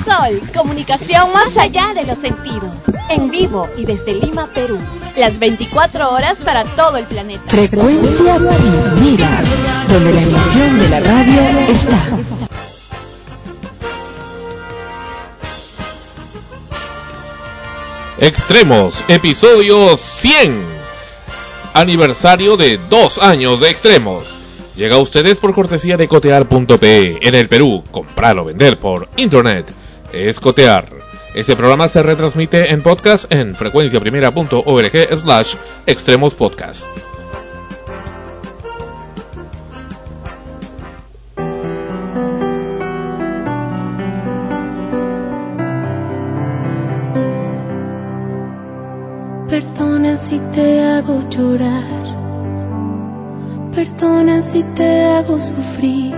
Sol, comunicación más allá de los sentidos. En vivo y desde Lima, Perú. Las 24 horas para todo el planeta. Frecuencia Primera, donde la emisión de la radio está. Extremos, episodio 100. Aniversario de 2 años de Extremos. Llega a ustedes por cortesía de cotear.pe. En el Perú, comprar o vender por internet es cotear. Este programa se retransmite en podcast en frecuenciaprimera.org/extremospodcast. Perdona si te hago llorar, perdona si te hago sufrir,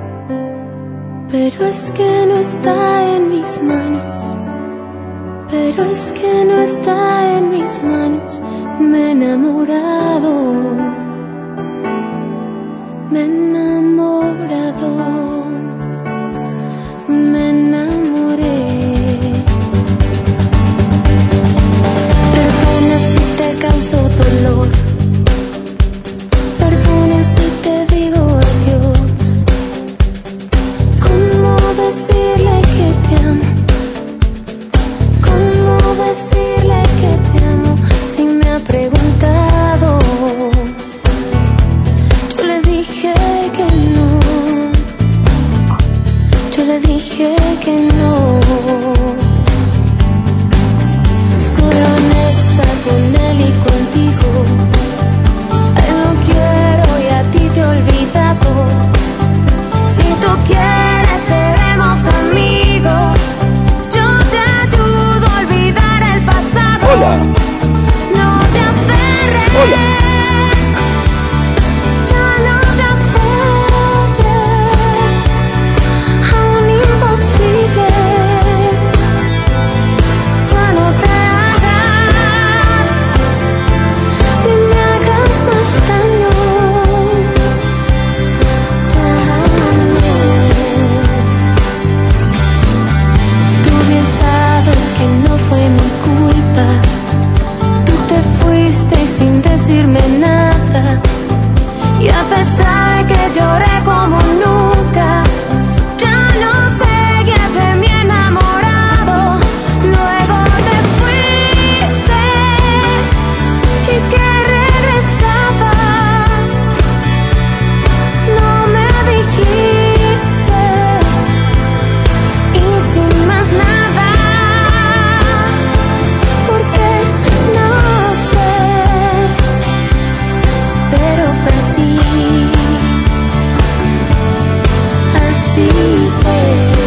pero es que no está en mis manos, pero es que no está en mis manos. Me he enamorado, me he enamorado, me enamoré. Causo dolor, perdona si te digo adiós. ¿Cómo decirle que te amo? ¿Cómo decirle que te amo? Si me ha preguntado, yo le dije que no, yo le dije que no. Soy honesta con él y contigo. A él no quiero y a ti te he olvidado. Si tú quieres seremos amigos. Yo te ayudo a olvidar el pasado. Hola. No te aferres. Hola. Ya no te aferres a un imposible. Ya no te sin decirme nada, y a pesar que lloré como nunca, ya no seguías de mi enamorado. Luego te fuiste y que regresabas, no me dijiste, y sin más nada, porque no sé. Pero fue así, así fue.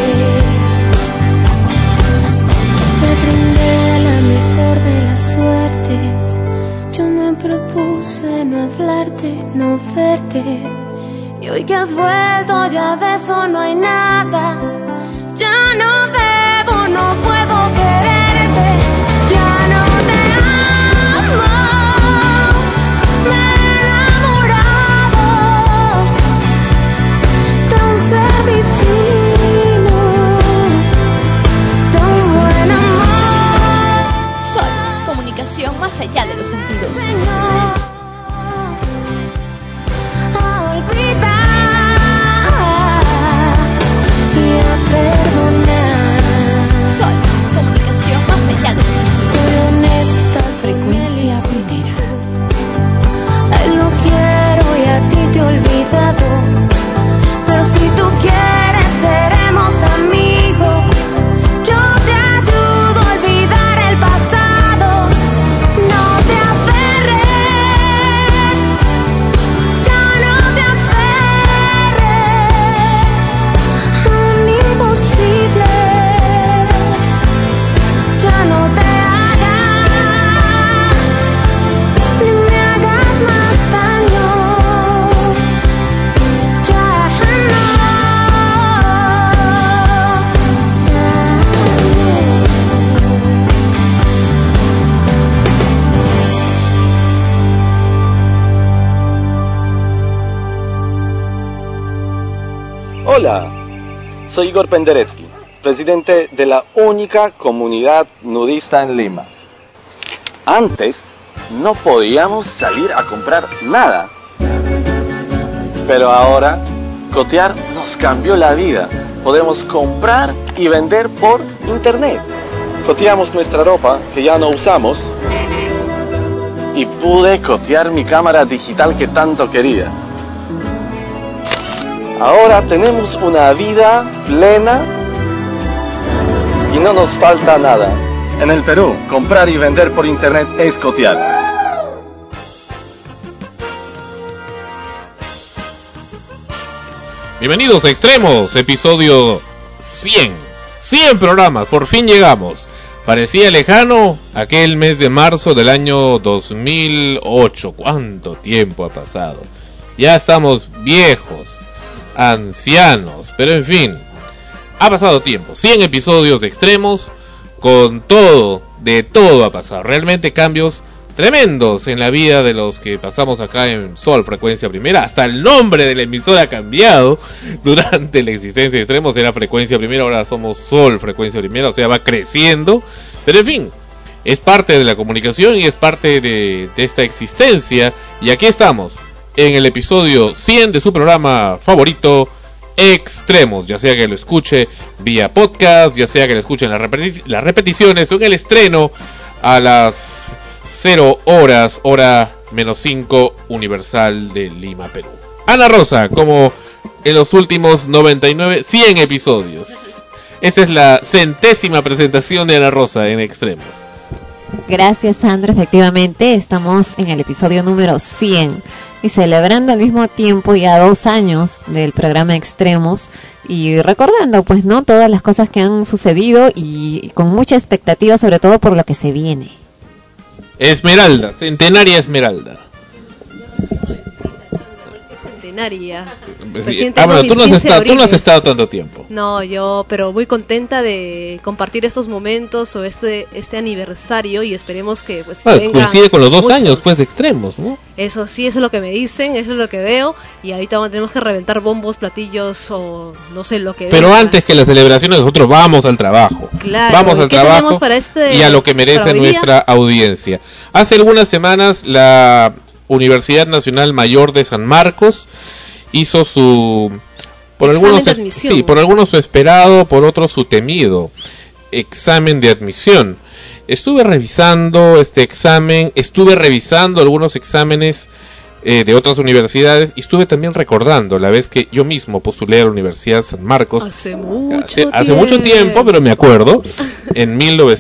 Te brindé la mejor de las suertes. Yo me propuse no hablarte, no verte. Y hoy que has vuelto ya de eso no hay nada. Ya no debo, no puedo quererte. Ya no te amo. Me he enamorado de un ser divino, de un buen amor. Sol, comunicación más allá de los sentidos. Señor, a olvidar y a perdonar. Sol, comunicación más allá de los sentidos. Soy honesta, frecuencia primera. A él no quiero y a ti te he olvidado. Pero si tú quieres seremos amigos. Yo te ayudo a olvidar el pasado. No te aferres, ya no te aferres a un imposible. Ya no te hagas, ni me hagas más daño. Ya no, Hola, soy Igor Penderecki. presidente de la única comunidad nudista en Lima. Antes no podíamos salir a comprar nada, pero ahora cotear nos cambió la vida. Podemos comprar y vender por internet. Coteamos nuestra ropa que ya no usamos y pude cotear mi cámara digital que tanto quería. Ahora tenemos una vida plena y no nos falta nada. En el Perú, comprar y vender por internet es cotear. Bienvenidos a Extremos, episodio 100. 100 programas, por fin llegamos. Parecía lejano aquel mes de marzo del año 2008. ¿Cuánto tiempo ha pasado? Ya estamos viejos, ancianos, pero en fin, ha pasado tiempo. 100 episodios de Extremos, con todo, de todo ha pasado. Realmente cambios tremendos en la vida de los que pasamos acá en Sol Frecuencia Primera. Hasta el nombre de la emisora ha cambiado durante la existencia de Extremos. Era Frecuencia Primera, ahora somos Sol Frecuencia Primera, o sea, va creciendo. Pero en fin, es parte de la comunicación y es parte de esta existencia. Y aquí estamos, en el episodio 100 de su programa favorito, Extremos. Ya sea que lo escuche vía podcast, ya sea que lo escuche en las repeticiones o en el estreno a las 0 horas, hora -5 Universal de Lima, Perú. Ana Rosa, como en los últimos 99, 100 episodios. Esa es la 100ª presentación de Ana Rosa en Extremos. Gracias, Sandra. Efectivamente, estamos en el episodio número 100 y celebrando al mismo tiempo ya 2 años del programa Extremos y recordando, pues, ¿no?, todas las cosas que han sucedido y con mucha expectativa, sobre todo por lo que se viene. Esmeralda, centenaria Esmeralda. Centenaria. Sí. Bueno, tú no has estado tanto tiempo. No, yo, pero muy contenta de compartir estos momentos o este aniversario y esperemos que pues vengan coincide con los 2 muchos años pues de Extremos, ¿no? Eso sí, eso es lo que me dicen, eso es lo que veo y ahorita tenemos que reventar bombos, platillos o no sé lo que Pero venga. antes que las celebraciones nosotros vamos al trabajo. Claro, vamos al ¿qué trabajo tenemos para y a lo que merece nuestra audiencia. Hace algunas semanas la Universidad Nacional Mayor de San Marcos hizo su, por algunos su esperado, por otros su temido examen de admisión. Estuve revisando este examen, estuve revisando algunos exámenes de otras universidades y estuve también recordando la vez que yo mismo postulé a la Universidad San Marcos hace mucho tiempo, pero me acuerdo, en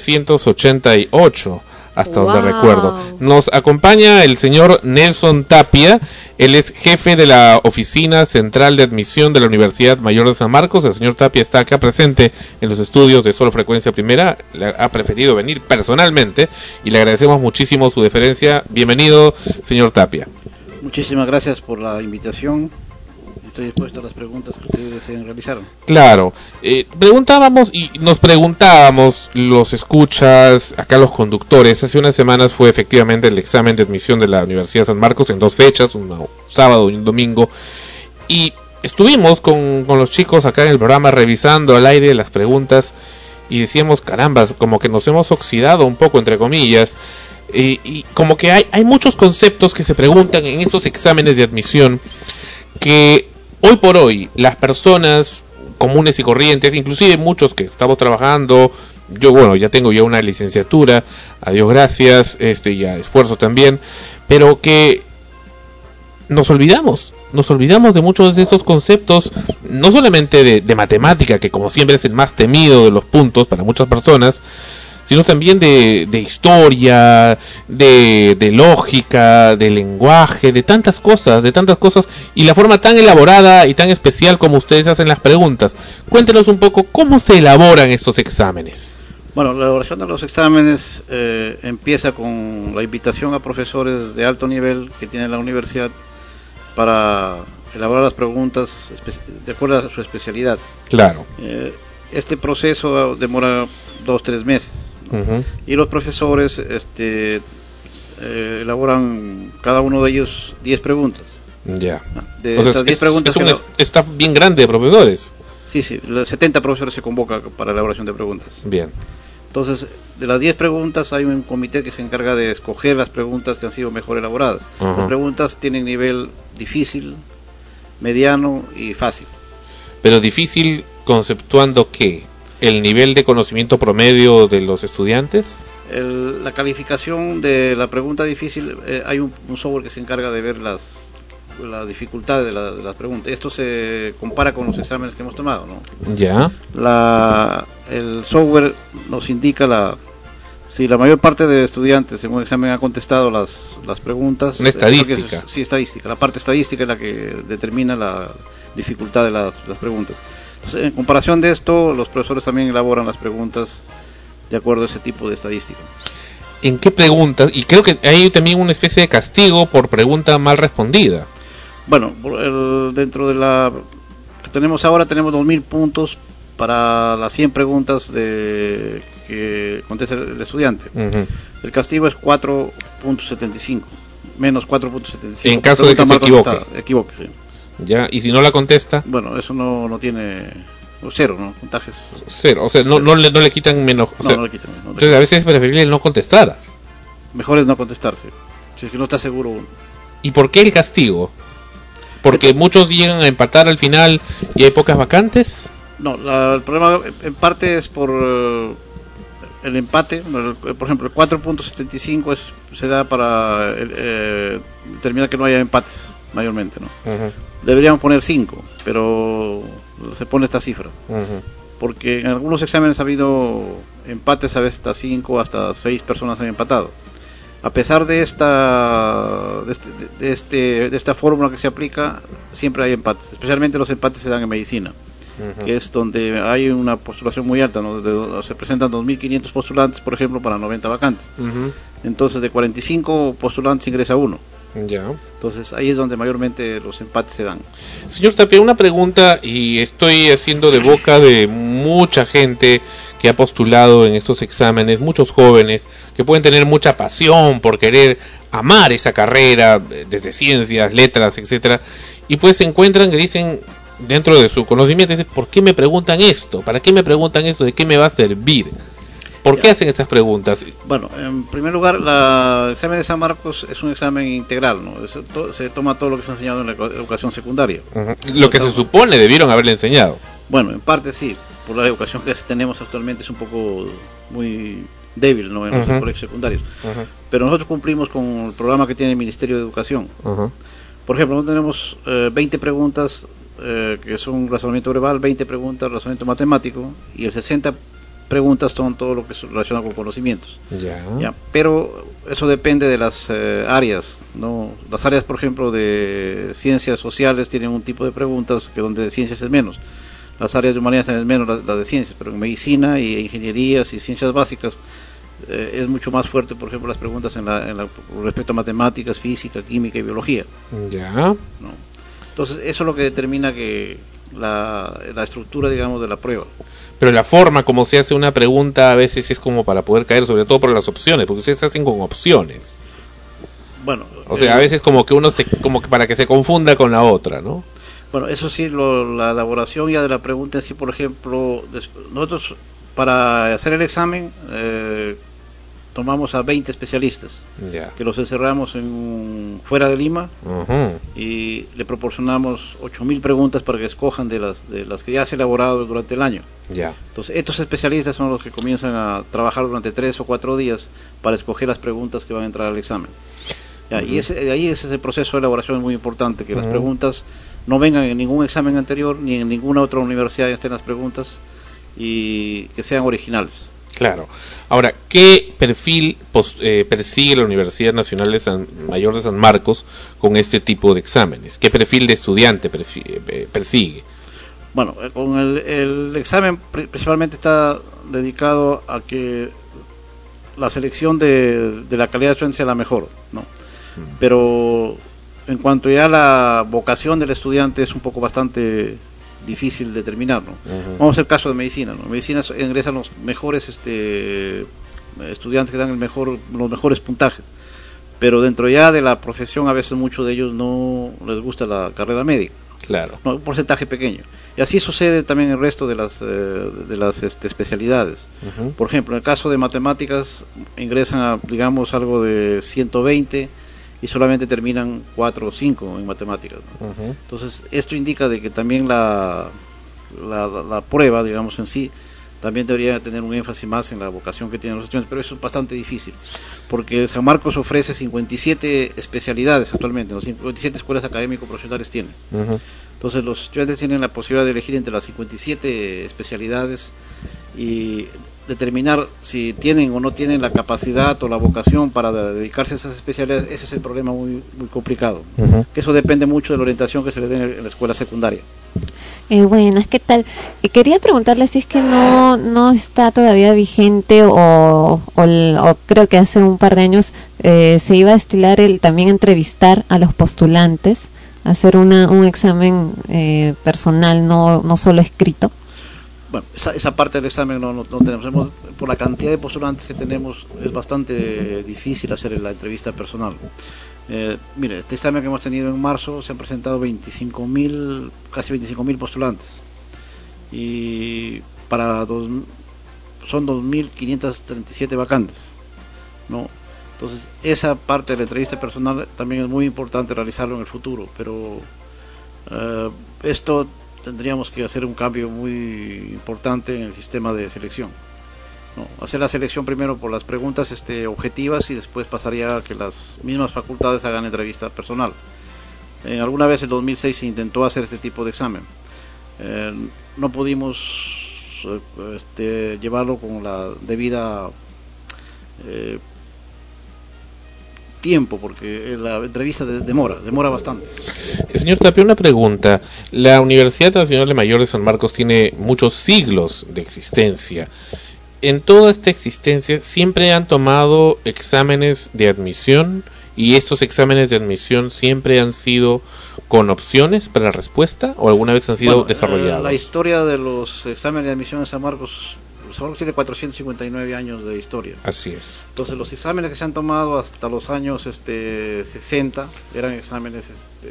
1988. Hasta donde recuerdo. Nos acompaña el señor Nelson Tapia. Él es jefe de la Oficina Central de Admisión de la Universidad Mayor de San Marcos. El señor Tapia está acá presente en los estudios de Sol Frecuencia Primera. Ha preferido venir personalmente y le agradecemos muchísimo su deferencia. Bienvenido, señor Tapia. Muchísimas gracias por la invitación. Estoy dispuesto a las preguntas que ustedes deseen realizar. Claro, nos preguntábamos los escuchas, acá los conductores. Hace unas semanas fue efectivamente el examen de admisión de la Universidad de San Marcos en 2 fechas, un sábado y un domingo. Y estuvimos con los chicos acá en el programa revisando al aire las preguntas y decíamos, caramba, como que nos hemos oxidado un poco, entre comillas. Y como que hay muchos conceptos que se preguntan en esos exámenes de admisión que hoy por hoy las personas comunes y corrientes, inclusive muchos que estamos trabajando, yo ya tengo ya una licenciatura, a Dios gracias, y a esfuerzo también, pero que nos olvidamos de muchos de esos conceptos, no solamente de matemática, que como siempre es el más temido de los puntos para muchas personas, sino también de historia, de lógica, de lenguaje, de tantas cosas, y la forma tan elaborada y tan especial como ustedes hacen las preguntas. Cuéntenos un poco cómo se elaboran estos exámenes. Bueno, la elaboración de los exámenes empieza con la invitación a profesores de alto nivel que tiene la universidad para elaborar las preguntas de acuerdo a su especialidad. Claro. Este proceso demora 2-3 meses. Uh-huh. Y los profesores elaboran cada uno de ellos 10 preguntas. Ya. De estas 10 preguntas. Es un staff bien grande de profesores. Sí, los 70 profesores se convoca para elaboración de preguntas. Bien. Entonces, de las 10 preguntas hay un comité que se encarga de escoger las preguntas que han sido mejor elaboradas. Ajá. Las preguntas tienen nivel difícil, mediano y fácil. Pero difícil conceptuando ¿qué? ¿El nivel de conocimiento promedio de los estudiantes? La calificación de la pregunta difícil, hay un software que se encarga de ver las dificultades de las preguntas. Esto se compara con los exámenes que hemos tomado, ¿no? Ya. El software nos indica si la mayor parte de estudiantes en un examen ha contestado las preguntas. Una estadística. Sí, estadística. La parte estadística es la que determina la dificultad de las preguntas. Entonces, en comparación de esto, los profesores también elaboran las preguntas de acuerdo a ese tipo de estadística. ¿En qué preguntas? Y creo que hay también una especie de castigo por pregunta mal respondida. Bueno, dentro de la que tenemos ahora, tenemos 2.000 puntos para las 100 preguntas que contesta el estudiante. Uh-huh. El castigo es 4.75, menos 4.75. En caso de que se equivoque, sí. Ya, y si no la contesta. Bueno, eso no tiene cero, ¿no? Puntajes. Cero, o sea, no le quitan menos. O sea, no le quitan. Entonces a veces es preferible no contestar. Mejor es no contestarse, si es que no está seguro uno. ¿Y por qué el castigo? ¿Porque muchos llegan a empatar al final y hay pocas vacantes? No, el problema en parte es por el empate. Por ejemplo, el 4.75 se da para determinar que no haya empates, mayormente, ¿no? Uh-huh. Deberíamos poner 5, pero se pone esta cifra. Uh-huh. Porque en algunos exámenes ha habido empates, a veces hasta 5, hasta 6 personas han empatado. A pesar de esta fórmula que se aplica, siempre hay empates. Especialmente los empates se dan en medicina, uh-huh, que es donde hay una postulación muy alta, ¿no? Se presentan 2.500 postulantes, por ejemplo, para 90 vacantes. Uh-huh. Entonces, de 45 postulantes ingresa uno. Ya. Entonces, ahí es donde mayormente los empates se dan. Señor Tapia, una pregunta, y estoy haciendo de boca de mucha gente que ha postulado en estos exámenes, muchos jóvenes que pueden tener mucha pasión por querer amar esa carrera, desde ciencias, letras, etcétera, y pues se encuentran que dicen, dentro de su conocimiento, dicen, ¿por qué me preguntan esto? ¿Para qué me preguntan esto? ¿De qué me va a servir? ¿Por qué hacen estas preguntas? Bueno, en primer lugar, el examen de San Marcos es un examen integral, ¿no? Se toma todo lo que se ha enseñado en la educación secundaria. Uh-huh. Lo que se supone debieron haberle enseñado. Bueno, en parte sí, por la educación que tenemos actualmente es un poco muy débil, ¿no? En los colegios secundarios. Uh-huh. Pero nosotros cumplimos con el programa que tiene el Ministerio de Educación. Uh-huh. Por ejemplo, nosotros tenemos 20 preguntas que son razonamiento verbal, 20 preguntas razonamiento matemático, y el 60 preguntas son todo lo que se relaciona con conocimientos. Ya. Pero eso depende de las áreas, ¿no? Las áreas, por ejemplo, de ciencias sociales tienen un tipo de preguntas que donde de ciencias es menos. Las áreas de humanidades es menos las de ciencias, pero en medicina y ingenierías y ciencias básicas es mucho más fuerte, por ejemplo, las preguntas respecto a matemáticas, física, química y biología. Ya. ¿No? Entonces, eso es lo que determina que la estructura, digamos, de la prueba. Pero la forma como se hace una pregunta a veces es como para poder caer, sobre todo por las opciones, porque ustedes se hacen con opciones. Bueno, o sea, a veces como que como que para que se confunda con la otra, ¿no? Bueno, eso sí, la elaboración ya de la pregunta en sí, por ejemplo, nosotros para hacer el examen tomamos a 20 especialistas, que los encerramos fuera de Lima, uh-huh, y le proporcionamos 8.000 preguntas para que escojan de las que ya se han elaborado durante el año. Entonces, estos especialistas son los que comienzan a trabajar durante 3 o 4 días para escoger las preguntas que van a entrar al examen. Uh-huh. Y ahí ese proceso de elaboración es muy importante, que las preguntas no vengan en ningún examen anterior, ni en ninguna otra universidad estén las preguntas, y que sean originales. Claro. Ahora, ¿qué perfil persigue la Universidad Nacional Mayor de San Marcos con este tipo de exámenes? ¿Qué perfil de estudiante persigue? Bueno, con el examen principalmente está dedicado a que la selección de la calidad de estudiante sea la mejor, ¿no? Pero en cuanto ya a la vocación del estudiante es un poco bastante difícil determinar, ¿no? Uh-huh. Vamos al caso de medicina, ¿no? En medicina ingresan los mejores estudiantes que dan los mejores puntajes, pero dentro ya de la profesión a veces muchos de ellos no les gusta la carrera médica. Claro. No, un porcentaje pequeño. Y así sucede también en el resto de las especialidades. Por ejemplo, en el caso de matemáticas ingresan a, digamos, algo de 120 y solamente terminan 4 o 5 en matemáticas, ¿no? Entonces esto indica de que también la prueba, digamos, en sí también debería tener un énfasis más en la vocación que tienen los estudiantes, pero eso es bastante difícil, porque San Marcos ofrece 57 especialidades actualmente, los 57 escuelas académico-profesionales tienen. Entonces los estudiantes tienen la posibilidad de elegir entre las 57 especialidades y determinar si tienen o no tienen la capacidad o la vocación para dedicarse a esas especialidades. Ese es el problema muy complicado, que eso depende mucho de la orientación que se le dé en la escuela secundaria. Buenas, ¿qué tal? Quería preguntarle si es que no está todavía vigente o creo que hace un par de años se iba a estilar también entrevistar a los postulantes, hacer un examen personal, no solo escrito. Bueno, esa parte del examen no tenemos. Por la cantidad de postulantes que tenemos es bastante difícil hacer la entrevista personal. Mire, este examen que hemos tenido en marzo se han presentado casi 25.000 postulantes y son 2.537 vacantes, ¿no? Entonces esa parte de la entrevista personal también es muy importante realizarlo en el futuro, pero esto tendríamos que hacer un cambio muy importante en el sistema de selección, ¿no? Hacer la selección primero por las preguntas objetivas y después pasaría a que las mismas facultades hagan entrevista personal. Alguna vez en 2006 se intentó hacer este tipo de examen. No pudimos llevarlo con la debida tiempo, porque la entrevista demora bastante. Señor Tapia, una pregunta. La Universidad Nacional de Mayor de San Marcos tiene muchos siglos de existencia. En toda esta existencia siempre han tomado exámenes de admisión, y estos exámenes de admisión siempre han sido con opciones para la respuesta, o alguna vez han sido desarrollados. La historia de los exámenes de admisión en San Marcos tiene 459 años de historia. Así es. Entonces los exámenes que se han tomado hasta los años 60 eran exámenes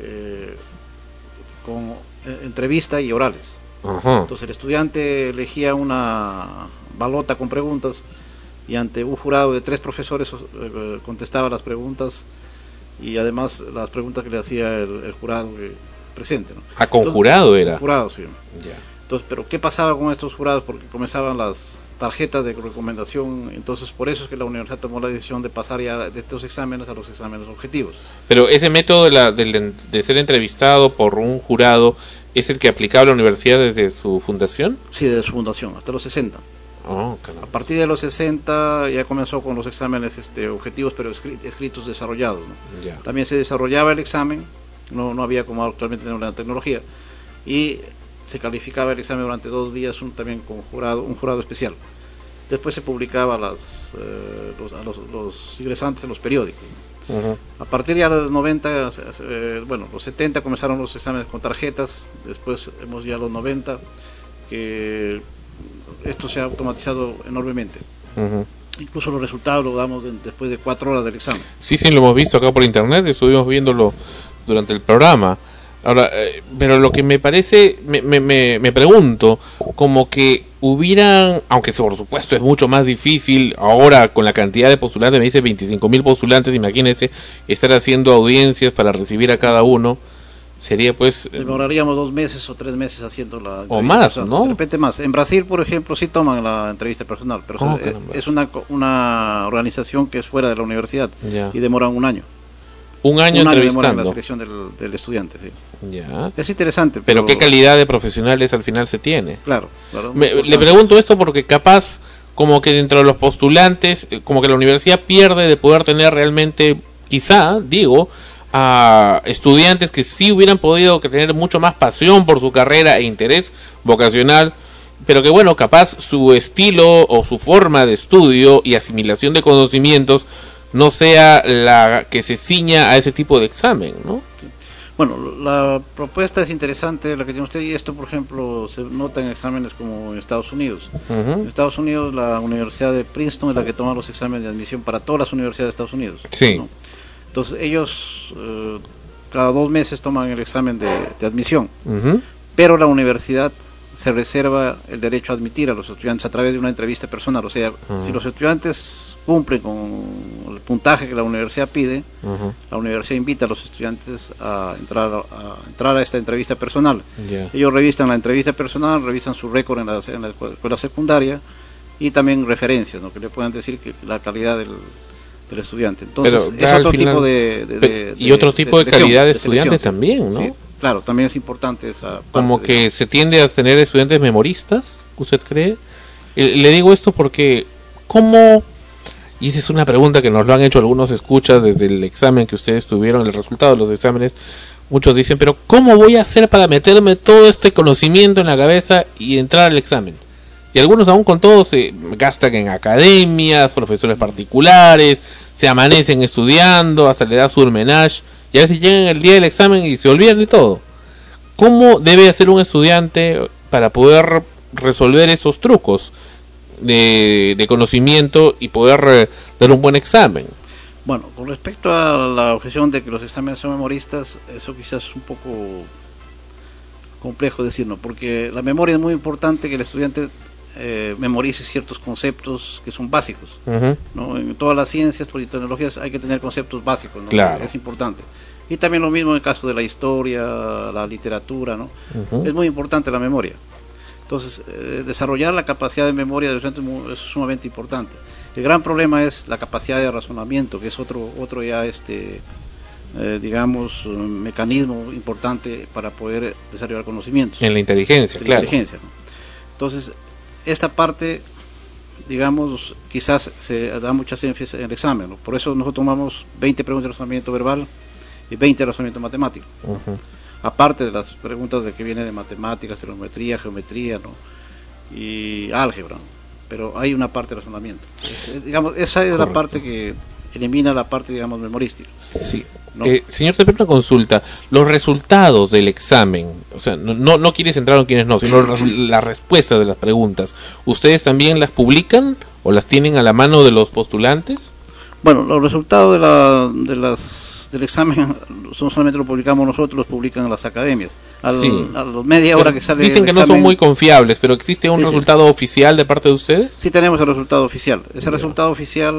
con entrevista y orales. Entonces el estudiante elegía una balota con preguntas y ante un jurado de 3 profesores contestaba las preguntas y además las preguntas que le hacía el jurado presente, ¿no? Con jurado era. Jurado, sí. Ya. Entonces, pero ¿qué pasaba con estos jurados? Porque comenzaban las tarjetas de recomendación, entonces por eso es que la universidad tomó la decisión de pasar ya de estos exámenes a los exámenes objetivos. Pero ese método de ser entrevistado por un jurado es el que aplicaba la universidad desde su fundación. Sí, desde su fundación, hasta los 60. A partir de los 60 ya comenzó con los exámenes objetivos, pero escritos desarrollados, ¿no? Ya. También se desarrollaba el examen, no había como actualmente tenemos la tecnología, y se calificaba el examen durante 2 días también con un jurado especial. Después se publicaba a los ingresantes en los periódicos, ¿no? A partir ya de los 90, los 70 comenzaron los exámenes con tarjetas, después hemos ya los 90, que esto se ha automatizado enormemente. Incluso los resultados los damos después de 4 horas del examen. Sí, lo hemos visto acá por internet, estuvimos viéndolo durante el programa. Ahora, pero lo que me parece, me pregunto, como que hubieran, aunque por supuesto es mucho más difícil ahora con la cantidad de postulantes, me dice 25.000 postulantes, imagínense estar haciendo audiencias para recibir a cada uno, sería pues... Demoraríamos 2 meses o 3 meses haciendo la entrevista. O más, personal, ¿no? De repente más. En Brasil, por ejemplo, sí toman la entrevista personal, pero es una organización que es fuera de la universidad. Ya. Y demoran 1 año. Un año entrevistando. En la selección del estudiante, sí. Ya. Es interesante. Pero ¿qué calidad de profesionales al final se tiene? Claro. Le pregunto esto porque capaz, como que dentro de los postulantes, como que la universidad pierde de poder tener realmente, quizá, a estudiantes que sí hubieran podido tener mucho más pasión por su carrera e interés vocacional, pero que bueno, capaz su estilo o su forma de estudio y asimilación de conocimientos no sea la que se ciña a ese tipo de examen, ¿no? Sí. Bueno, la propuesta es interesante, la que tiene usted, y esto, por ejemplo, se nota en exámenes como en Estados Unidos. En Estados Unidos, la Universidad de Princeton es la que toma los exámenes de admisión para todas las universidades de Estados Unidos, sí, ¿no? Entonces, ellos cada 2 meses toman el examen de admisión. pero la universidad se reserva el derecho a admitir a los estudiantes a través de una entrevista personal. O sea, si los estudiantes cumplen con el puntaje que la universidad pide, la universidad invita a los estudiantes a entrar a esta entrevista personal. Ellos revisan la entrevista personal, revisan su récord en la escuela secundaria y también referencias, ¿no?, que le puedan decir que la calidad del estudiante. Entonces, es otro tipo y otro tipo de calidad de estudiante también, ¿no? Sí, claro, también es importante esa parte. Como que se tiende a tener estudiantes memoristas, ¿usted cree? Le digo esto porque, ¿cómo? Y esa es una pregunta que nos lo han hecho algunos escuchas desde el examen que ustedes tuvieron, el resultado de los exámenes. Muchos dicen, pero ¿cómo voy a hacer para meterme todo este conocimiento en la cabeza y entrar al examen? Y algunos aún con todo se gastan en academias, profesores particulares, se amanecen estudiando, hasta le da su menage, y a veces llegan el día del examen y se olvidan de todo. ¿Cómo debe hacer un estudiante para poder resolver esos trucos de conocimiento y poder dar un buen examen? Bueno, con respecto a la objeción de que los exámenes son memoristas, eso quizás es un poco complejo decirlo, porque la memoria es muy importante, que el estudiante memorice ciertos conceptos que son básicos, ¿no? En todas las ciencias, tecnologías, hay que tener conceptos básicos, ¿no? Claro. Es importante. Y también lo mismo en el caso de la historia, la literatura, ¿no? Es muy importante la memoria. Entonces, desarrollar la capacidad de memoria del estudiante es sumamente importante. El gran problema es la capacidad de razonamiento, que es otro ya digamos, un mecanismo importante para poder desarrollar conocimientos. En la inteligencia, claro. Inteligencia, ¿no? Entonces, esta parte, digamos, quizás se da muchas énfasis en el examen, ¿no? Por eso nosotros tomamos 20 preguntas de razonamiento verbal y 20 de razonamiento matemático. Aparte de las preguntas de que viene de matemáticas, trigonometría, geometría, ¿no?, y álgebra, ¿no? Pero hay una parte de razonamiento. Digamos, esa es la parte que elimina la parte, digamos, memorística. Sí. ¿No? Señor Cepeda, una consulta. Los resultados del examen, o sea, no quiere centrar en quienes no, sino las respuestas de las preguntas, ¿ustedes también las publican o las tienen a la mano de los postulantes? Bueno, los resultados del examen solamente los publicamos nosotros, los publican las academias. A los media hora que sale. Dicen que no son muy confiables, pero ¿existe un resultado oficial de parte de ustedes? Sí, tenemos el resultado oficial. Ese resultado oficial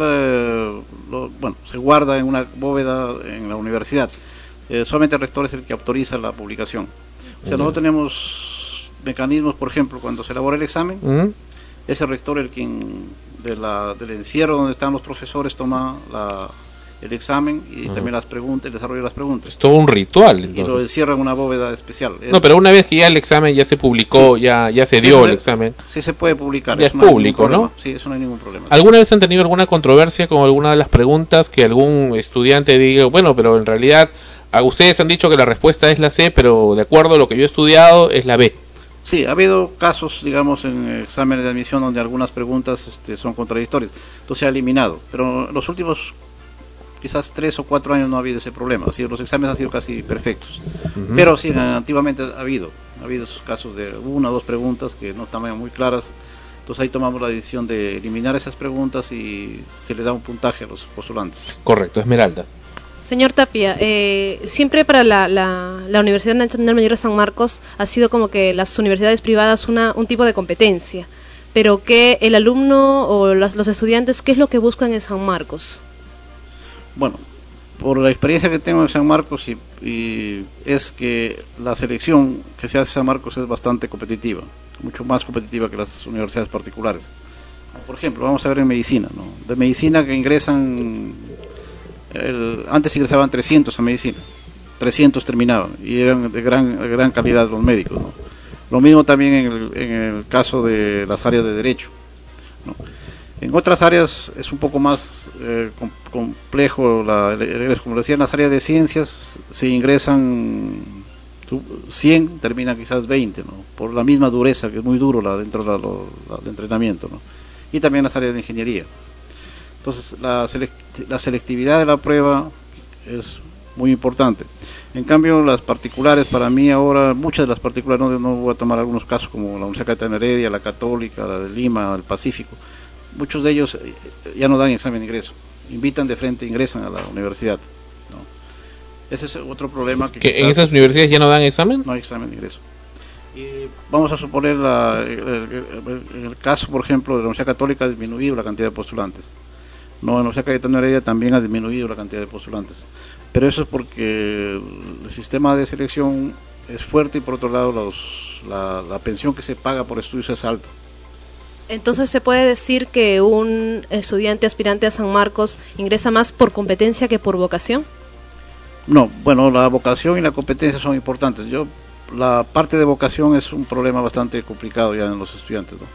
se guarda en una bóveda en la universidad. Solamente el rector es el que autoriza la publicación. O sea, nosotros tenemos mecanismos, por ejemplo, cuando se elabora el examen, es el rector el quien del encierro donde están los profesores toma el examen y también las preguntas, el desarrollo de las preguntas. Es todo un ritual, entonces. Y lo encierra en una bóveda especial. No, pero una vez que ya el examen ya se publicó, ya se dio el examen. Sí, se puede publicar. Ya es público, ¿no? Sí, eso no hay ningún problema. ¿Alguna vez han tenido alguna controversia con alguna de las preguntas, que algún estudiante diga, bueno, pero en realidad a ustedes han dicho que la respuesta es la C, pero de acuerdo a lo que yo he estudiado es la B? Sí, ha habido casos, digamos, en exámenes de admisión donde algunas preguntas son contradictorias. Entonces se ha eliminado. Pero en los últimos quizás 3 o 4 años no ha habido ese problema. Así, los exámenes han sido casi perfectos. Pero sí, antiguamente ha habido esos casos de 1 o 2 preguntas que no estaban muy claras. Entonces ahí tomamos la decisión de eliminar esas preguntas y se le da un puntaje a los postulantes. Correcto, Esmeralda. Señor Tapia, siempre para la Universidad Nacional Mayor de San Marcos ha sido como que las universidades privadas un tipo de competencia, pero que el alumno o los estudiantes, ¿qué es lo que buscan en San Marcos? Bueno, por la experiencia que tengo en San Marcos y es que la selección que se hace en San Marcos es bastante competitiva, mucho más competitiva que las universidades particulares. Por ejemplo, vamos a ver en medicina, ¿no? De medicina que ingresan, antes ingresaban 300 a medicina, 300 terminaban y eran de gran calidad los médicos, ¿no? Lo mismo también en el caso de las áreas de derecho, ¿no? En otras áreas es un poco más complejo, como decía, en las áreas de ciencias se ingresan 100, terminan quizás 20, ¿no? Por la misma dureza, que es muy duro dentro del entrenamiento, ¿no? Y también las áreas de ingeniería. Entonces la selectividad de la prueba es muy importante. En cambio, las particulares, para mí ahora, muchas de las particulares, no voy a tomar algunos casos como la Universidad Católica de Heredia, la Católica, la de Lima, el Pacífico, muchos de ellos ya no dan examen de ingreso, invitan de frente, ingresan a la universidad, ¿no? Ese es otro problema. ¿Que en esas universidades ya no dan examen? No hay examen de ingreso. Y vamos a suponer en el caso, por ejemplo, de la Universidad Católica ha disminuido la cantidad de postulantes. No, en la Universidad Cayetano Heredia también ha disminuido la cantidad de postulantes. Pero eso es porque el sistema de selección es fuerte y por otro lado la pensión que se paga por estudios es alta. Entonces se puede decir que un estudiante aspirante a San Marcos ingresa más por competencia que por vocación. No, bueno, la vocación y la competencia son importantes. La parte de vocación es un problema bastante complicado ya en los estudiantes, ¿no?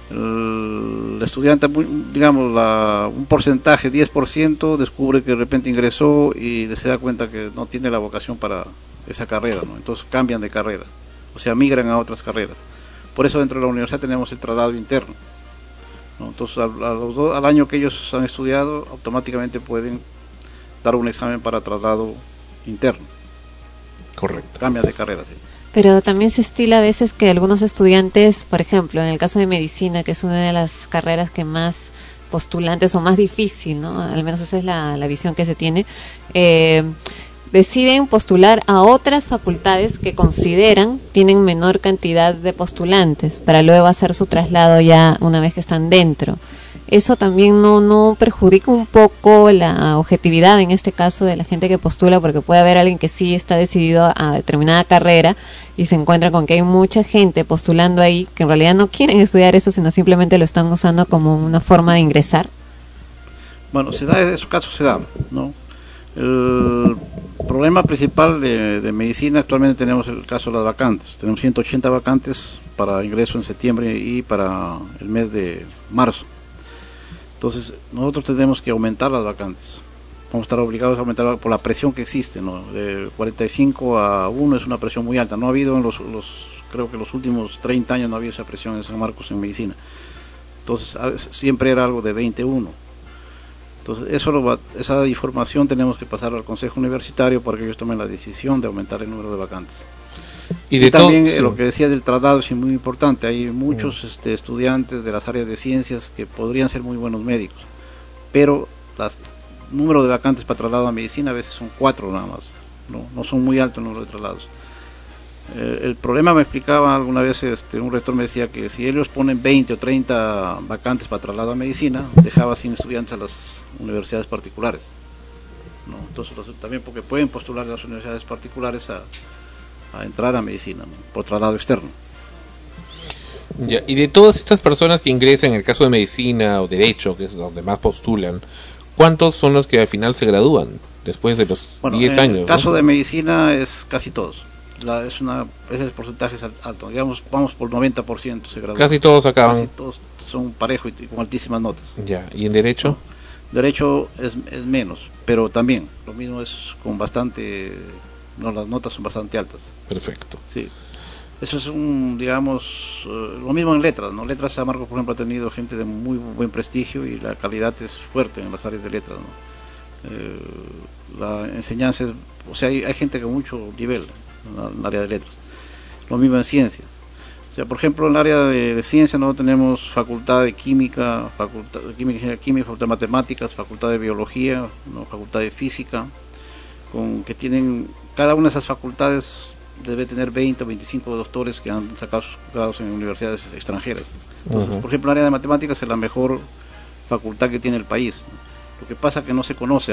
El estudiante, digamos, un porcentaje, 10%, descubre que de repente ingresó y se da cuenta que no tiene la vocación para esa carrera, ¿no? Entonces cambian de carrera, o sea, migran a otras carreras. Por eso dentro de la universidad tenemos el traslado interno, ¿no? Entonces al año que ellos han estudiado, automáticamente pueden dar un examen para traslado interno. Correcto. Cambian de carrera, sí. Pero también se estila a veces que algunos estudiantes, por ejemplo, en el caso de medicina, que es una de las carreras que más postulantes o más difícil, ¿no? Al menos esa es la visión que se tiene, deciden postular a otras facultades que consideran tienen menor cantidad de postulantes para luego hacer su traslado ya una vez que están dentro. Eso también no perjudica un poco la objetividad en este caso de la gente que postula, porque puede haber alguien que sí está decidido a determinada carrera y se encuentra con que hay mucha gente postulando ahí que en realidad no quieren estudiar eso, sino simplemente lo están usando como una forma de ingresar. Bueno, esos casos se dan, ¿no? El problema principal de medicina, actualmente tenemos el caso de las vacantes. Tenemos 180 vacantes para ingreso en septiembre y para el mes de marzo. Entonces, nosotros tenemos que aumentar las vacantes. Vamos a estar obligados a aumentar por la presión que existe, ¿no? De 45 a 1 es una presión muy alta. No ha habido creo que los últimos 30 años no ha habido esa presión en San Marcos en medicina. Entonces, siempre era algo de 21. Entonces, esa información tenemos que pasar al Consejo Universitario para que ellos tomen la decisión de aumentar el número de vacantes. Y también lo que decía del traslado es muy importante. Hay muchos estudiantes de las áreas de ciencias que podrían ser muy buenos médicos, pero el número de vacantes para traslado a medicina a veces son 4 nada más, no son muy altos el número de traslados. El problema, me explicaba alguna vez un rector, me decía que si ellos ponen 20 o 30 vacantes para traslado a medicina, dejaba sin estudiantes a las universidades particulares, ¿no? Entonces también porque pueden postular a las universidades particulares a entrar a medicina, ¿no? Por traslado externo. Ya, y de todas estas personas que ingresan en el caso de medicina o derecho, que es donde más postulan, ¿cuántos son los que al final se gradúan después de los 10 años? En el caso de medicina es casi todos. Ese porcentaje es alto, digamos, vamos por 90% se gradúan. Casi todos acaban. Casi todos son parejos y con altísimas notas. Ya, ¿y en derecho? Derecho es menos, pero también lo mismo, es con bastante, las notas son bastante altas. Perfecto. Sí. Eso es digamos, lo mismo en letras, ¿no? Letras San Marcos, por ejemplo, ha tenido gente de muy buen prestigio y la calidad es fuerte en las áreas de letras, ¿no? La enseñanza o sea, hay gente con mucho nivel en el área de letras. Lo mismo en ciencias. O sea, por ejemplo, en el área de ciencias no tenemos facultad de química, facultad de matemáticas, facultad de biología, ¿no? Facultad de física, que tienen, cada una de esas facultades debe tener 20 o 25 doctores que han sacado sus grados en universidades extranjeras. Entonces, por ejemplo, el área de matemáticas es la mejor facultad que tiene el país. Lo que pasa es que no se conoce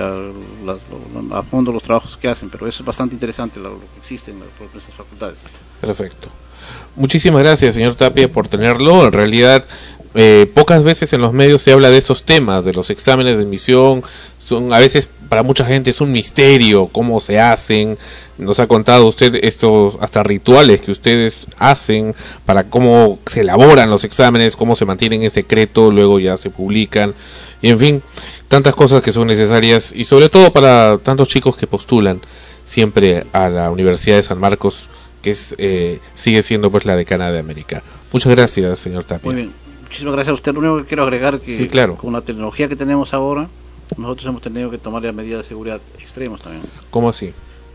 a fondo los trabajos que hacen, pero eso es bastante interesante lo que existe en esas facultades. Perfecto. Muchísimas gracias, señor Tapia, por tenerlo. En realidad, pocas veces en los medios se habla de esos temas, de los exámenes de admisión. A veces para mucha gente es un misterio cómo se hacen. Nos ha contado usted estos hasta rituales que ustedes hacen para cómo se elaboran los exámenes, cómo se mantienen en secreto, luego ya se publican, y en fin, tantas cosas que son necesarias, y sobre todo para tantos chicos que postulan siempre a la Universidad de San Marcos, que sigue siendo pues la decana de América. Muchas gracias, señor Tapia. Muy bien, muchísimas gracias a usted. Lo único que quiero agregar que sí, claro, con la tecnología que tenemos ahora, nosotros hemos tenido que tomar las medidas de seguridad extremas también. ¿Cómo así?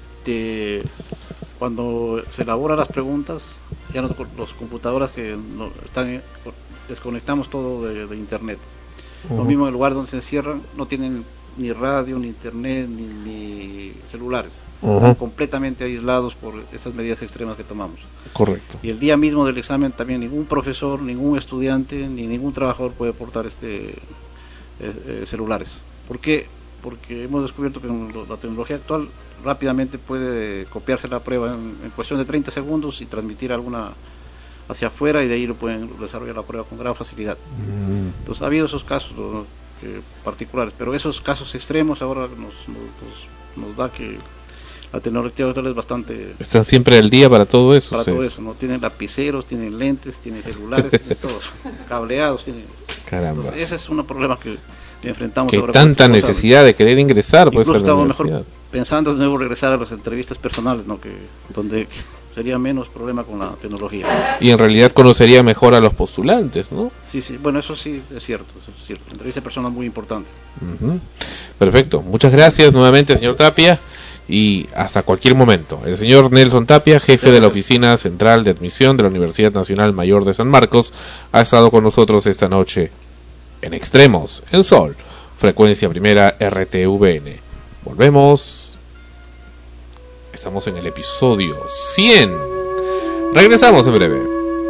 Cuando se elaboran las preguntas, ya los computadoras que desconectamos todo de internet. Lo mismo en el lugar donde se encierran, no tienen ni radio, ni internet, ni celulares. Ujú. Están completamente aislados por esas medidas extremas que tomamos. Correcto. Y el día mismo del examen también ningún profesor, ningún estudiante, ni ningún trabajador puede portar celulares. ¿Por qué? Porque hemos descubierto que con la tecnología actual rápidamente puede copiarse la prueba en cuestión de 30 segundos y transmitir alguna hacia afuera, y de ahí lo pueden desarrollar la prueba con gran facilidad. Entonces ha habido esos casos particulares, pero esos casos extremos ahora nos da que la tecnología actual es bastante... Están siempre al día para todo eso. Para ustedes. todo eso, ¿no? Tienen lapiceros, tienen lentes, tienen celulares, tienen todo, cableados, tienen... Caramba. Entonces, ese es un problema que enfrentamos Que ahora. tanta necesidad de querer ingresar, pues, Incluso a la estamos universidad. mejor pensando de nuevo regresar a las entrevistas personales, ¿no? Donde sería menos problema con la tecnología. Y en realidad conocería mejor a los postulantes, ¿no? Sí, bueno, eso sí es cierto, Entrevista personal es muy importante. Ujú. Perfecto. Muchas gracias nuevamente, señor Tapia. Y hasta cualquier momento. El señor Nelson Tapia, jefe de la Oficina Central de Admisión de la Universidad Nacional Mayor de San Marcos, ha estado con nosotros esta noche en Extremos, en Sol, frecuencia primera RTVN. Volvemos. Estamos en el episodio 100. Regresamos en breve.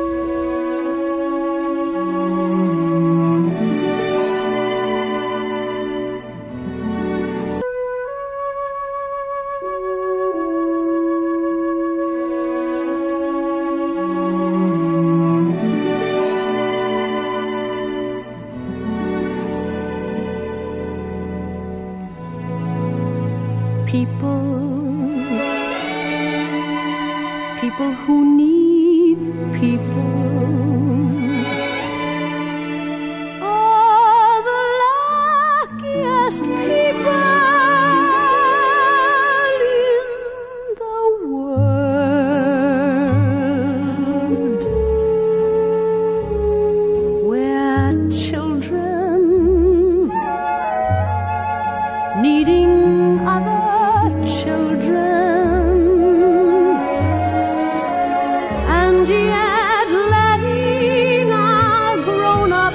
People who need people are the luckiest people in the world. Where children needing other children, and yet letting our grown-up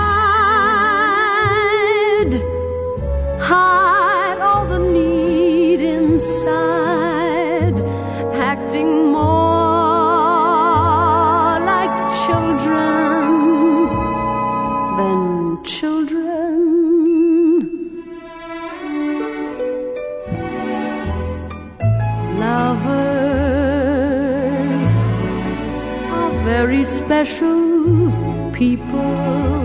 pride hide all the need inside, acting more like children than children. Lovers are very special people.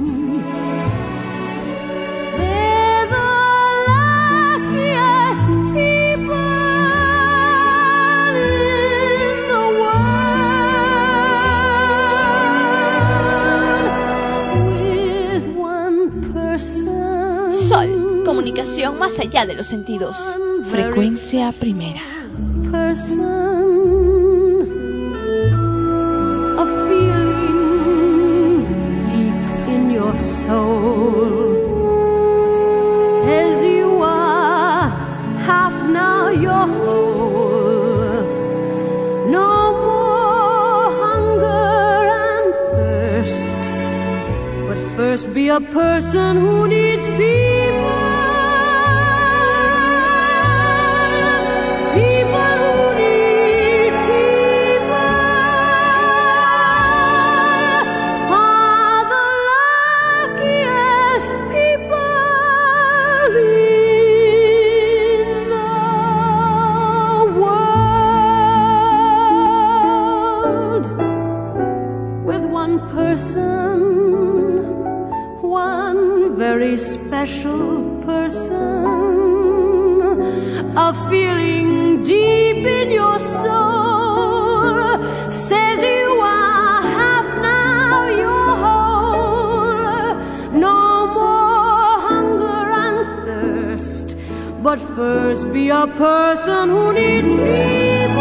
They're the luckiest people in the world. With one person. Sol, comunicación más allá de los sentidos. Frecuencia primera. Person, a feeling deep in your soul says you are half, now you're whole. No more hunger and thirst, but first be a person who needs people. Very special person, a feeling deep in your soul says you are half, now you're whole. No more hunger and thirst, but first be a person who needs people.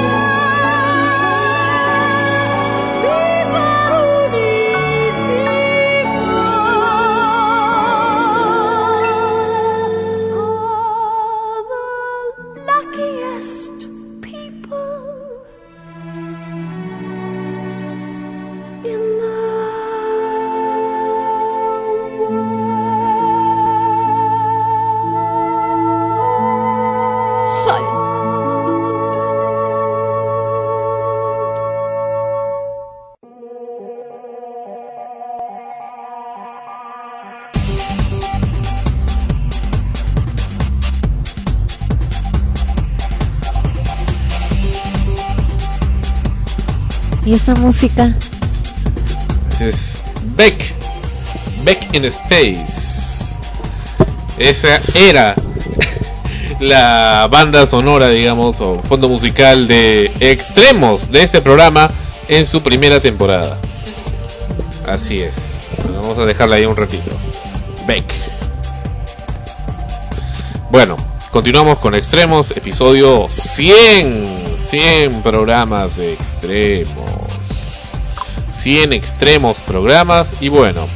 ¿Y esa música? Es Beck in Space. Esa era la banda sonora, digamos, o fondo musical de Extremos, de este programa en su primera temporada. Así es. Vamos a dejarla ahí un ratito. Beck. Bueno, continuamos con Extremos, episodio 100 programas de Extremos. 100 Extremos programas. Y bueno,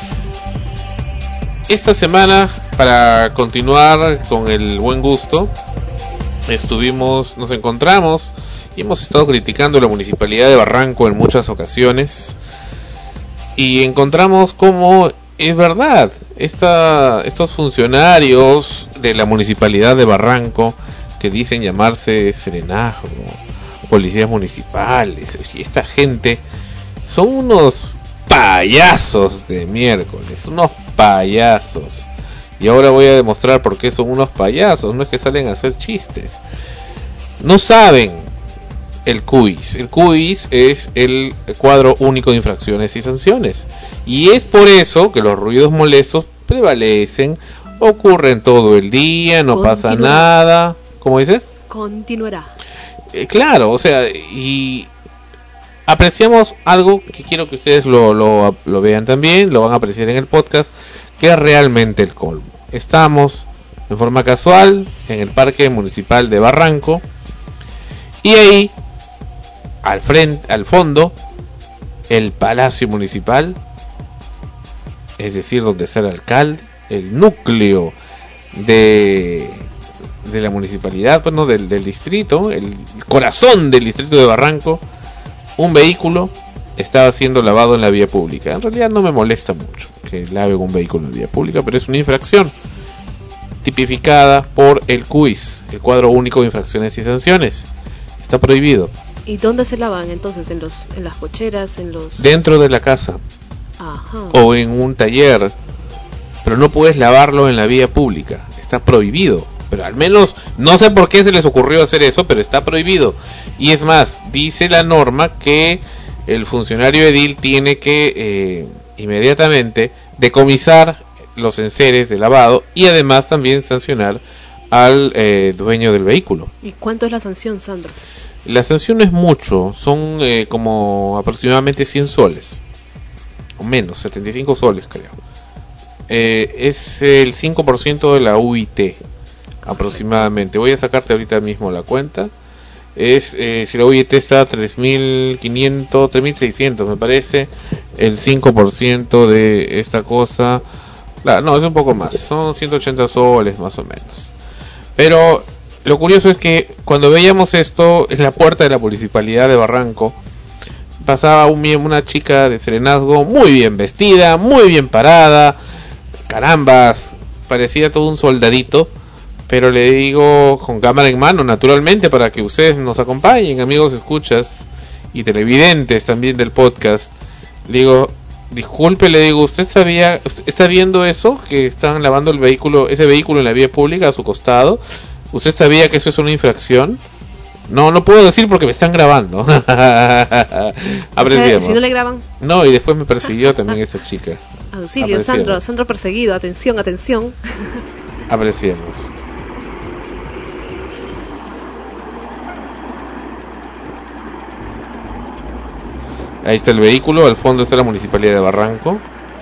esta semana, para continuar con el buen gusto, nos encontramos y hemos estado criticando la municipalidad de Barranco en muchas ocasiones, y encontramos cómo es verdad, estos funcionarios de la municipalidad de Barranco, que dicen llamarse serenazgo, policías municipales, y esta gente son unos payasos de miércoles, unos payasos. Y ahora voy a demostrar por qué son unos payasos. No es que salen a hacer chistes, no saben el CUIS. El CUIS es el cuadro único de infracciones y sanciones, y es por eso que los ruidos molestos prevalecen, ocurren todo el día, no pasa nada. ¿Cómo dices? Continuará. Claro, o sea, y apreciamos algo que quiero que ustedes lo vean también, lo van a apreciar en el podcast, que es realmente el colmo. Estamos en forma casual en el Parque Municipal de Barranco, y ahí al fondo el Palacio Municipal, es decir, donde está el alcalde, el núcleo de la municipalidad, bueno, del distrito, el corazón del distrito de Barranco. Un vehículo estaba siendo lavado en la vía pública. En realidad no me molesta mucho que laven un vehículo en la vía pública, pero es una infracción tipificada por el CUIS, el cuadro único de infracciones y sanciones. Está prohibido. ¿Y dónde se lavan entonces? ¿En las cocheras? Dentro de la casa. Ajá. O en un taller, pero no puedes lavarlo en la vía pública. Está prohibido. Pero al menos, no sé por qué se les ocurrió hacer eso, pero está prohibido. Y es más, dice la norma que el funcionario edil tiene que inmediatamente decomisar los enseres de lavado, y además también sancionar al dueño del vehículo. ¿Y cuánto es la sanción, Sandro? La sanción no es mucho, son como aproximadamente 100 soles, o menos, 75 soles creo. Es el 5% de la UIT aproximadamente. Voy a sacarte ahorita mismo la cuenta. Si la UIT está a 3.500, 3.600 me parece, el 5% de esta cosa, no, es un poco más, son 180 soles más o menos. Pero lo curioso es que cuando veíamos esto en la puerta de la municipalidad de Barranco, pasaba una chica de serenazgo muy bien vestida, muy bien parada, carambas, parecía todo un soldadito. Pero le digo, con cámara en mano, naturalmente, para que ustedes nos acompañen, amigos escuchas y televidentes también del podcast. Le digo, disculpe, le digo, ¿usted está viendo eso? Que están lavando ese vehículo en la vía pública a su costado. ¿Usted sabía que eso es una infracción? No puedo decir porque me están grabando. Apreciemos. Si no le graban. No, y después me persiguió también esa chica. Auxilio, Sandro perseguido, atención. Apreciemos. Ahí está el vehículo, al fondo está la municipalidad de Barranco.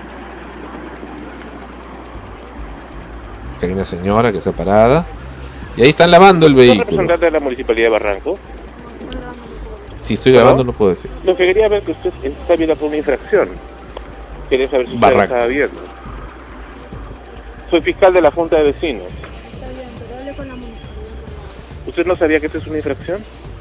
Hay una señora que está parada. Y ahí están lavando el vehículo. ¿Es representante de la municipalidad de Barranco? Si estoy grabando no puedo decir. Lo que quería ver que usted está viendo por una infracción. Quería saber si usted la estaba viendo. Soy fiscal de la Junta de Vecinos. Está bien, pero hable con la municipalidad. ¿Usted no sabía que esto es una infracción?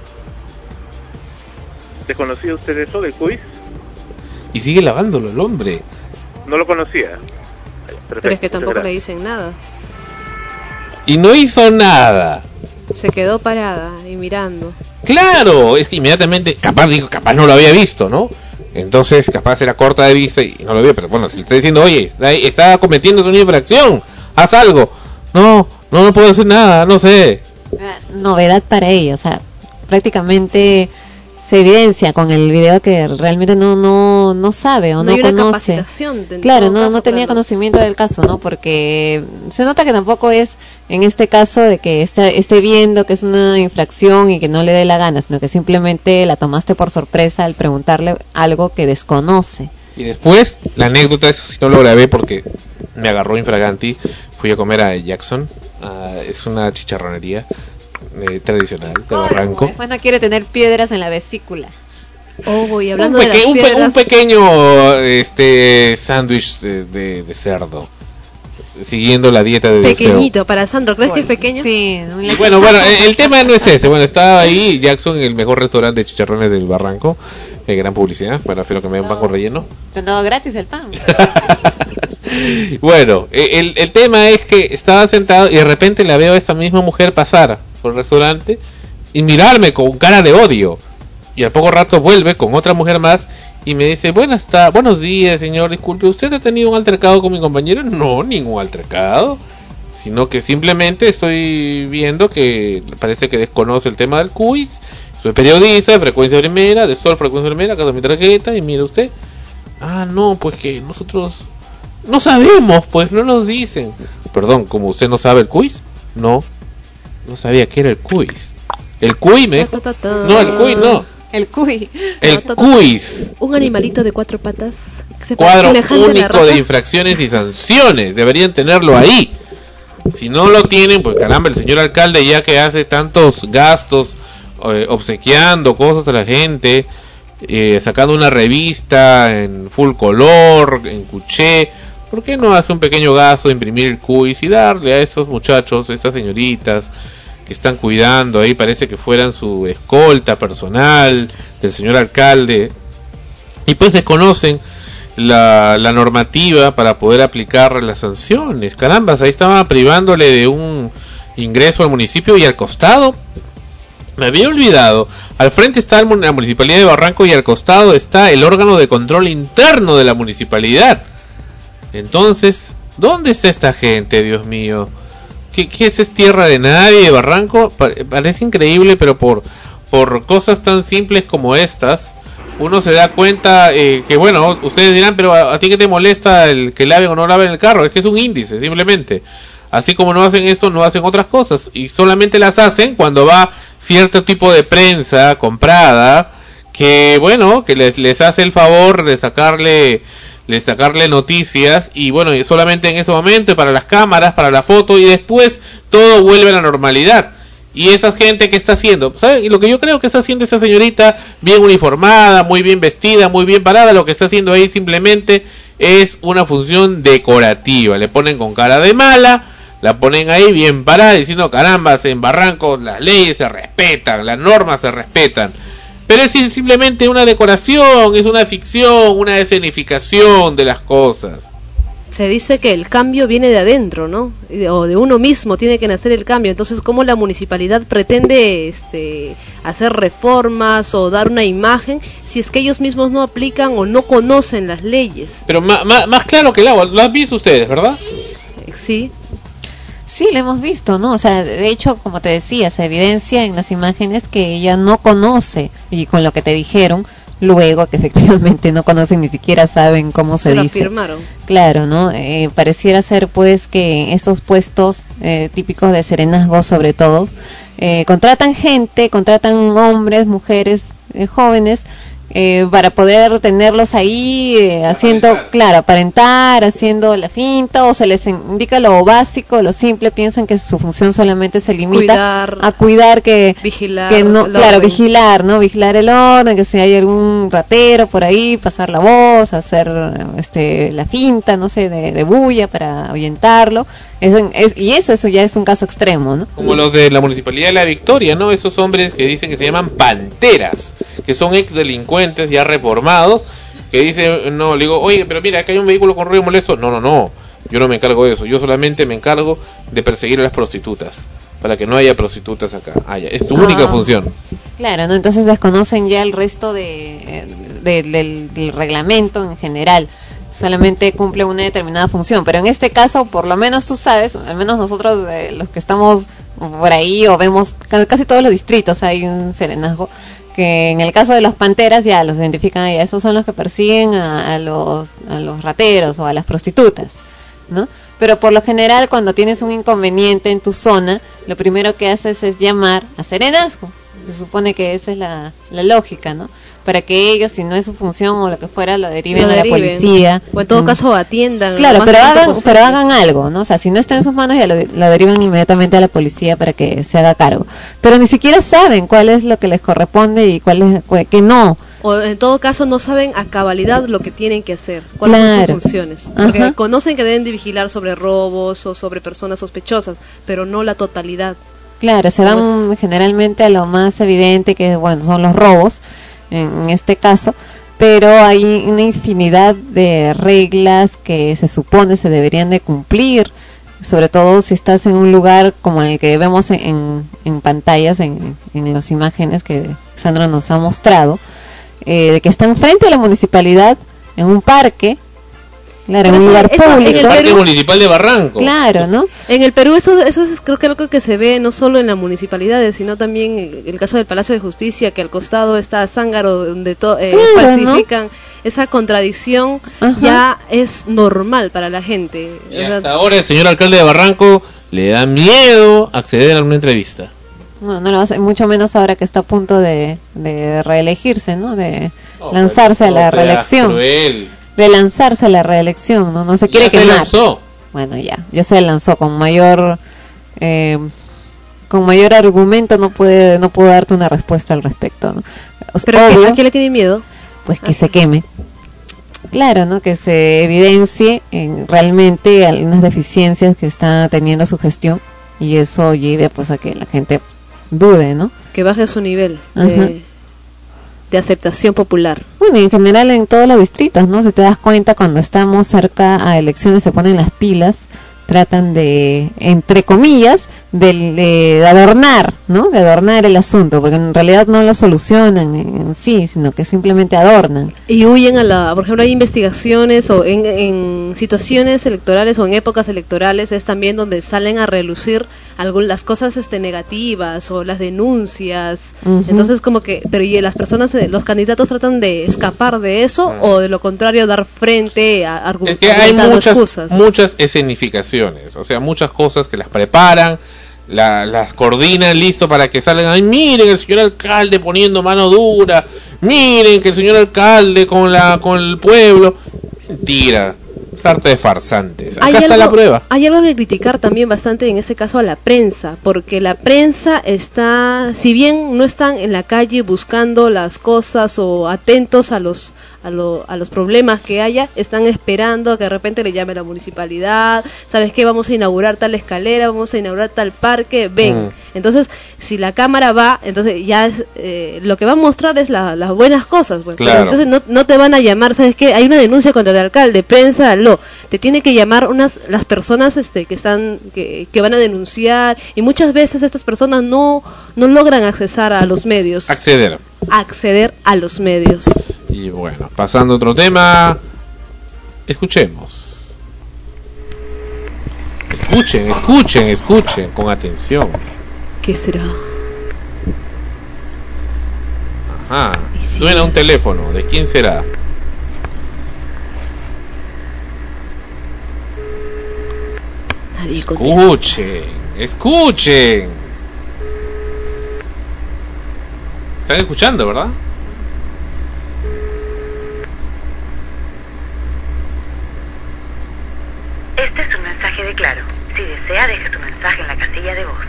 ¿Desconocía usted eso del CUIS? Y sigue lavándolo el hombre. No lo conocía. Perfecto, pero es que tampoco le dicen nada. Y no hizo nada. Se quedó parada y mirando. Claro, es que inmediatamente, capaz no lo había visto, ¿no? Entonces, capaz era corta de vista y no lo vio, pero bueno, si le está diciendo, oye, está cometiendo una infracción, haz algo. No puedo hacer nada, no sé. Novedad para ellos, o sea, prácticamente se evidencia con el video que realmente no sabe o no hay una conoce. capacitación Claro, no tenía conocimiento del caso, ¿no? Porque se nota que tampoco es en este caso de que esté viendo que es una infracción y que no le dé la gana, sino que simplemente la tomaste por sorpresa al preguntarle algo que desconoce. Y después, la anécdota, eso sí no lo grabé porque me agarró infraganti. Fui a comer a Jackson, es una chicharronería tradicional de Barranco. Después no quiere tener piedras en la vesícula. Oh, y hablando de las piedras... un pequeño sándwich de cerdo, siguiendo la dieta de pequeñito deseo. para Sandro, ¿crees que es pequeño? Sí. Bueno, el tema no es ese. Bueno, estaba ahí Jackson, el mejor restaurante de chicharrones del Barranco. Gran publicidad. Bueno, espero que me den pan con relleno. Te han dado gratis el pan. Bueno, el tema es que estaba sentado y de repente la veo a esta misma mujer pasar por el restaurante y mirarme con cara de odio. Y al poco rato vuelve con otra mujer más y me dice: buenos días, señor, disculpe, ¿usted ha tenido un altercado con mi compañero? No, ningún altercado, sino que simplemente estoy viendo que parece que desconoce el tema del quiz. Soy periodista de Frecuencia Primera, de Sol Frecuencia Primera, acá está mi tarjeta y mire usted. No, pues que nosotros no sabemos, pues no nos dicen. Perdón, ¿como usted no sabe el quiz? No sabía que era el quiz. El cuy me dijo. No, el cuy no. El cuy. El quiz. Un animalito de 4 patas. Cuadro único de infracciones y sanciones. Deberían tenerlo ahí. Si no lo tienen, pues caramba, el señor alcalde, ya que hace tantos gastos obsequiando cosas a la gente, sacando una revista en full color, en cuché, ¿por qué no hace un pequeño gasto de imprimir el quiz y darle a esos muchachos, estas señoritas que están cuidando ahí, parece que fueran su escolta personal del señor alcalde, y pues desconocen la normativa para poder aplicar las sanciones? Carambas, ahí estaban privándole de un ingreso al municipio y al costado, me había olvidado, al frente está la municipalidad de Barranco y al costado está el órgano de control interno de la municipalidad. Entonces, ¿dónde está esta gente, Dios mío? ¿Qué es tierra de nadie de Barranco? Parece increíble, pero por cosas tan simples como estas, uno se da cuenta que, bueno, ustedes dirán, pero ¿a ti qué te molesta el que laven o no laven el carro? Es que es un índice, simplemente. Así como no hacen esto, no hacen otras cosas. Y solamente las hacen cuando va cierto tipo de prensa comprada, que, bueno, que les hace el favor de sacarle noticias, y bueno, y solamente en ese momento, para las cámaras, para la foto, y después todo vuelve a la normalidad. Y esa gente que está haciendo, ¿sabes? Y lo que yo creo que está haciendo esa señorita, bien uniformada, muy bien vestida, muy bien parada, lo que está haciendo ahí simplemente es una función decorativa. Le ponen con cara de mala, la ponen ahí bien parada, diciendo: caramba, en Barranco las leyes se respetan, las normas se respetan. Pero es simplemente una decoración, es una ficción, una escenificación de las cosas. Se dice que el cambio viene de adentro, ¿no? O de uno mismo tiene que nacer el cambio. Entonces, ¿cómo la municipalidad pretende hacer reformas o dar una imagen si es que ellos mismos no aplican o no conocen las leyes? Pero más claro que el agua, lo han visto ustedes, ¿verdad? Sí. Sí, lo hemos visto, ¿no? O sea, de hecho, como te decía, se evidencia en las imágenes que ella no conoce, y con lo que te dijeron, luego que efectivamente no conocen, ni siquiera saben cómo se dice. Lo afirmaron. Claro, ¿no? Pareciera ser pues que estos puestos típicos de serenazgo, sobre todo, contratan hombres, mujeres, jóvenes, para poder tenerlos ahí haciendo, aparentar. Claro, aparentar, haciendo la finta, o se les indica lo básico, lo simple, piensan que su función solamente se limita a cuidar, vigilar el orden, que si hay algún ratero por ahí, pasar la voz, hacer la finta, no sé, de bulla para ahuyentarlo. Y eso ya es un caso extremo, ¿no? Como los de la Municipalidad de La Victoria, ¿no? Esos hombres que dicen que se llaman panteras, que son ex delincuentes ya reformados, que dicen, no, le digo, oye, pero mira, acá hay un vehículo con ruido molesto. No, yo no me encargo de eso, yo solamente me encargo de perseguir a las prostitutas, para que no haya prostitutas acá. Es tu única función. Claro, ¿no? Entonces desconocen ya el resto del reglamento en general. Solamente cumple una determinada función, pero en este caso, por lo menos tú sabes, al menos nosotros los que estamos por ahí o vemos casi todos los distritos hay un serenazgo, que en el caso de los panteras ya los identifican ahí, esos son los que persiguen a los rateros o a las prostitutas, ¿no? Pero por lo general cuando tienes un inconveniente en tu zona, lo primero que haces es llamar a serenazgo. Se supone que esa es la lógica, ¿no? Para que ellos, si no es su función o lo que fuera, lo deriven a la policía. O en todo caso atiendan. Claro, pero hagan algo, ¿no? O sea, si no está en sus manos, ya lo derivan inmediatamente a la policía para que se haga cargo. Pero ni siquiera saben cuál es lo que les corresponde y cuál es que no. O en todo caso no saben a cabalidad lo que tienen que hacer, cuáles son sus funciones. Porque conocen que deben de vigilar sobre robos o sobre personas sospechosas, pero no la totalidad. Claro, se van generalmente a lo más evidente, que bueno, son los robos, en este caso, pero hay una infinidad de reglas que se supone se deberían de cumplir, sobre todo si estás en un lugar como el que vemos en pantallas, en las imágenes que Sandro nos ha mostrado, de que están frente a la municipalidad, en un parque. Claro, en un lugar público. El Parque Municipal de Barranco. Claro, ¿no? En el Perú eso es creo que algo que se ve no solo en las municipalidades, sino también el caso del Palacio de Justicia, que al costado está Zángaro, donde falsifican, ¿no? Esa contradicción ya es normal para la gente. Y hasta ahora el señor alcalde de Barranco le da miedo acceder a una entrevista. No lo hace, mucho menos ahora que está a punto de reelegirse, ¿no? De lanzarse a la reelección. Cruel. De lanzarse a la reelección, no se quiere quemar. Lanzó. Bueno, ya se lanzó con mayor argumento, no puedo darte una respuesta al respecto, ¿no? Pero obvio, ¿a qué le tiene miedo? Pues que se queme. Claro, ¿no? Que se evidencie realmente algunas deficiencias que está teniendo su gestión y eso lleve pues a que la gente dude, ¿no? Que baje su nivel de aceptación popular. Bueno, y en general en todos los distritos, ¿no? Si te das cuenta, cuando estamos cerca a elecciones se ponen las pilas, tratan de, entre comillas, de adornar, ¿no? De adornar el asunto, porque en realidad no lo solucionan en sí, sino que simplemente adornan. Y huyen por ejemplo, hay investigaciones o en situaciones electorales o en épocas electorales es también donde salen a relucir las cosas negativas o las denuncias. Entonces como que, pero y las personas, los candidatos tratan de escapar de eso o de lo contrario dar frente a argumentos. Es que hay muchas escenificaciones, o sea, muchas cosas que las preparan, las coordinan, listo para que salgan. Ay, miren el señor alcalde poniendo mano dura, miren que el señor alcalde con el pueblo. Mentira, harta de farsantes. Acá está la prueba. Hay algo que criticar también bastante en ese caso a la prensa, porque la prensa está, si bien no están en la calle buscando las cosas o atentos a los problemas que haya, están esperando a que de repente le llame la municipalidad, ¿sabes qué? Vamos a inaugurar tal escalera, vamos a inaugurar tal parque, ven. Entonces, si la cámara va, entonces ya es, lo que va a mostrar es las buenas cosas, pues. Claro. Entonces no te van a llamar, ¿sabes qué? Hay una denuncia contra el alcalde, prensa, te tiene que llamar las personas que van a denunciar, y muchas veces estas personas no logran accesar a los medios. Acceder A los medios. Y bueno, pasando a otro tema, escuchemos. Escuchen con atención. ¿Qué será? Ajá, suena un teléfono. ¿De quién será? Nadie contesta. Escuchen. ¿Están escuchando, verdad? Este es un mensaje de Claro. Si desea, deje su mensaje en la casilla de voz.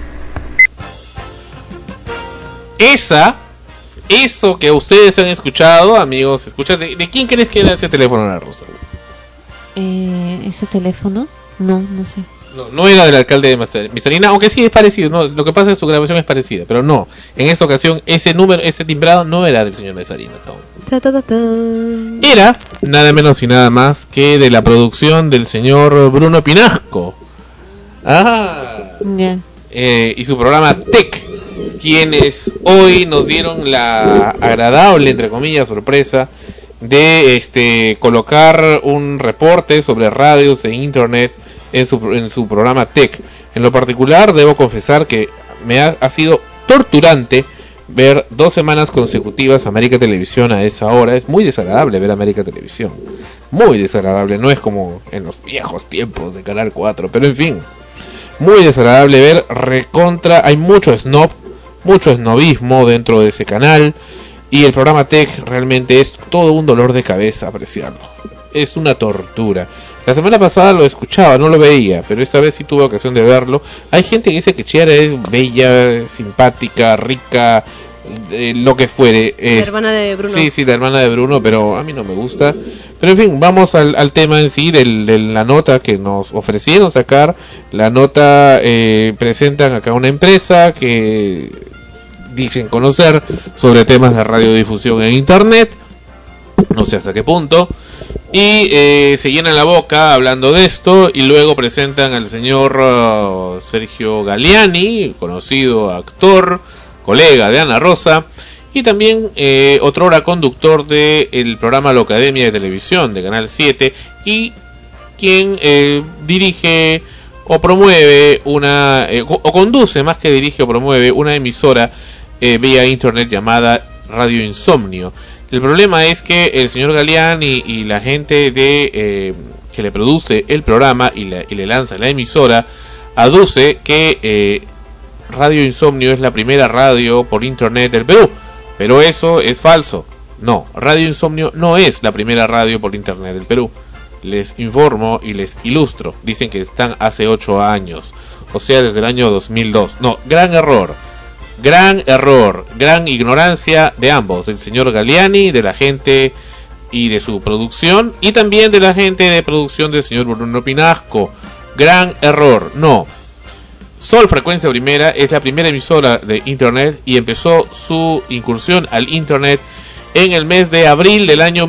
Eso que ustedes han escuchado, amigos, ¿de quién crees que era ese teléfono, Ana Rosa? ¿Ese teléfono? No sé. No era del alcalde de Mizarina, aunque sí es parecido, no, lo que pasa es que su grabación es parecida, pero no, en esta ocasión ese timbrado no era del señor Mizarina, era nada menos y nada más que de la producción del señor Bruno Pinasco. Y su programa Tech, quienes hoy nos dieron la agradable, entre comillas, sorpresa de colocar un reporte sobre radios e internet en su programa Tech. En lo particular debo confesar que me ha sido torturante ver 2 semanas consecutivas América Televisión a esa hora. Es muy desagradable ver América Televisión, muy desagradable, no es como en los viejos tiempos de Canal 4, pero en fin, muy desagradable ver recontra, hay mucho snobismo dentro de ese canal, y el programa Tech realmente es todo un dolor de cabeza apreciarlo, es una tortura. La semana pasada lo escuchaba, no lo veía, pero esta vez sí tuve ocasión de verlo. Hay gente que dice que Chiara es bella, simpática, rica, lo que fuere. La hermana de Bruno. Sí, la hermana de Bruno, pero a mí no me gusta. Pero en fin, vamos al tema en sí, de la nota que nos ofrecieron sacar. La nota, presentan acá una empresa que dicen conocer sobre temas de radiodifusión en internet. No sé hasta qué punto. Y se llenan la boca hablando de esto, y luego presentan al señor Sergio Galiani, conocido actor, colega de Ana Rosa, y también otrora conductor del programa La Academia de Televisión de Canal 7, y quien dirige o promueve o conduce, más que dirige o promueve, una emisora vía internet llamada Radio Insomnio. El problema es que el señor Galiani y la gente que le produce el programa y le lanza la emisora aduce que Radio Insomnio es la primera radio por internet del Perú, pero eso es falso. No, Radio Insomnio no es la primera radio por internet del Perú. Les informo y les ilustro. Dicen que están hace 8 años, o sea, desde el año 2002. No, gran error, gran ignorancia de ambos, del señor Galiani, de la gente y de su producción, y también de la gente de producción del señor Bruno Pinasco. Gran error. No, Sol Frecuencia Primera es la primera emisora de internet y empezó su incursión al internet en el mes de abril del año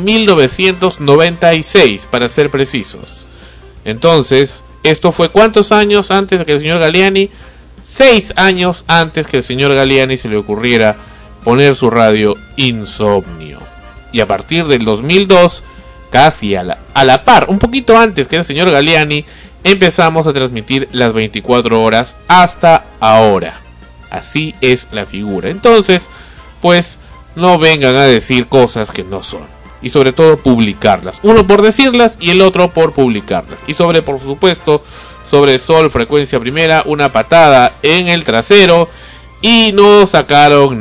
1996, para ser precisos. Entonces, esto fue ¿cuántos años antes de que el señor Galiani? 6 años antes que el señor Galiani se le ocurriera poner su radio Insomnio. Y a partir del 2002, casi a la par, un poquito antes que el señor Galiani, empezamos a transmitir las 24 horas hasta ahora. Así es la figura. Entonces, pues, no vengan a decir cosas que no son. Y sobre todo publicarlas. Uno por decirlas y el otro por publicarlas. Y por supuesto, sobre Sol Frecuencia Primera, una patada en el trasero y no sacaron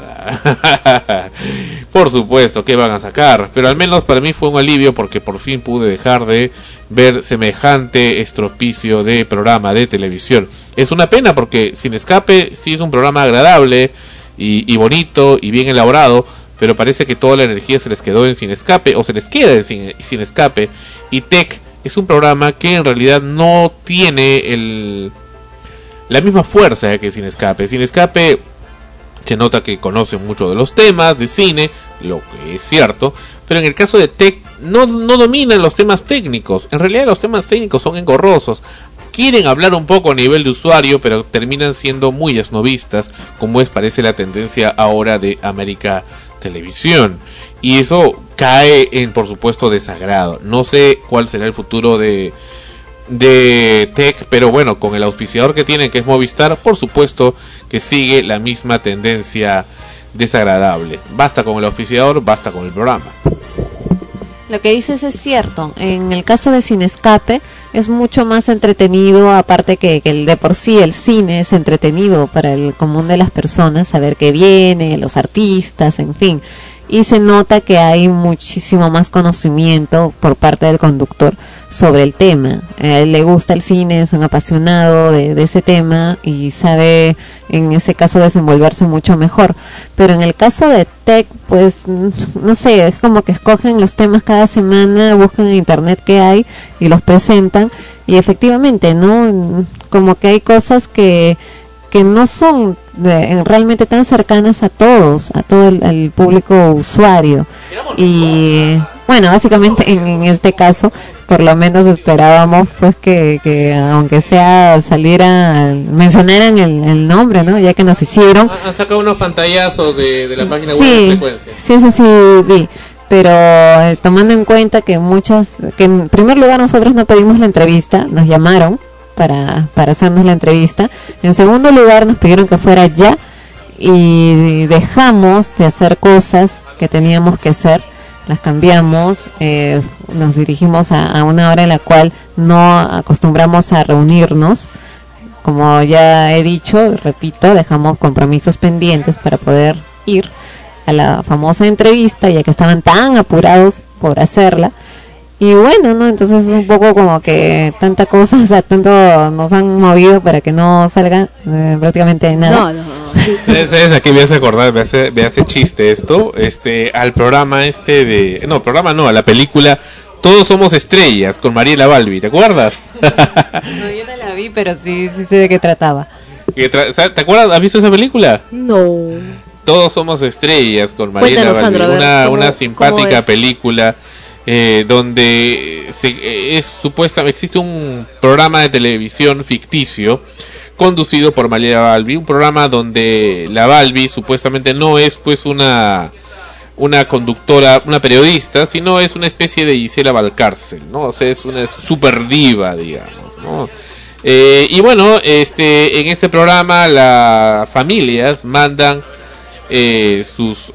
nada. Por supuesto que van a sacar, pero al menos para mí fue un alivio, porque por fin pude dejar de ver semejante estropicio de programa de televisión. Es una pena, porque Sin Escape sí es un programa agradable y bonito y bien elaborado, pero parece que toda la energía se les quedó en Sin Escape, o se les queda en Sin Escape, y Tech es un programa que en realidad no tiene la misma fuerza que Sin Escape. Sin Escape se nota que conoce mucho de los temas de cine, lo que es cierto, pero en el caso de Tech no dominan los temas técnicos. En realidad los temas técnicos son engorrosos. Quieren hablar un poco a nivel de usuario, pero terminan siendo muy esnovistas, como parece la tendencia ahora de América Televisión. Y eso cae en, por supuesto, desagrado. No sé cuál será el futuro de Tech, pero bueno, con el auspiciador que tienen, que es Movistar, por supuesto que sigue la misma tendencia desagradable. Basta con el auspiciador, basta con el programa. Lo que dices es cierto. En el caso de Sin Escape es mucho más entretenido, aparte que de por sí el cine es entretenido para el común de las personas, saber qué viene, los artistas, en fin. Y se nota que hay muchísimo más conocimiento por parte del conductor sobre el tema. A él le gusta el cine, es un apasionado de ese tema y sabe en ese caso desenvolverse mucho mejor. Pero en el caso de Tech, pues no sé, es como que escogen los temas cada semana, buscan en internet qué hay y los presentan, y efectivamente, ¿no? Como que hay cosas que no son realmente tan cercanas a todo el público usuario. Y bueno, básicamente en este caso, por lo menos esperábamos pues que aunque sea mencionaran el nombre, ¿no? Ya que nos hicieron. Han sacado unos pantallazos de la página web de Frecuencia. Sí, eso sí vi. Pero tomando en cuenta que en primer lugar nosotros no pedimos la entrevista, nos llamaron para hacernos la entrevista. En segundo lugar nos pidieron que fuera ya, y dejamos de hacer cosas que teníamos que hacer, las cambiamos, nos dirigimos a una hora en la cual no acostumbramos a reunirnos. Como ya he dicho, repito, dejamos compromisos pendientes para poder ir a la famosa entrevista, ya que estaban tan apurados por hacerla. Y bueno, ¿no? Entonces es un poco como que tanta cosa, o sea, tanto nos han movido para que no salga prácticamente nada. ¿Sabes? Aquí me hace acordar, me hace chiste esto, al programa a la película Todos Somos Estrellas con Mariela Balbi, ¿te acuerdas? No, yo no la vi, pero sí sé de qué trataba. ¿Te acuerdas? ¿Has visto esa película? No. Todos Somos Estrellas con Mariela Balbi, Sandra, una simpática película donde supuestamente existe un programa de televisión ficticio conducido por Mariela Balbi, un programa donde la Balbi supuestamente no es pues una conductora, una periodista, sino es una especie de Gisela Valcárcel, ¿no? O sea, es una super diva, digamos, ¿no? Y bueno, en este programa las familias mandan sus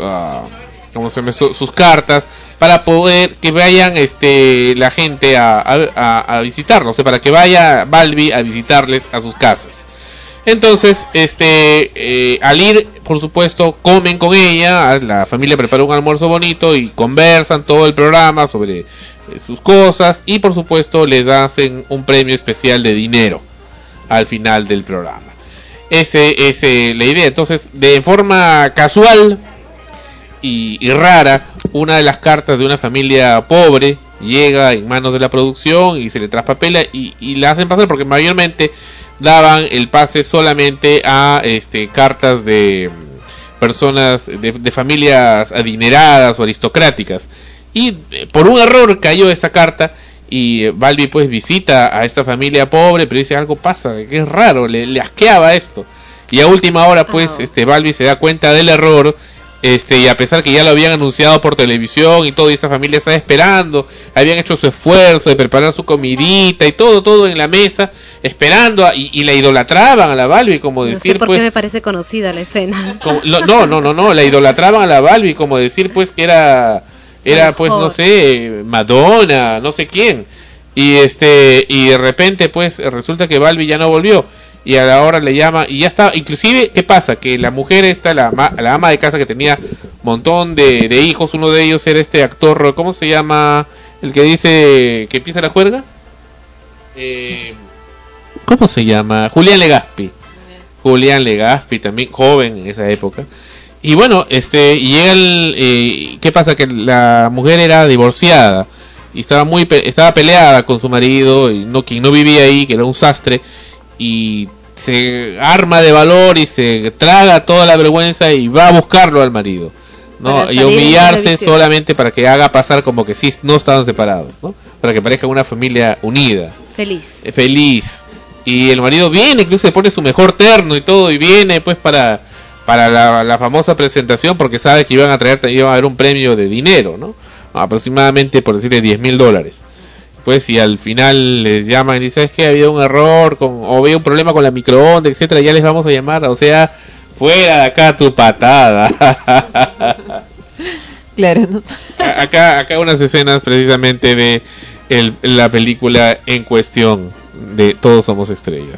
cartas para poder que vayan la gente a visitarlos, o sea, para que vaya Balbi a visitarles a sus casas. Entonces, al ir, por supuesto, comen con ella, la familia prepara un almuerzo bonito y conversan todo el programa sobre sus cosas y, por supuesto, les hacen un premio especial de dinero al final del programa. Esa es la idea. Entonces, de forma casual y rara, una de las cartas de una familia pobre llega en manos de la producción y se le traspapela y la hacen pasar porque mayormente daban el pase solamente a cartas de personas de familias adineradas o aristocráticas, y por un error cayó esta carta y Balbi pues visita a esta familia pobre, pero dice algo pasa, que es raro, le asqueaba esto, y a última hora pues Balbi se da cuenta del error. Y a pesar que ya lo habían anunciado por televisión y todo, y esa familia estaba esperando, habían hecho su esfuerzo de preparar su comidita y todo en la mesa, esperando, y la idolatraban a la Balbi, como decir, no sé por qué me parece conocida la escena. No, la idolatraban a la Balbi, como decir pues que era pues no sé, Madonna, no sé quién, y de repente pues resulta que Balbi ya no volvió. Y a la hora le llama y ya está. Inclusive, ¿qué pasa? Que la mujer esta, la ama de casa, que tenía un montón de hijos, uno de ellos era este actor, ¿cómo se llama? El que dice que empieza la juerga. ¿Cómo se llama? Julián Legazpi. Julián Legazpi, también joven en esa época. Y bueno, y llega ¿qué pasa? Que la mujer era divorciada y estaba peleada con su marido, y quien no vivía ahí, que era un sastre, y se arma de valor y se traga toda la vergüenza y va a buscarlo al marido, ¿no? Y humillarse solamente para que haga pasar como que sí no estaban separados, ¿no? Para que parezca una familia unida, feliz. Y el marido viene, incluso se pone su mejor terno y todo, y viene pues para la famosa presentación, porque sabe que iban a haber un premio de dinero, ¿no? Aproximadamente, por decirle, $10,000. Pues si al final les llaman y dicen, ¿sabes qué? Ha habido un error o había un problema con la microondas, etcétera, ya les vamos a llamar, o sea, fuera de acá tu patada. Claro, ¿no? Acá unas escenas precisamente de la película en cuestión de Todos Somos Estrellas.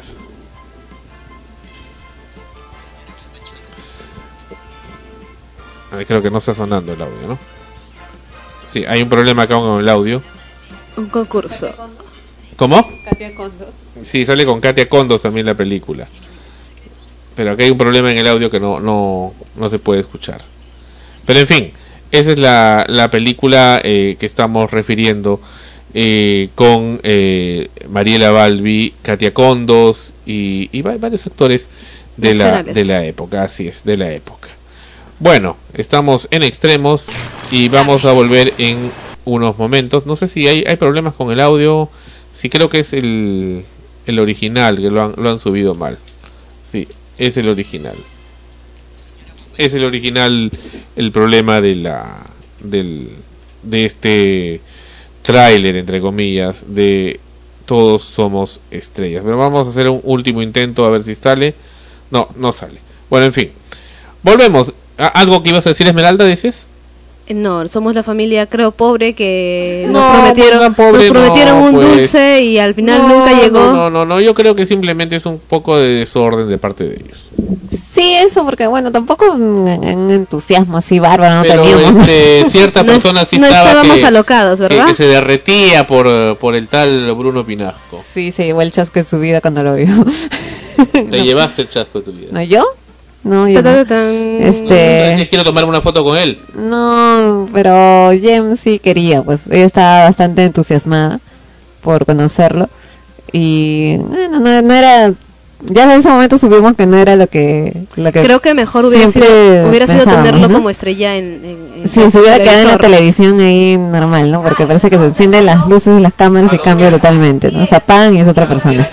A ver, creo que no está sonando el audio, ¿no? Sí, hay un problema acá con el audio. Un concurso. ¿Cómo? Katia Condos. Sí, sale con Katia Condos también la película. Pero acá hay un problema en el audio que no se puede escuchar. Pero en fin, esa es la película que estamos refiriendo, con Mariela Balbi, Katia Condos y varios actores de la época. Así es, de la época. Bueno, estamos en Extremos y vamos a volver en unos momentos. No sé si hay problemas con el audio. Sí, creo que es el original, que lo han subido mal. Sí, es el original. Es el original el problema de este tráiler, entre comillas, de Todos Somos Estrellas. Pero vamos a hacer un último intento a ver si sale. No sale. Bueno, en fin. Volvemos. ¿Algo que ibas a decir, Esmeralda, dices? No, somos la familia, creo, pobre que No, nos prometieron un pues. dulce y al final nunca llegó. No, yo creo que simplemente es un poco de desorden de parte de ellos. Sí, eso, porque bueno, tampoco un entusiasmo así bárbaro no Pero teníamos. cierta persona sí no estaba estábamos alocados, ¿verdad? que se derretía por el tal Bruno Pinasco. Sí, se llevó el chasco de su vida cuando lo vio. Te llevaste el chasco de tu vida. ¿No yo? No, yo no. Quiero tomarme una foto con él. No, pero Jem sí quería, pues ella estaba bastante entusiasmada por conocerlo y bueno, no era, ya en ese momento supimos que no era lo que creo que mejor hubiera sido tenerlo, ¿no?, como estrella en sí, se hubiera quedado en la televisión ahí normal, ¿no? Porque parece que se encienden las luces de las cámaras y cambia totalmente, ¿no? Se apagan y es otra persona.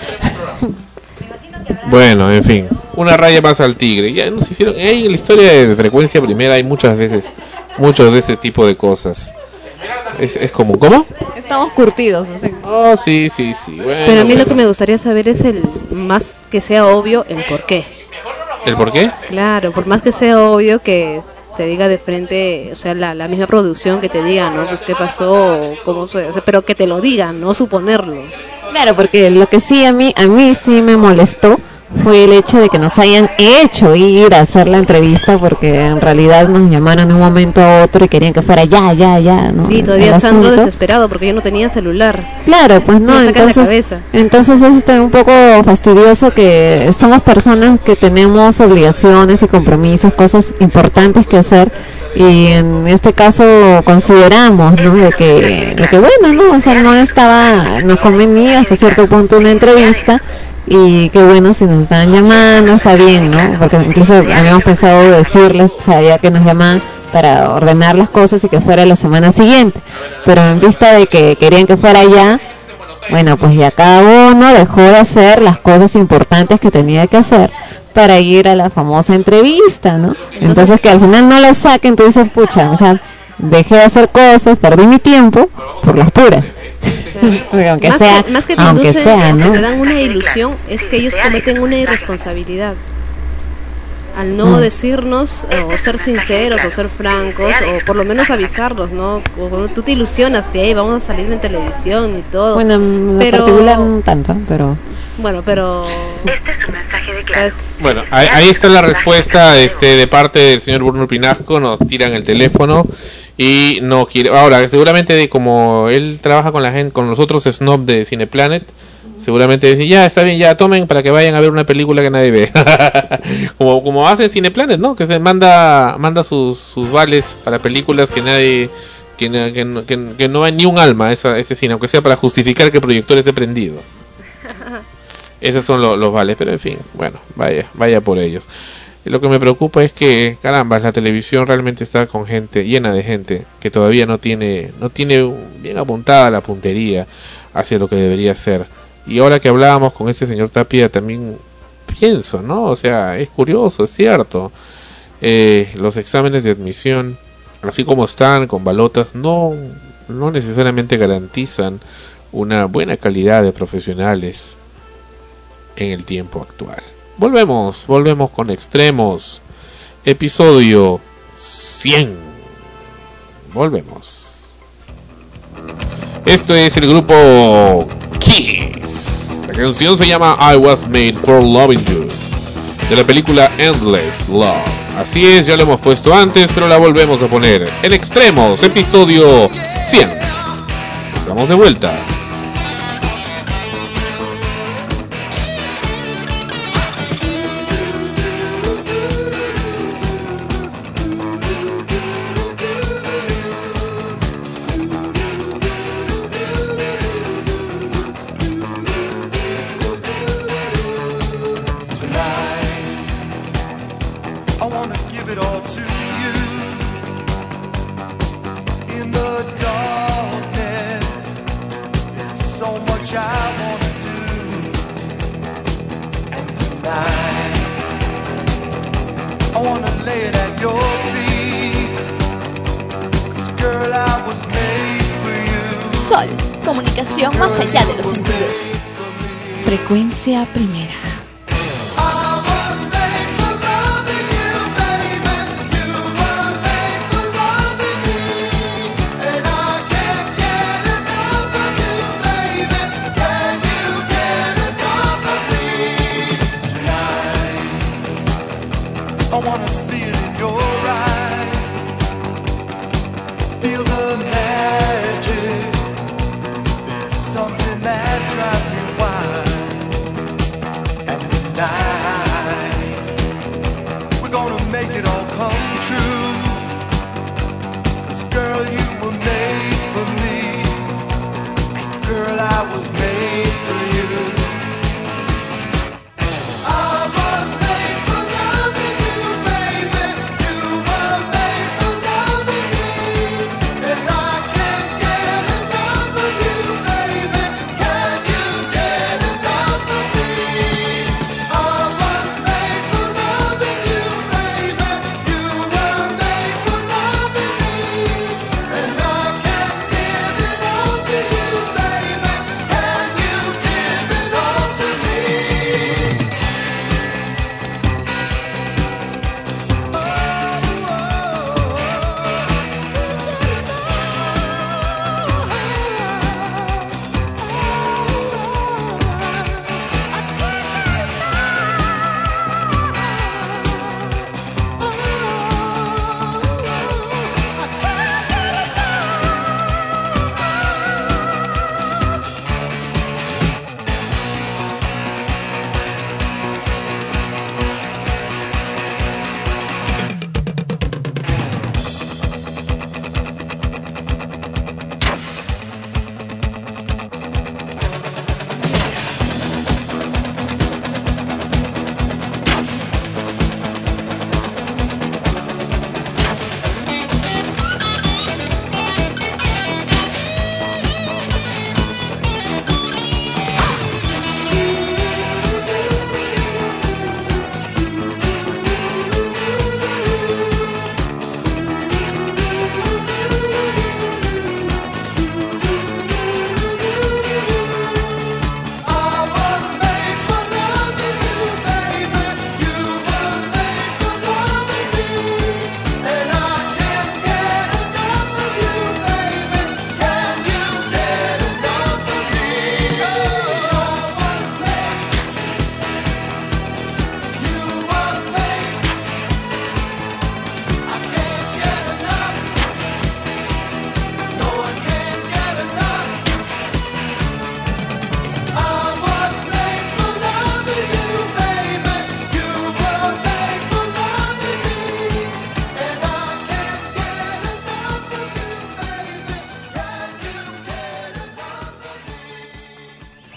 Bueno, en fin, una raya más al tigre. Ya nos hicieron, en la historia de Frecuencia Primera hay muchos de ese tipo de cosas. Es como, ¿cómo? Estamos curtidos, así. Oh, sí. Bueno, pero a mí lo que me gustaría saber es más que sea obvio, el por qué. ¿El por qué? Claro, por más que sea obvio que te diga de frente, o sea, la misma producción que te diga, ¿no? Pues qué pasó, cómo fue, o sea, pero que te lo digan, no suponerlo. Claro, porque lo que sí a mí sí me molestó fue el hecho de que nos hayan hecho ir a hacer la entrevista, porque en realidad nos llamaron de un momento a otro y querían que fuera ya, ¿no? Sí, todavía Sandro desesperado porque yo no tenía celular. Claro, pues no, entonces es un poco fastidioso que somos personas que tenemos obligaciones y compromisos, cosas importantes que hacer, y en este caso consideramos, ¿no?, de que bueno, ¿no? O sea, nos convenía hasta cierto punto una entrevista. Y qué bueno, si nos estaban llamando, está bien, ¿no? Porque incluso habíamos pensado decirles, sabía que nos llamaban para ordenar las cosas y que fuera la semana siguiente. Pero en vista de que querían que fuera ya, bueno, pues ya cada uno dejó de hacer las cosas importantes que tenía que hacer para ir a la famosa entrevista, ¿no? Entonces que al final no lo saquen, tú dices, pucha, o sea, dejé de hacer cosas, perdí mi tiempo por las puras. Aunque sea, ¿no? Te dan una ilusión, es que ellos cometen una irresponsabilidad al no decirnos, o ser sinceros, o ser francos, o por lo menos avisarnos, ¿no? O tú te ilusionas, sí, vamos a salir en televisión y todo. Bueno, en particular no tanto, pero... Bueno, pero... Este es un mensaje de claro. Bueno, ahí está la respuesta de parte del señor Bruno Pinasco. Nos tiran el teléfono y no quiere. Ahora, seguramente como él trabaja con la gente, con los otros snob de Cineplanet, seguramente dicen, ya, está bien, ya tomen para que vayan a ver una película que nadie ve. como hace Cineplanet, ¿no? Que se manda sus vales para películas que nadie... Que no hay ni un alma ese cine, aunque sea para justificar que el proyector esté prendido. Esos son los vales, pero en fin, bueno, vaya por ellos. Y lo que me preocupa es que, caramba, la televisión realmente está con gente, llena de gente, que todavía no tiene bien apuntada la puntería hacia lo que debería ser. Y ahora que hablábamos con ese señor Tapia, también pienso, ¿no? O sea, es curioso, es cierto. Los exámenes de admisión, así como están, con balotas, no necesariamente garantizan una buena calidad de profesionales en el tiempo actual. Volvemos con Extremos, episodio 100. Volvemos. Esto es el grupo Kiss. La canción se llama I Was Made for Loving You, de la película Endless Love. Así es, ya lo hemos puesto antes, pero la volvemos a poner. En Extremos, episodio 100. Estamos de vuelta. Sol, comunicación más allá de los sentidos. Frecuencia Primera.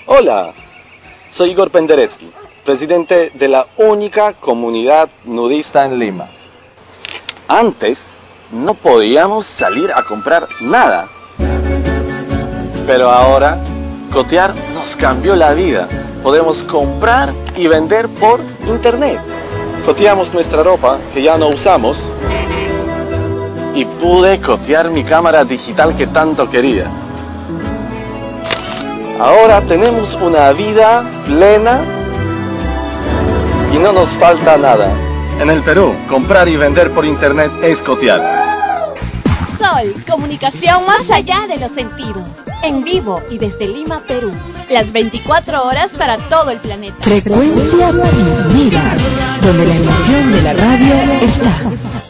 Hola, soy Igor Penderecki, presidente de la única comunidad nudista en Lima. Antes no podíamos salir a comprar nada, pero ahora cotear nos cambió la vida. Podemos comprar y vender por internet. Coteamos nuestra ropa que ya no usamos y pude cotear mi cámara digital que tanto quería. Ahora tenemos una vida plena y no nos falta nada. En el Perú, comprar y vender por internet es cotear. Sol, comunicación más allá de los sentidos. En vivo y desde Lima, Perú. Las 24 horas para todo el planeta. Frecuencia Primera, donde la emoción de la radio está.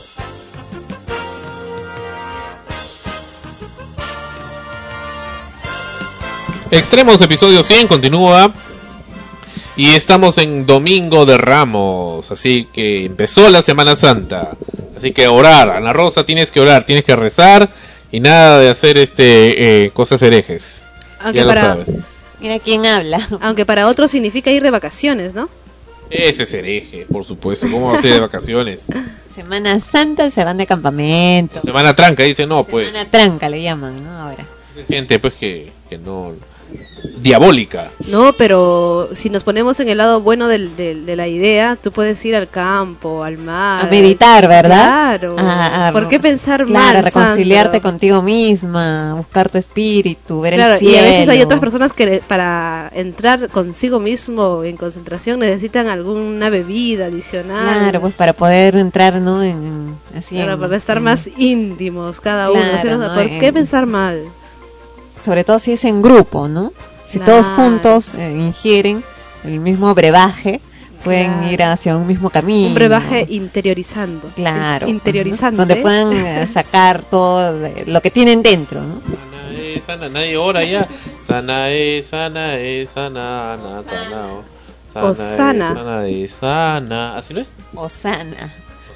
Extremos, episodio 100, continúa. Y estamos en Domingo de Ramos. Así que empezó la Semana Santa. Así que orar, Ana Rosa, tienes que orar, tienes que rezar. Y nada de hacer cosas herejes. Aunque ya lo sabes. Mira quién habla. Aunque para otros significa ir de vacaciones, ¿no? Ese es hereje, por supuesto. ¿Cómo va a ser de vacaciones? Semana Santa se van de campamento. Semana tranca, dice, no, pues. Semana tranca le llaman, ¿no? Ahora. Gente, pues, que no... diabólica. No, pero si nos ponemos en el lado bueno de la idea, tú puedes ir al campo, al mar. A meditar, ¿verdad? Claro. ¿Por qué pensar mal? mal, reconciliarte Sandro? contigo misma, buscar tu espíritu, ver Claro, el cielo. y a veces hay otras personas que para entrar consigo mismo en concentración necesitan alguna bebida adicional. Claro, pues para poder entrar, ¿no? Para estar más íntimos cada uno. Claro, O sea, ¿no? ¿por qué pensar mal? Sobre todo si es en grupo, ¿no? Si todos juntos ingieren el mismo brebaje, pueden ir hacia un mismo camino. Un brebaje interiorizando. Claro. Interiorizante. Donde puedan sacar todo lo que tienen dentro, ¿no? Sana, nadie ora ya. Sana es, sana, sana, Osana. Sana. ¿Así no es? Osana.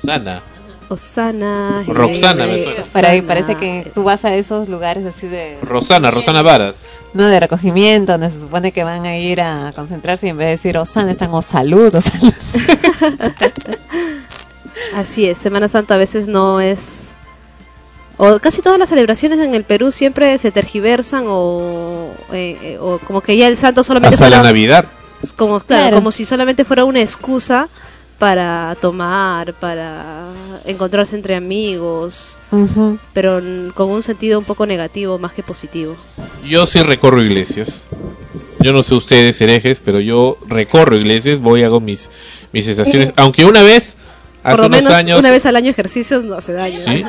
Osana. Roxana me suena. Para ahí parece que tú vas a esos lugares así de... Rosana Varas. No, de recogimiento, donde se supone que van a ir a concentrarse y en vez de decir Osana están o salud. Así es, Semana Santa a veces no es... O casi todas las celebraciones en el Perú siempre se tergiversan o como que ya el santo solamente... Hasta la Navidad. Como si solamente fuera una excusa para tomar, para encontrarse entre amigos, pero con un sentido un poco negativo más que positivo. Yo sí recorro iglesias. Yo no sé ustedes, herejes, pero yo recorro iglesias, voy, hago mis sensaciones, aunque una vez, hace por lo unos menos años... una vez al año ejercicios no hace daño. ¿Sí?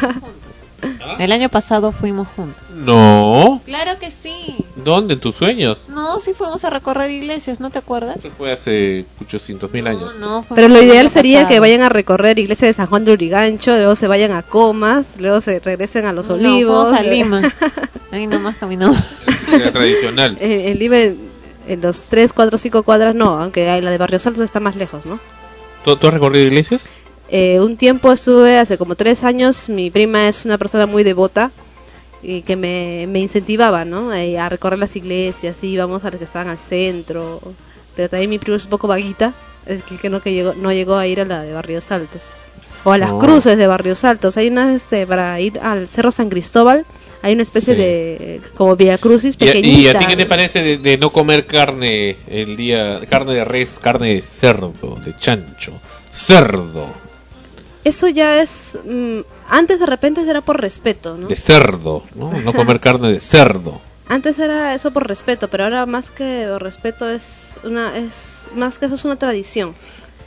El año pasado fuimos juntos. No. Claro que sí. ¿Dónde? ¿En tus sueños? No, sí fuimos a recorrer iglesias, ¿no te acuerdas? Eso fue hace 800.000 años. No, pero lo ideal sería que vayan a recorrer iglesia de San Juan de Urigancho, luego se vayan a Comas, luego se regresen a Los Olivos. Fuimos a Lima. Ahí nomás caminamos. Era tradicional. En Lima, en los 3, 4, 5 cuadras no, aunque la de Barrios Altos está más lejos, ¿no? ¿Tú has recorrido iglesias? Un tiempo estuve, hace como 3 años, mi prima es una persona muy devota y que me incentivaba, ¿no? A recorrer las iglesias, íbamos a las que estaban al centro, pero también mi prima es un poco vaguita, es que no llegó a ir a la de Barrios Altos o a las cruces de Barrios Altos. Hay unas para ir al Cerro San Cristóbal, hay una especie de como Via Crucis pequeñita. ¿Y a ti qué te parece de no comer carne el día, carne de res, carne de cerdo, de chancho, cerdo? Eso ya es... antes de repente era por respeto, ¿no? De cerdo, ¿no? No comer carne de cerdo. Antes era eso por respeto, pero ahora más que respeto es más que eso es una tradición.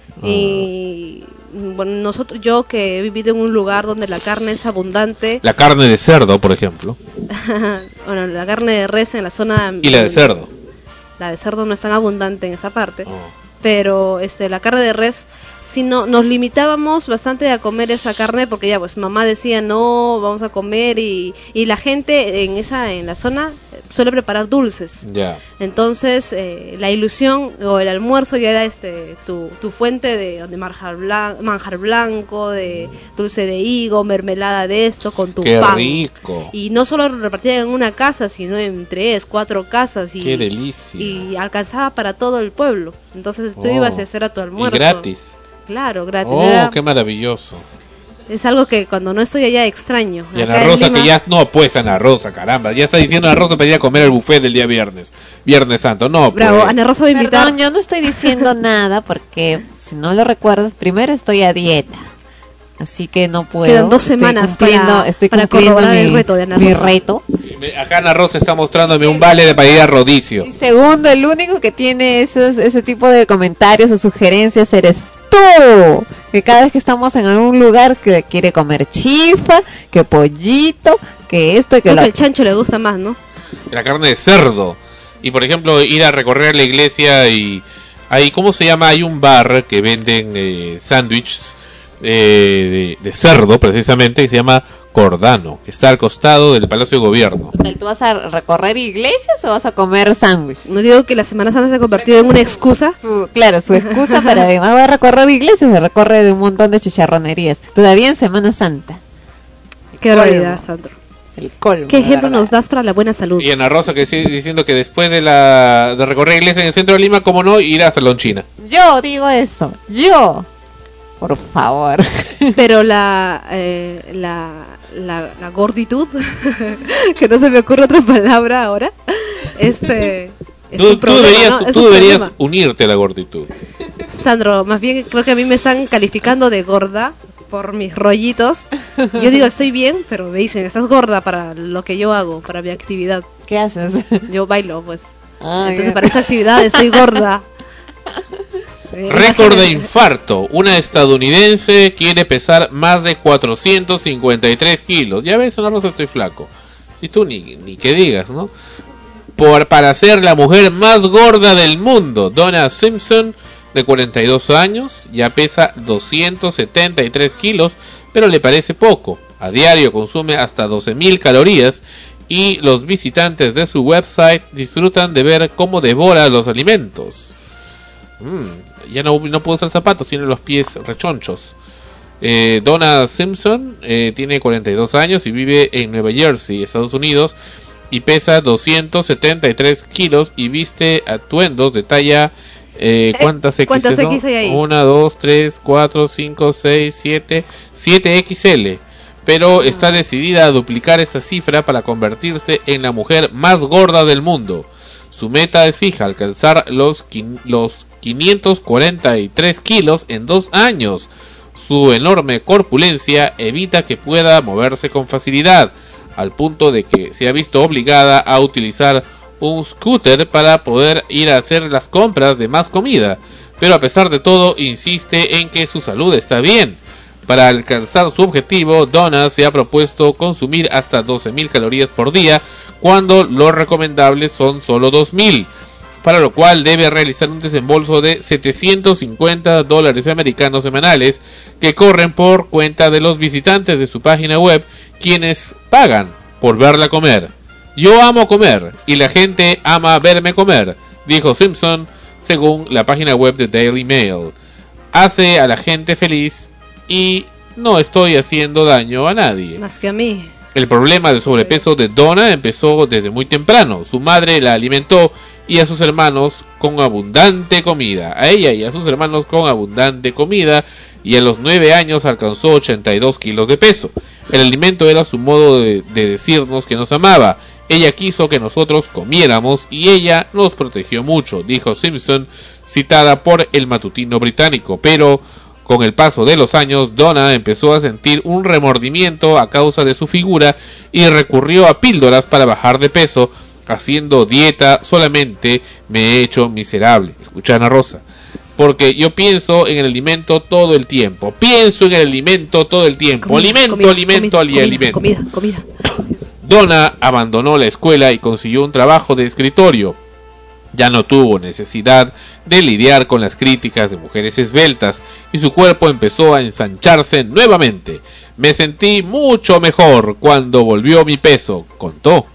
Y bueno, yo que he vivido en un lugar donde la carne es abundante. La carne de cerdo, por ejemplo. Bueno, la carne de res en la zona... Y la de cerdo. La de cerdo no es tan abundante en esa parte. Pero la carne de res... Si no, nos limitábamos bastante a comer esa carne porque ya pues mamá decía no, vamos a comer y la gente en la zona suele preparar dulces. Ya. Entonces, la ilusión o el almuerzo ya era tu fuente de manjar blanco, de dulce de higo, mermelada de esto, con tu ¡Qué pan. rico! Y no solo repartían en una casa, sino en 3, 4 casas. Y, ¡Qué delicia! Y alcanzaba para todo el pueblo. Entonces tú ibas a hacer a tu almuerzo. Y gratis. Claro, gratis. ¡Oh, qué maravilloso! Es algo que cuando no estoy allá extraño. Y Acá Ana en Rosa, Lima, que ya no, pues Ana Rosa, caramba, ya está diciendo Ana Rosa para ir a comer el buffet del día viernes Santo, no, bravo, pues. Ana Rosa va a invitar. Perdón, yo no estoy diciendo nada porque, si no lo recuerdas, primero estoy a dieta. Así que no puedo. Quedan 2 semanas estoy para cumpliendo corroborar mi, el reto de Ana mi Rosa. reto. Acá Ana Rosa está mostrándome un vale de para ir a Rodicio. Y segundo, el único que tiene ese tipo de comentarios o sugerencias eres tú. Que cada vez que estamos en algún lugar que quiere comer chifa, que pollito, que esto y que Creo lo que el chancho le gusta más, ¿no? La carne de cerdo. Y por ejemplo, ir a recorrer la iglesia y ahí, ¿cómo se llama? Hay un bar que venden sándwiches de cerdo, precisamente, que se llama Cordano, que está al costado del Palacio de Gobierno. ¿Tú vas a recorrer iglesias o vas a comer sándwich? No digo que la Semana Santa se ha convertido en una excusa. Claro, su excusa para además va a recorrer iglesias, se recorre de un montón de chicharronerías. Todavía en Semana Santa. Qué barbaridad, Sandro. El colmo. ¿Qué ejemplo nos das para la buena salud? Y Ana Rosa que sigue diciendo que después de recorrer iglesia en el centro de Lima, como no, ir a Salonchina. Yo digo eso, yo. Por favor. Pero la gorditud, que no se me ocurre otra palabra ahora, es un problema, ¿no? Tú deberías unirte a la gorditud. Sandro, más bien creo que a mí me están calificando de gorda por mis rollitos. Yo digo, estoy bien, pero me dicen, estás gorda para lo que yo hago, para mi actividad. ¿Qué haces? Yo bailo, pues. Entonces, bien. para esa actividad estoy gorda. Récord de infarto. Una estadounidense quiere pesar más de 453 kilos. Ya ves, Ana Rosa, estoy flaco. Y tú ni que digas, ¿no? Para ser la mujer más gorda del mundo, Donna Simpson, de 42 años, ya pesa 273 kilos, pero le parece poco. A diario consume hasta 12.000 calorías y los visitantes de su website disfrutan de ver cómo devora los alimentos. Ya no puede usar zapatos, tiene los pies rechonchos. Donna Simpson tiene 42 años y vive en Nueva Jersey, Estados Unidos, y pesa 273 kilos y viste atuendos de talla... ¿Cuántas X hay ahí? 1, 2, 3, 4, 5, 6, 7 XL. Pero está decidida a duplicar esa cifra para convertirse en la mujer más gorda del mundo. Su meta es fija, alcanzar los 543 kilos en 2 años. Su enorme corpulencia evita que pueda moverse con facilidad, al punto de que se ha visto obligada a utilizar un scooter para poder ir a hacer las compras de más comida. Pero a pesar de todo, insiste en que su salud está bien. Para alcanzar su objetivo, Donna se ha propuesto consumir hasta 12.000 calorías por día, cuando lo recomendable son solo 2.000, para lo cual debe realizar un desembolso de $750 americanos semanales, que corren por cuenta de los visitantes de su página web, quienes pagan por verla comer. Yo amo comer y la gente ama verme comer, dijo Simpson, según la página web de Daily Mail. Hace a la gente feliz y no estoy haciendo daño a nadie. Más que a mí. El problema del sobrepeso de Donna empezó desde muy temprano. Su madre la alimentó y a sus hermanos con abundante comida. A ella y a sus hermanos con abundante comida, y a los 9 años alcanzó 82 kilos de peso. El alimento era su modo de decirnos que nos amaba. Ella quiso que nosotros comiéramos y ella nos protegió mucho, dijo Simpson, citada por el matutino británico. Pero con el paso de los años, Donna empezó a sentir un remordimiento a causa de su figura y recurrió a píldoras para bajar de peso. Haciendo dieta solamente me he hecho miserable. Escucha, Ana Rosa. Porque yo pienso en el alimento todo el tiempo. Comida. Donna abandonó la escuela y consiguió un trabajo de escritorio. Ya no tuvo necesidad de lidiar con las críticas de mujeres esbeltas y su cuerpo empezó a ensancharse nuevamente. Me sentí mucho mejor cuando volvió mi peso, contó.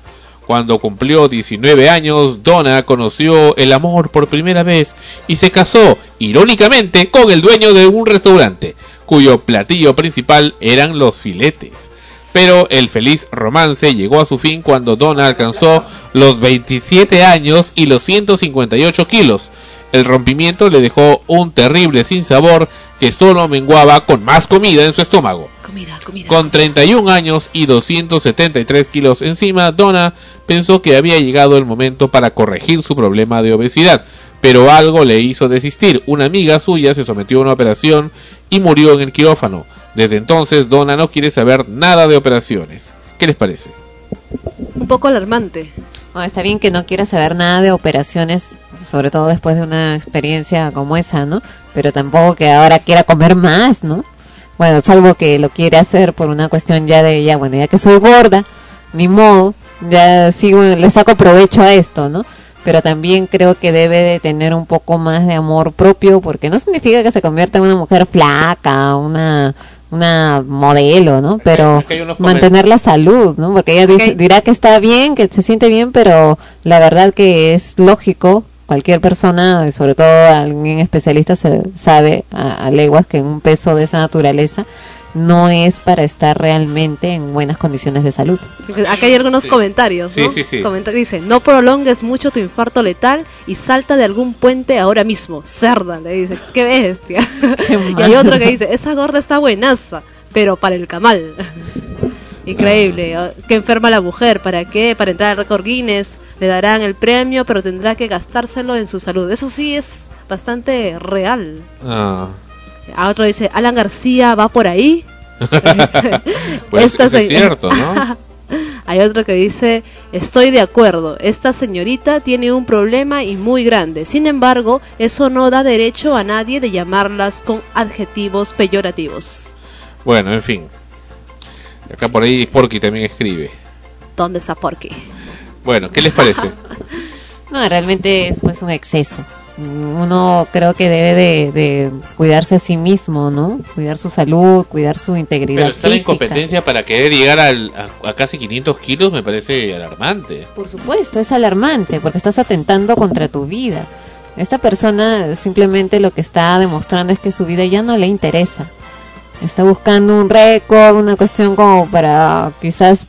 Cuando cumplió 19 años, Donna conoció el amor por primera vez y se casó, irónicamente, con el dueño de un restaurante, cuyo platillo principal eran los filetes. Pero el feliz romance llegó a su fin cuando Donna alcanzó los 27 años y los 158 kilos. El rompimiento le dejó un terrible sinsabor que solo menguaba con más comida en su estómago. Con 31 años y 273 kilos encima, Donna pensó que había llegado el momento para corregir su problema de obesidad, pero algo le hizo desistir. Una amiga suya se sometió a una operación y murió en el quirófano. Desde entonces, Donna no quiere saber nada de operaciones. ¿Qué les parece? Un poco alarmante. Bueno, está bien que no quiera saber nada de operaciones, sobre todo después de una experiencia como esa, ¿no? Pero tampoco que ahora quiera comer más, ¿no? Bueno, salvo que lo quiere hacer por una cuestión ya de, ya que soy gorda, ni modo, ya sigo, le saco provecho a esto, ¿no? Pero también creo que debe de tener un poco más de amor propio, porque no significa que se convierta en una mujer flaca, una modelo, ¿no? Pero mantener la salud, ¿no? Porque ella dirá que está bien, que se siente bien, pero la verdad que es lógico, cualquier persona, sobre todo alguien especialista, se sabe a leguas que un peso de esa naturaleza no es para estar realmente en buenas condiciones de salud. Acá hay algunos comentarios, ¿no? Sí. Dice, no prolongues mucho tu infarto letal y salta de algún puente ahora mismo. Cerda, le dice, qué bestia. Y hay otro que dice, esa gorda está buenaza, pero para el camal. Increíble. Que enferma la mujer, ¿para qué? Para entrar al récord Guinness. Le darán el premio, pero tendrá que gastárselo en su salud. Eso sí es bastante real. A otro dice, Alan García va por ahí. Pues eso es cierto, ¿no? Hay otro que dice, estoy de acuerdo, esta señorita tiene un problema y muy grande. Sin embargo, eso no da derecho a nadie de llamarlas con adjetivos peyorativos. Bueno, en fin. Acá por ahí Porky también escribe. ¿Dónde está Porky? Bueno, ¿qué les parece? No, realmente es pues un exceso. Uno creo que debe de cuidarse a sí mismo, ¿no? Cuidar su salud, cuidar su integridad Pero estar física. en competencia para querer llegar a casi 500 kilos me parece alarmante. Por supuesto, es alarmante porque estás atentando contra tu vida. Esta persona simplemente lo que está demostrando es que su vida ya no le interesa. Está buscando un récord, una cuestión como para quizás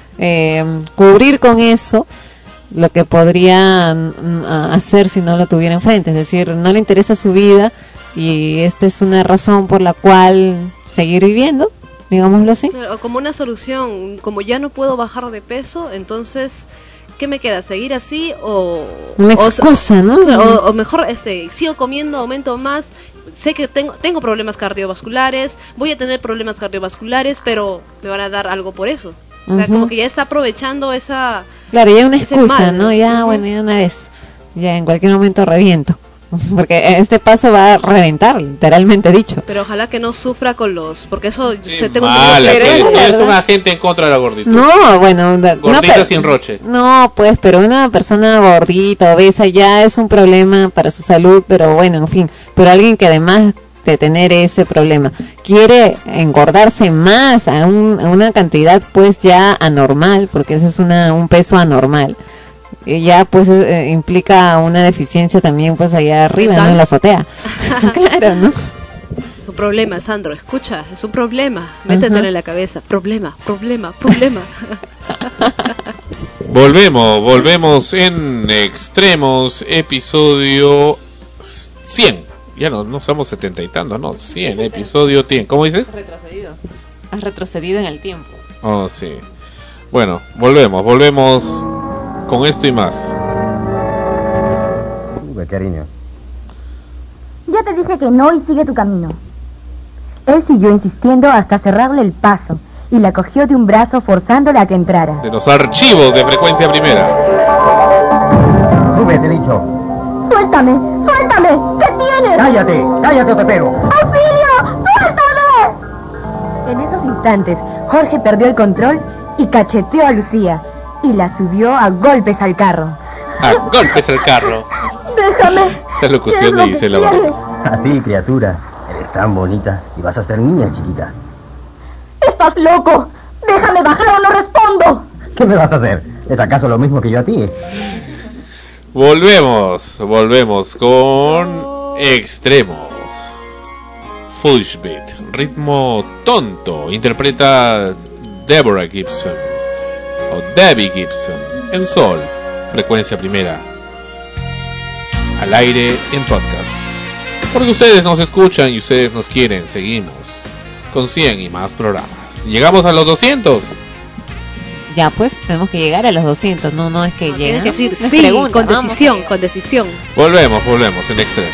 cubrir con eso lo que podría hacer si no lo tuviera enfrente. Es decir, no le interesa su vida y esta es una razón por la cual seguir viviendo, digámoslo así. Claro, como una solución, como ya no puedo bajar de peso, entonces ¿qué me queda? ¿Seguir así o una excusa, ¿no? O mejor sigo comiendo, aumento más? Sé que tengo problemas cardiovasculares, voy a tener problemas cardiovasculares, pero me van a dar algo por eso. O sea, como que ya está aprovechando esa... Claro, ya una excusa, ¿no? Ya, bueno, ya una vez. Ya en cualquier momento reviento. Porque este paso va a reventar, literalmente dicho. Pero ojalá que no sufra con los... Porque eso... tengo es una gente en contra de la gordita. No, bueno... Gordita sin roche. No, pues, pero una persona gordita, obesa, ya es un problema para su salud, pero bueno, en fin. Pero alguien que además de tener ese problema quiere engordarse más a una cantidad pues ya anormal, porque ese es un peso anormal, ya pues implica una deficiencia también pues allá arriba, ¿no? En la azotea. Claro, ¿no? Un problema, Sandro, escucha, es un problema, métetelo en la cabeza, problema. Volvemos en Extremos, episodio 100. Ya no somos 70 y tantos, no, 100, episodio 100. ¿Cómo dices? Has retrocedido en el tiempo. Oh, sí. Bueno, volvemos con esto y más. Cariño. Ya te dije que no y sigue tu camino. Él siguió insistiendo hasta cerrarle el paso y la cogió de un brazo forzándola a que entrara. De los archivos de Frecuencia Primera. Súbete, dicho. ¡Suéltame! ¿Qué tienes? Cállate o te pego. ¡Auxilio! ¡Suéltame! En esos instantes, Jorge perdió el control y cacheteó a Lucía y la subió a golpes al carro. ¡A golpes al carro! ¡Déjame! Esa es locución de Gisela Vargas. A ti, criatura. Eres tan bonita y vas a ser niña, chiquita. ¡Estás loco! ¡Déjame bajar o no respondo! ¿Qué me vas a hacer? ¿Es acaso lo mismo que yo a ti? Volvemos con Extremos. Fush Beat, ritmo tonto, interpreta Deborah Gibson o Debbie Gibson en Sol, frecuencia primera, al aire en podcast. Porque ustedes nos escuchan y ustedes nos quieren, seguimos con 100 y más programas. Llegamos a los 200. Ya pues, tenemos que llegar a los 200, no es que llegue. Tienes que decir sí, con decisión. Volvemos en Extremos.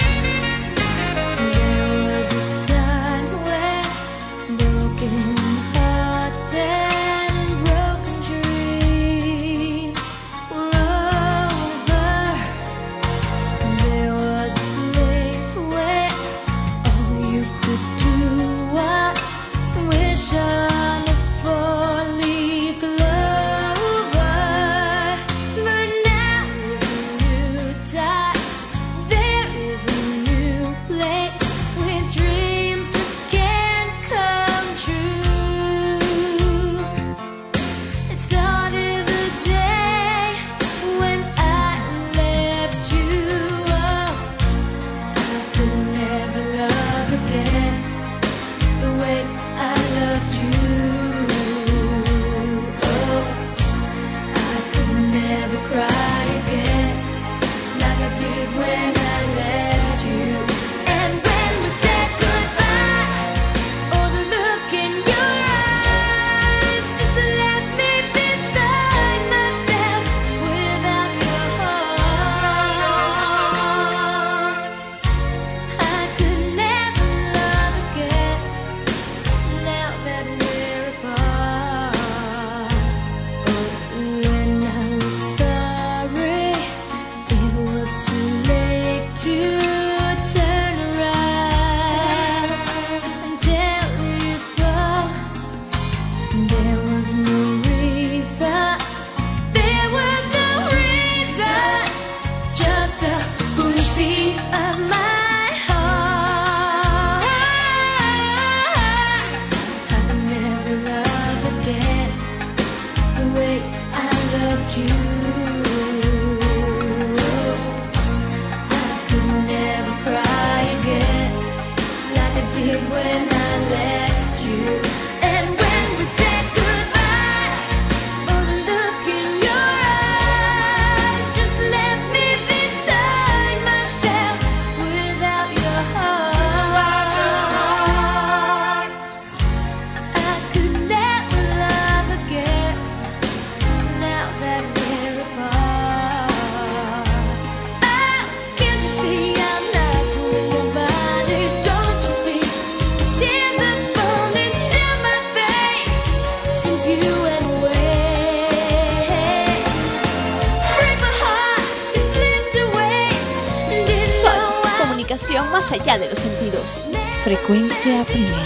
Más allá de los sentidos. Frecuencia primera.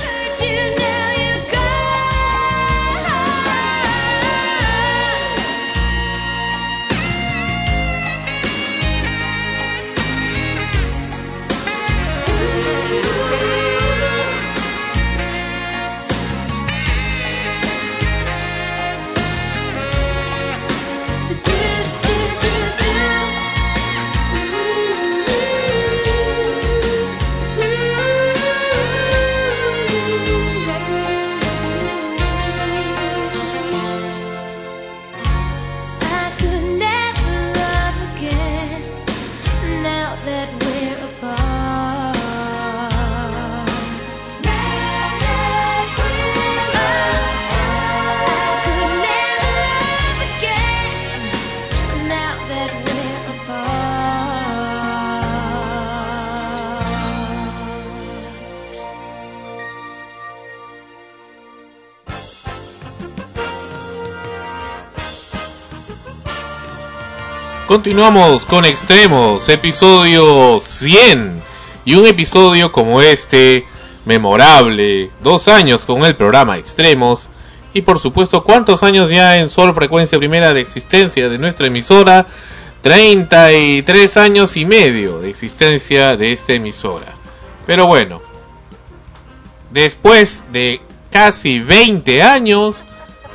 Continuamos con Extremos, episodio 100. Y un episodio como este, memorable, 2 años con el programa Extremos. Y por supuesto, ¿cuántos años ya en Sol Frecuencia Primera de existencia de nuestra emisora? 33 años y medio de existencia de esta emisora. Pero bueno, después de casi 20 años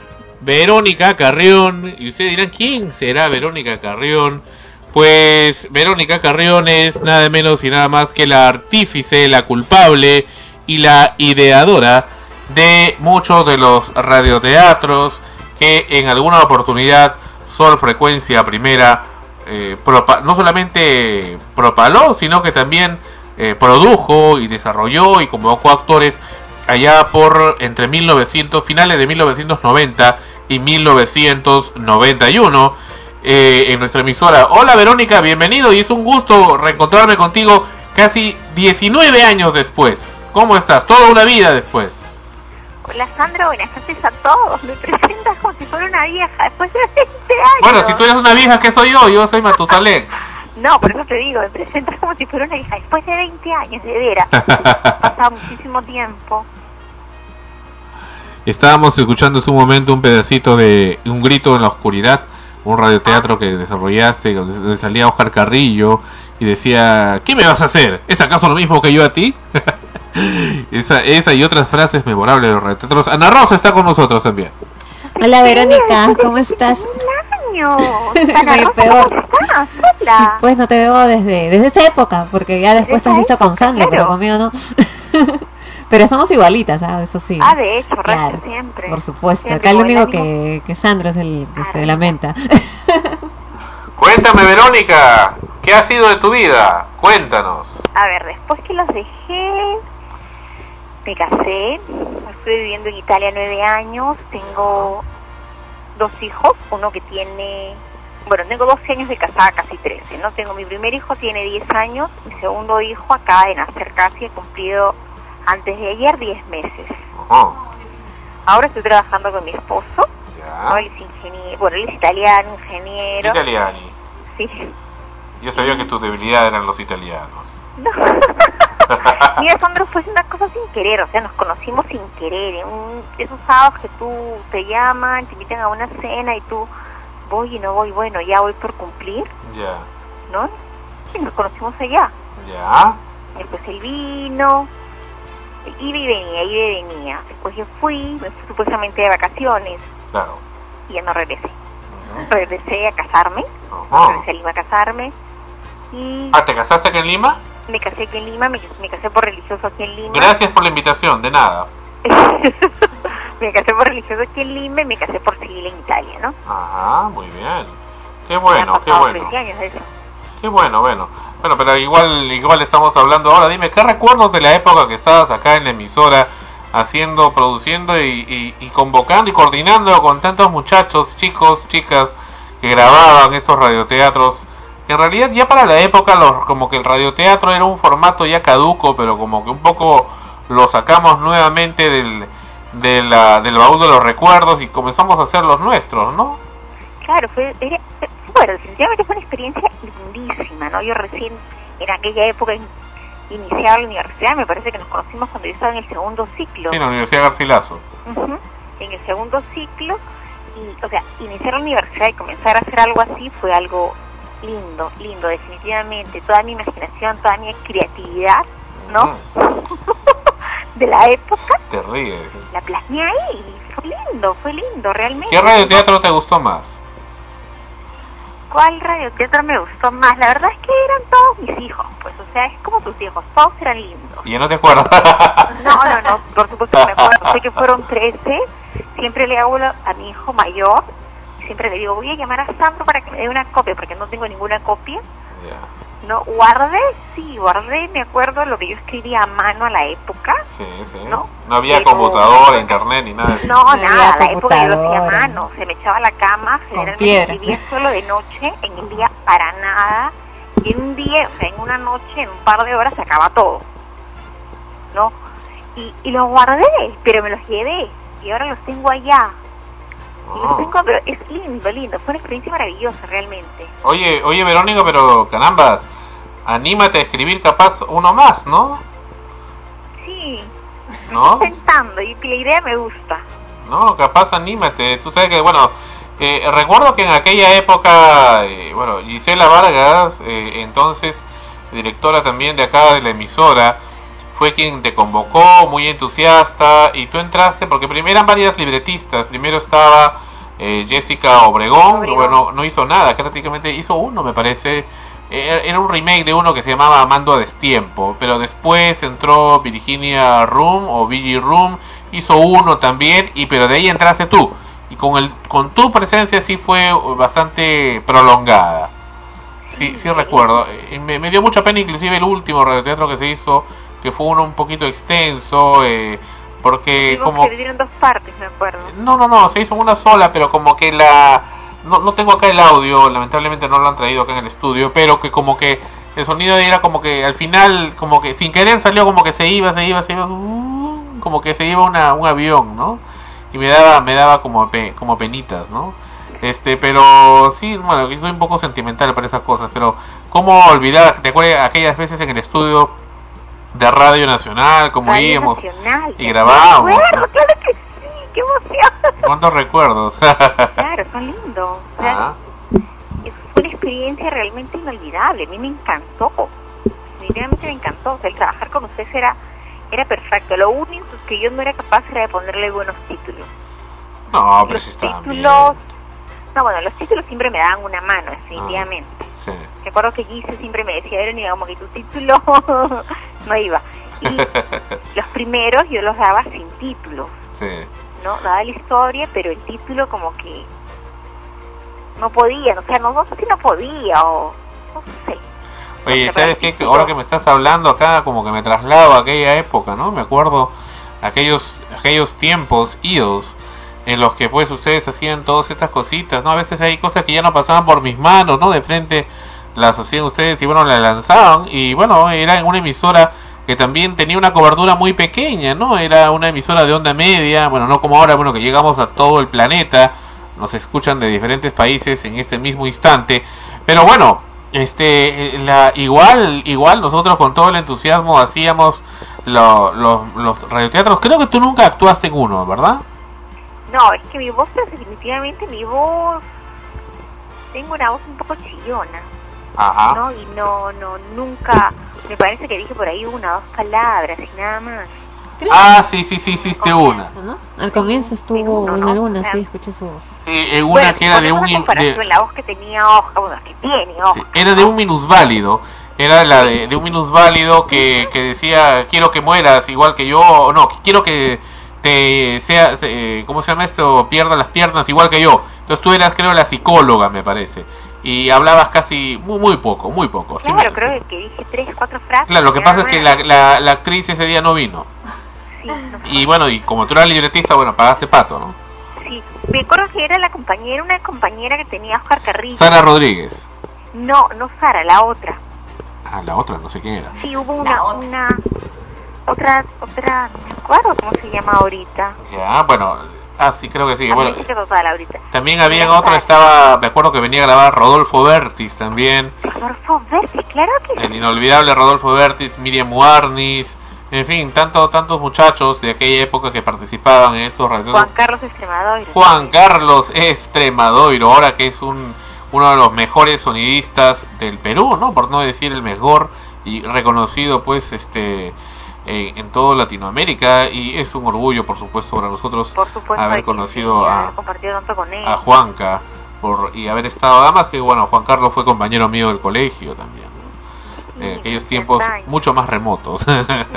Verónica Carrión. Y ustedes dirán, ¿quién será Verónica Carrión? Pues Verónica Carrión es nada menos y nada más que la artífice, la culpable y la ideadora de muchos de los radioteatros que en alguna oportunidad Sol Frecuencia Primera no solamente propaló, sino que también produjo y desarrolló y convocó actores allá por entre finales de 1990 y 1991 en nuestra emisora. Hola Verónica, bienvenido y es un gusto reencontrarme contigo casi 19 años después. ¿Cómo estás? Toda una vida después. Hola Sandro, buenas noches a todos. Me presentas como si fuera una vieja después de 20 años. Bueno, si tú eres una vieja, ¿qué soy yo? Yo soy Matusalén. No, por eso te digo, me presentas como si fuera una vieja después de 20 años, de veras. Ha pasado muchísimo tiempo. Estábamos escuchando en su momento un pedacito de Un grito en la oscuridad, un radioteatro que desarrollaste, donde salía Oscar Carrillo y decía, ¿qué me vas a hacer? ¿Es acaso lo mismo que yo a ti? esa y otras frases memorables de los radioteatros. Ana Rosa está con nosotros también. Hola Verónica, ¿cómo estás? Oye, peor. ¿Cómo estás? Sí, pues no te veo desde esa época, porque ya después te has visto con Sandra, pero conmigo no. Pero somos igualitas, ¿sabes? Eso sí. De hecho, claro, siempre. Por supuesto, Siempre acá el único que Sandra es el que se lamenta. Cuéntame Verónica, ¿qué ha sido de tu vida? Cuéntanos. A ver, después que los dejé, me casé, estuve viviendo en Italia 9 años, tengo 2 hijos, uno que tiene, tengo 12 años de casada, casi 13, ¿no? Tengo mi primer hijo, tiene 10 años, mi segundo hijo acaba de nacer casi, he cumplido antes de ayer 10 meses. Ahora estoy trabajando con mi esposo, ¿no? Él es ingeniero, él es italiano, ingeniero. Italiani. Sí. Yo sabía que tu debilidad eran los italianos. No. Mira, Sandro, fue una cosa sin querer, o sea, nos conocimos sin querer. Esos sábados que tú te llaman, te invitan a una cena y tú, voy y no voy, bueno, ya voy por cumplir. Ya. ¿No? Y nos conocimos allá. Ya. Después él vino, iba y venía. Después yo me fui supuestamente de vacaciones. Claro. Y ya no regresé. Regresé a casarme. Regresé a Lima a casarme. Y... ¿te casaste aquí en Lima? Me casé aquí en Lima, me casé por religioso aquí en Lima. Gracias por la invitación, de nada. Me casé por religioso aquí en Lima y me casé por civil en Italia, ¿no? Ajá, muy bien. Qué bueno, qué bueno. 13 años de eso. Qué bueno. Bueno, pero igual estamos hablando ahora. Dime, ¿qué recuerdos de la época que estabas acá en la emisora haciendo, produciendo y convocando y coordinando con tantos muchachos, chicos, chicas que grababan estos radioteatros? Que en realidad ya para la época como que el radioteatro era un formato ya caduco, pero como que un poco lo sacamos nuevamente del baúl de los recuerdos y comenzamos a hacer los nuestros, ¿no? Claro, definitivamente fue una experiencia lindísima, ¿no? Yo recién en aquella época iniciaba la universidad, me parece que nos conocimos cuando yo estaba en el segundo ciclo. Sí, en la Universidad Garcilaso. En el segundo ciclo, y, o sea, iniciar la universidad y comenzar a hacer algo así fue algo lindo, definitivamente. Toda mi imaginación, toda mi creatividad, ¿no? De la época. Te ríes. La plasmé ahí, fue lindo, realmente. ¿Qué radioteatro te gustó más? ¿Cuál radioteatro me gustó más? La verdad es que eran todos mis hijos, pues, o sea, es como tus hijos, todos eran lindos. ¿Y ya no te acuerdas? No, por supuesto que me acuerdo, sé que fueron 13, siempre le hago a mi hijo mayor, siempre le digo, voy a llamar a Sandro para que me dé una copia, porque no tengo ninguna copia. No, guardé, me acuerdo lo que yo escribía a mano a la época. Sí. No había computadora, internet ni nada de eso. No, nada, a la época yo lo hacía a mano, se me echaba a la cama, generalmente escribía solo de noche, en el día para nada, y en un día, o sea, en una noche, en un par de horas se acaba todo, ¿no? Y los guardé, pero me los llevé, y ahora los tengo allá. Y los tengo, pero es lindo, fue una experiencia maravillosa realmente. Oye Verónica, pero carambas, anímate a escribir capaz uno más, ¿no? Sí, ¿no? Estoy intentando y la idea me gusta. No, capaz anímate, tú sabes que, recuerdo que en aquella época, Gisela Vargas, entonces directora también de acá de la emisora, fue quien te convocó, muy entusiasta, y tú entraste, porque primero eran varias libretistas, primero estaba Jessica Obregón. Bueno, no hizo nada, prácticamente hizo uno, me parece. Era un remake de uno que se llamaba Amando a Destiempo, pero después entró Virginia Room o Virgie Room, hizo uno también, pero de ahí entraste tú, y con tu presencia sí fue bastante prolongada. Sí recuerdo. Me dio mucha pena inclusive el último radioteatro que se hizo, que fue uno un poquito extenso, porque como se dividieron en 2 partes, me acuerdo. No, se hizo una sola, pero como que no tengo acá el audio, lamentablemente no lo han traído acá en el estudio, pero que como que el sonido era como que al final, como que sin querer salió como que se iba, como que se iba un avión, ¿no? Y me daba como penitas, ¿no? Pero sí, bueno, yo soy un poco sentimental para esas cosas, pero ¿cómo olvidar? ¿Te acuerdas aquellas veces en el estudio de Radio Nacional, como Radio íbamos Nacional, y grabábamos? Claro que sí, qué emoción. ¿Cuántos recuerdos? Claro, son lindos. O sea, fue una experiencia realmente inolvidable. A mí me encantó. Definitivamente me encantó. O sea, el trabajar con ustedes era perfecto. Lo único que yo no era capaz era de ponerle buenos títulos. No, pero sí estaban bien. No, bueno, los títulos siempre me daban una mano, definitivamente. Sí. Recuerdo que Gise siempre me decía, Verónica, como que tu título no iba. Y los primeros yo los daba sin títulos. Sí. ¿No? Daba la historia, pero el título como que no podía, o sea, no sé si no podía o no sé. Oye, ¿sabes qué? Ahora que me estás hablando acá, como que me traslado a aquella época, ¿no? Me acuerdo aquellos tiempos idos en los que pues ustedes hacían todas estas cositas, ¿no? A veces hay cosas que ya no pasaban por mis manos, ¿no? De frente las hacían ustedes y bueno, las lanzaban, y bueno, era en una emisora que también tenía una cobertura muy pequeña, ¿no? Era una emisora de onda media, bueno, no como ahora, bueno, que llegamos a todo el planeta, nos escuchan de diferentes países en este mismo instante, pero bueno, igual nosotros con todo el entusiasmo hacíamos los radioteatros. Creo que tú nunca actuaste en uno, ¿verdad? No, es que mi voz, definitivamente tengo una voz un poco chillona. Ajá. ¿No? Y nunca, me parece que dije por ahí 1 o 2 palabras y nada más. Sí, hiciste una. ¿No? Al comienzo estuvo en alguna, sí, escuché su voz. Sí, en una que era de un... la voz que tenía Oscar, bueno, que tiene Oscar. Sí, era de un minusválido. Era la de un minusválido que decía, quiero que mueras igual que yo, no, quiero que te sea, ¿cómo se llama esto? Pierda las piernas igual que yo. Entonces tú eras, creo, la psicóloga, me parece. Y hablabas casi muy poco. Claro, creo que dije 3, 4 frases. Claro, lo que pasa es que la actriz ese día no vino. Sí, y bueno, y como tú eras libretista, bueno, pagaste pato, ¿no? Sí, me acuerdo que era una compañera que tenía Oscar Carrillo. Sara Rodríguez. No Sara, la otra. La otra, no sé quién era. Sí, hubo una otra, no me acuerdo cómo se llama ahorita. Ya, bueno, sí, creo que sí. Bueno, también había otra, me acuerdo que venía a grabar Rodolfo Bertis también. Rodolfo Bertis, claro que sí. El inolvidable Rodolfo Bertis, Miriam Muarnis, en fin, tantos muchachos de aquella época que participaban en estos radios. Juan Carlos Extremadoiro, ahora que es uno de los mejores sonidistas del Perú, ¿no? Por no decir el mejor, y reconocido pues en toda Latinoamérica, y es un orgullo por supuesto para nosotros haber conocido a Juanca y haber estado, además que bueno, Juan Carlos fue compañero mío del colegio también, ¿no? En aquellos tiempos mucho más remotos.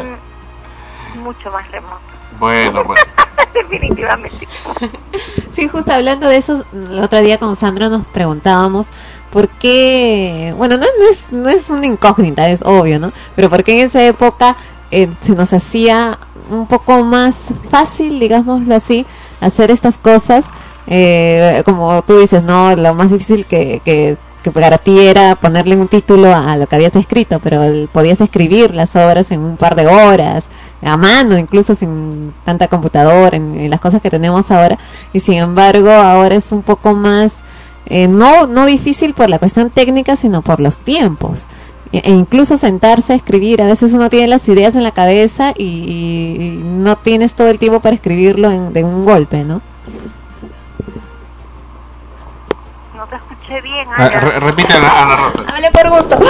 Mucho más remotos. Bueno. Definitivamente. Sí, justo hablando de eso, el otro día con Sandro nos preguntábamos por qué, bueno, no es una incógnita, es obvio, ¿no? Pero por qué en esa época se nos hacía un poco más fácil, digámoslo así, hacer estas cosas, como tú dices, ¿no? Lo más difícil que para ti era ponerle un título a lo que habías escrito, pero podías escribir las obras en un par de horas, a mano, incluso sin tanta computadora, en las cosas que tenemos ahora, y sin embargo ahora es un poco más, no difícil por la cuestión técnica, sino por los tiempos, e incluso sentarse a escribir. A veces uno tiene las ideas en la cabeza y no tienes todo el tiempo para escribirlo de un golpe, ¿no? No te escuché bien, Ana. Repite, Ana Rosa. Hable por gusto.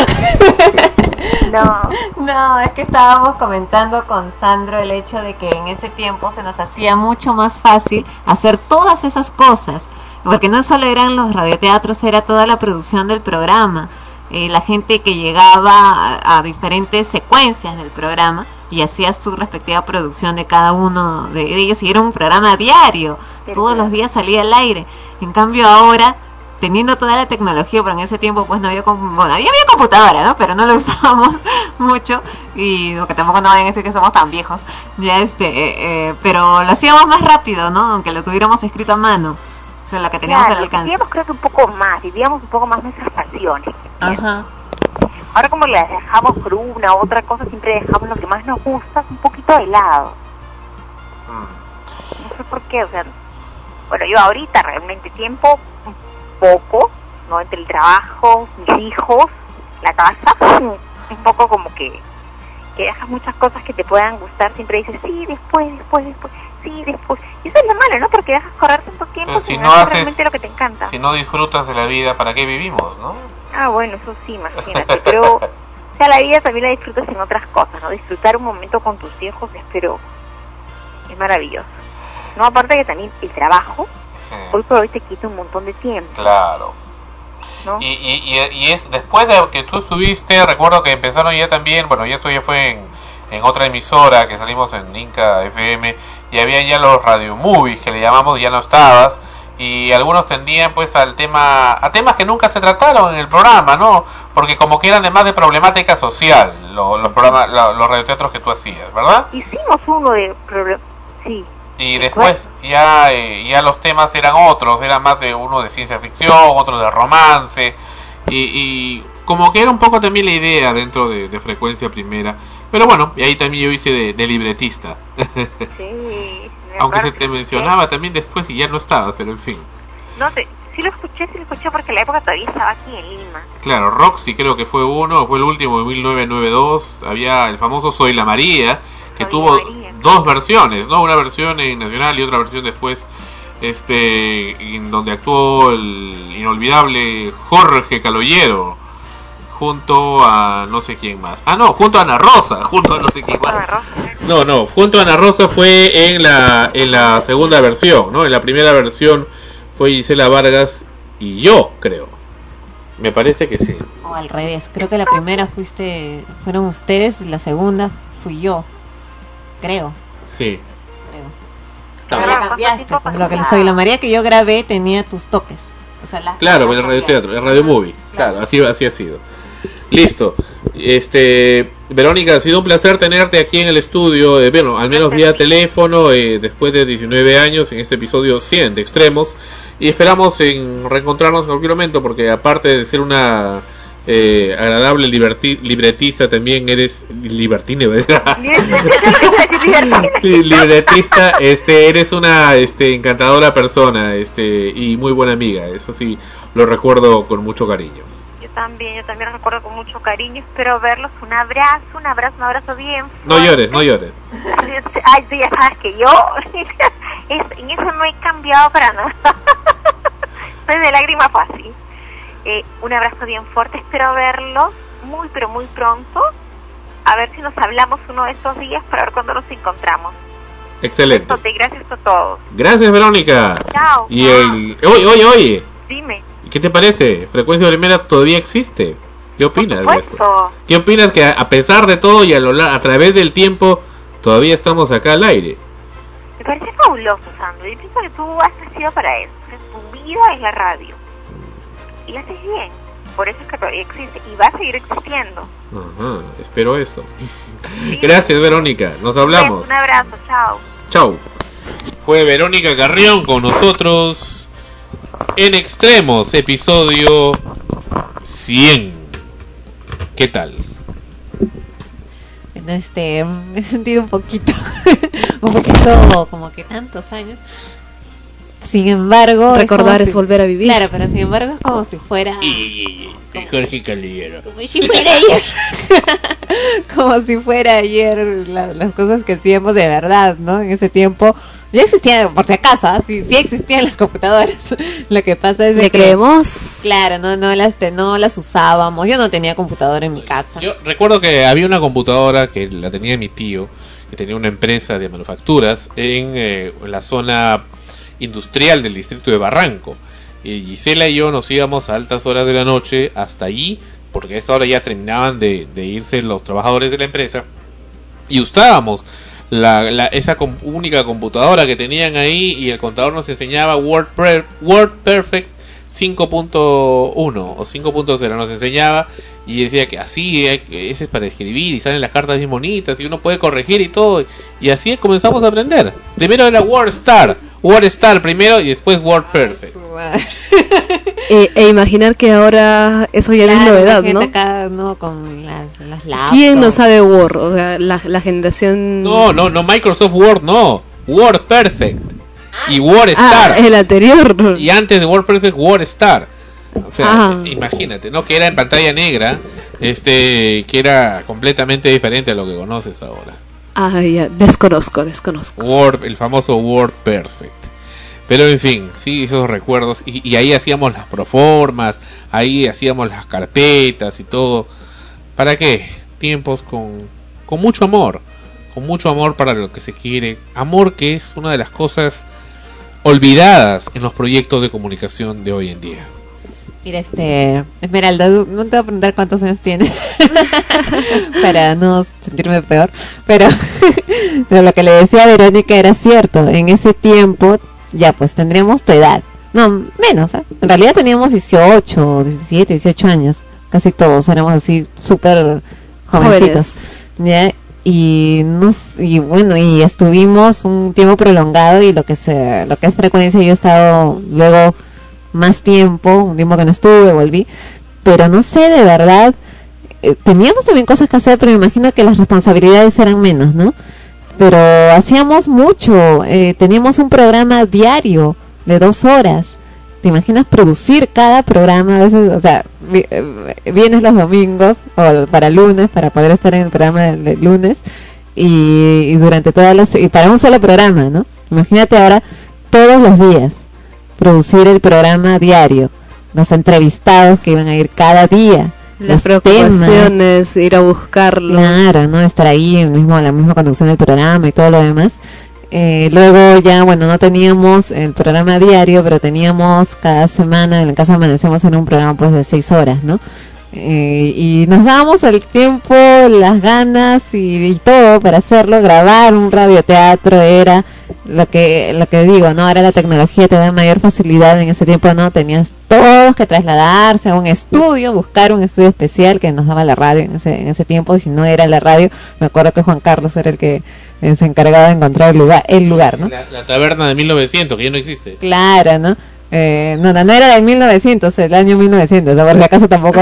No. No, es que estábamos comentando con Sandro el hecho de que en ese tiempo se nos hacía mucho más fácil hacer todas esas cosas. porque no solo eran los radioteatros, era toda la producción del programa, la gente que llegaba a diferentes secuencias del programa y hacía su respectiva producción de cada uno de ellos, y era un programa diario, todos los días salía al aire. En cambio ahora, teniendo toda la tecnología, pero en ese tiempo pues no había, había computadora, ¿no? Pero no la usábamos mucho, y que tampoco no vayan a decir que somos tan viejos, ya pero lo hacíamos más rápido, ¿no? Aunque lo tuviéramos escrito a mano, o sea, lo que teníamos al alcance. Vivíamos creo que un poco más, vivíamos un poco más nuestras pasiones. Ajá. Ahora como le dejamos por una u otra cosa, siempre dejamos lo que más nos gusta un poquito de lado. No sé por qué, o sea, bueno, yo ahorita realmente tiempo un poco, ¿no? Entre el trabajo, mis hijos, la casa, un poco como que dejas muchas cosas que te puedan gustar, siempre dices, sí, después, sí, después. Y eso es lo malo, ¿no? Porque dejas correr tanto tiempo pero si sin no hacer haces realmente lo que te encanta. Si no disfrutas de la vida, ¿para qué vivimos, no? Ah, bueno, eso sí, imagínate, pero o sea, la vida también la disfrutas en otras cosas, ¿no? Disfrutar un momento con tus hijos, pero es maravilloso. No, aparte que también el trabajo, hoy por hoy te quita un montón de tiempo. Claro. ¿No? Y es después de que tú estuviste, recuerdo que empezaron ya también, bueno, ya esto ya fue en otra emisora, que salimos en Inca FM, y había ya los radio movies, que le llamamos, ya no estabas, y algunos tendían pues a temas que nunca se trataron en el programa, ¿no? Porque como que eran de más de problemática social, los programas, los radioteatros que tú hacías, ¿verdad? Hicimos uno de sí. Y después ya los temas eran otros, eran más de uno de ciencia ficción, otro de romance, y como que era un poco también la idea dentro de Frecuencia Primera. Pero bueno, y ahí también yo hice de libretista. Sí. Aunque se te mencionaba también después y ya no estabas, pero en fin. No sé, sí lo escuché porque en la época todavía estaba aquí en Lima. Claro, Roxy creo que fue el último de 1992, había el famoso Soy la María, que tuvo dos versiones, ¿no? Una versión en Nacional y otra versión después en donde actuó el inolvidable Jorge Caloyero junto a no sé quién más. Junto a Ana Rosa, junto a no sé quién más. No, junto a Ana Rosa fue en la segunda versión, ¿no? En la primera versión fue Gisela Vargas y yo, creo. Me parece que sí. O al revés, creo que la primera fueron ustedes, la segunda fui yo. Creo. Sí. Pero la cambiaste, pues lo que Soy la María que yo grabé tenía tus toques. O sea, claro, el radioteatro, el radio movie. Claro, así ha sido. Listo. Verónica, ha sido un placer tenerte aquí en el estudio, al menos vía teléfono, después de 19 años en este episodio 100 de Extremos, y esperamos reencontrarnos en cualquier momento, porque aparte de ser una agradable libretista, también eres libertine, ¿verdad? Libretista, eres una encantadora persona, y muy buena amiga, eso sí lo recuerdo con mucho cariño. Yo también recuerdo con mucho cariño, espero verlos, un abrazo bien fuerte. No llores. Ay, tú ya sabes que yo en eso no he cambiado para nada. Soy de lágrima fácil. Un abrazo bien fuerte, espero verlos muy pero muy pronto, a ver si nos hablamos uno de estos días para ver cuándo nos encontramos. Excelente. Gracias a todos. Gracias, Verónica. Chao. Y oye. Dime. ¿Qué te parece? Frecuencia Primera todavía existe. ¿Qué opinas de eso? ¿Qué opinas que a pesar de todo y a través del tiempo todavía estamos acá al aire? Me parece fabuloso, Sandro. Yo pienso que tú has nacido para eso. Tu vida es la radio. Y lo haces bien. Por eso es que todavía existe y va a seguir existiendo. Ajá, espero eso. Sí. Gracias, Verónica. Nos hablamos. Un abrazo, chao. Chao. Fue Verónica Carrión con nosotros en Extremos, episodio 100. ¿Qué tal? Me he sentido un poquito como que tantos años. Sin embargo, recordar es volver a vivir. Claro, pero sin embargo es como si fuera Jorge Caloyero. Como si fuera ayer. Como si fuera ayer las cosas que hacíamos de verdad, ¿no? En ese tiempo ya existían, por si acaso, sí existían las computadoras. Lo que pasa es que creemos. Claro, no las usábamos. Yo no tenía computadora en mi casa. Yo recuerdo que había una computadora que la tenía mi tío, que tenía una empresa de manufacturas en la zona industrial del distrito de Barranco. Gisela y yo nos íbamos a altas horas de la noche hasta allí, porque a esta hora ya terminaban de irse los trabajadores de la empresa, y usábamos esa única computadora que tenían ahí, y el contador nos enseñaba Word Perfect 5.1 o 5.0 nos enseñaba, y decía que así ese es para escribir y salen las cartas bien bonitas y uno puede corregir y todo, y así comenzamos a aprender. Primero era WordStar primero, y después Word Perfect. E imaginar que ahora eso ya es novedad, ¿no? Acá, ¿no? Con las laptops. ¿Quién no sabe Word? O sea, la generación... No, Microsoft Word, no. Word Perfect. Y WordStar. El anterior. Y antes de Word Perfect, WordStar. O sea, imagínate, ¿no? Que era en pantalla negra, que era completamente diferente a lo que conoces ahora. Ya, desconozco. Word, el famoso Word Perfect. Pero en fin, sí, esos recuerdos, y ahí hacíamos las proformas, ahí hacíamos las carpetas y todo. ¿Para qué? Tiempos con mucho amor para lo que se quiere, amor que es una de las cosas olvidadas en los proyectos de comunicación de hoy en día. Mira, Esmeralda, no te voy a preguntar cuántos años tienes para no sentirme peor, pero lo que le decía a Verónica era cierto. En ese tiempo ya pues tendríamos tu edad, no, menos, ¿eh? En realidad teníamos 18, 17, 18 años, casi todos éramos así súper jovencitos, ¿ya? Y bueno, y estuvimos un tiempo prolongado, y lo que es frecuencia, yo he estado luego más tiempo, un tiempo que no estuve, volví, pero no sé, de verdad, teníamos también cosas que hacer, pero me imagino que las responsabilidades eran menos, ¿no? Pero hacíamos mucho, teníamos un programa diario de 2 horas. ¿Te imaginas producir cada programa? A veces, o sea, vienes los domingos o para lunes, para poder estar en el programa de lunes, y durante y para un solo programa, ¿no? Imagínate ahora todos los días producir el programa diario, los entrevistados que iban a ir cada día, las preocupaciones, ir a buscarlos. Claro, ¿no? Estar ahí, la misma conducción del programa y todo lo demás. Luego ya, bueno, no teníamos el programa diario, pero teníamos cada semana, en el caso de Amanecemos, en un programa pues de 6 horas, ¿no? Y nos dábamos el tiempo, las ganas y todo para hacerlo. Grabar un radioteatro era lo que digo, ¿no? Ahora la tecnología te da mayor facilidad. En ese tiempo no, tenías todos que trasladarse a un estudio, buscar un estudio especial que nos daba la radio en ese tiempo, y si no era la radio, me acuerdo que Juan Carlos era el que se encargaba de encontrar el lugar, ¿no? La taberna de 1900, que ya no existe. Claro, ¿no? No era del 1900, el año 1900, por si acaso tampoco,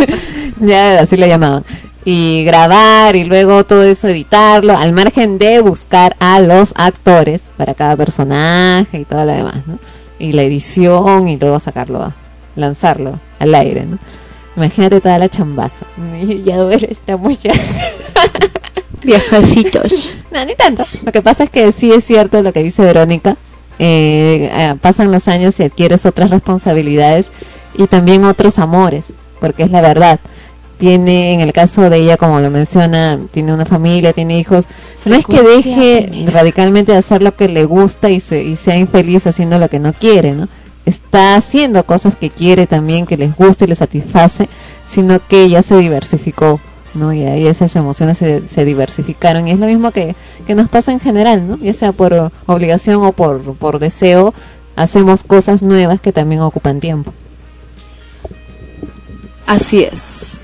ya así le llamaban. Y grabar, y luego todo eso editarlo, al margen de buscar a los actores para cada personaje y todo lo demás, ¿no? Y la edición, y luego lanzarlo al aire, ¿no? Imagínate toda la chambaza. Y ahora estamos ya viejecitos. No, ni tanto. Lo que pasa es que sí es cierto lo que dice Verónica. Pasan los años y adquieres otras responsabilidades y también otros amores, porque es la verdad. En el caso de ella, como lo menciona, tiene una familia, tiene hijos. No es que deje radicalmente de hacer lo que le gusta y sea infeliz haciendo lo que no quiere, ¿no? Está haciendo cosas que quiere también, que les gusta y les satisface, sino que ya se diversificó, ¿no? Y ahí esas emociones se diversificaron, y es lo mismo que nos pasa en general, ¿no? Ya sea por obligación o por deseo, hacemos cosas nuevas que también ocupan tiempo. Así es.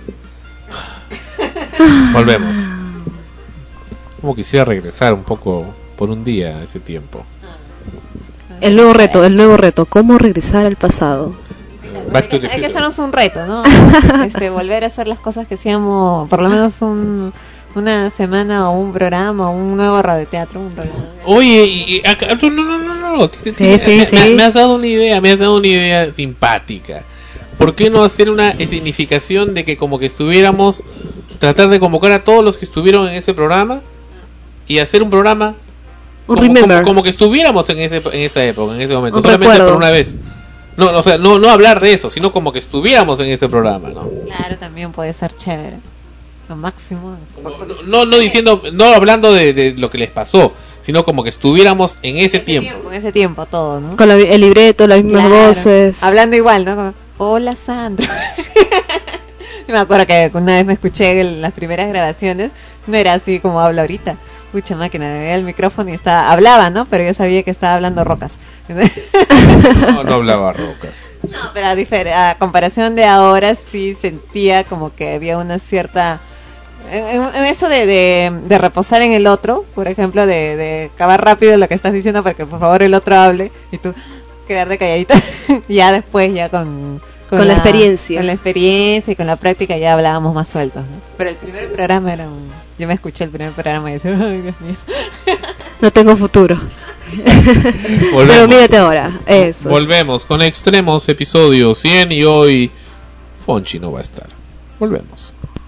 Volvemos. Como quisiera regresar un poco por un día a ese tiempo. El nuevo reto, ¿cómo regresar al pasado? Hay que hacernos un reto, ¿no? Volver a hacer las cosas que hacíamos, por lo menos una semana, o un programa, o un nuevo radioteatro, un programa. Oye, no. Sí. Me has dado una idea simpática. ¿Por qué no hacer una escenificación de que como que estuviéramos, tratar de convocar a todos los que estuvieron en ese programa y hacer un programa como que estuviéramos en esa época, en ese momento, solamente por una vez? No, o sea, no hablar de eso, sino como que estuviéramos en ese programa, ¿no? Claro, también puede ser chévere. Lo máximo. No hablando de lo que les pasó, sino como que estuviéramos en ese tiempo. En ese tiempo todo, ¿no? Con el libreto, las mismas voces. Hablando igual, ¿no? Como, hola Sandra. Me acuerdo que una vez me escuché en las primeras grabaciones, no era así como habla ahorita. Mucha máquina, veía el micrófono y hablaba, ¿no? Pero yo sabía que estaba hablando Rocas. No hablaba Rocas. No, pero a comparación de ahora sí sentía como que había una cierta... En eso de reposar en el otro, por ejemplo, de acabar rápido lo que estás diciendo para que por favor el otro hable y tú quedarte calladita. Ya después, ya con la experiencia. Con la experiencia y con la práctica ya hablábamos más sueltos, ¿no? Pero el primer programa era yo me escuché el primer programa y decía, ay Dios mío. No tengo futuro. Pero mírate ahora. Eso. Volvemos con Extremos, episodio 100 y hoy Fonchi no va a estar. Volvemos.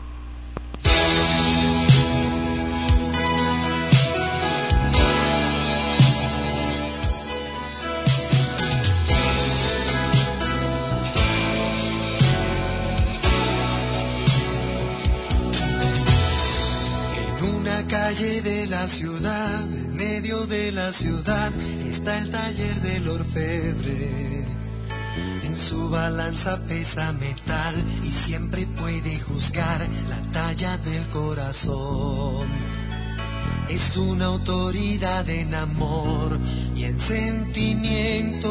Calle de la ciudad, en medio de la ciudad, está el taller del orfebre. En su balanza pesa metal y siempre puede juzgar la talla del corazón. Es una autoridad en amor y en sentimientos.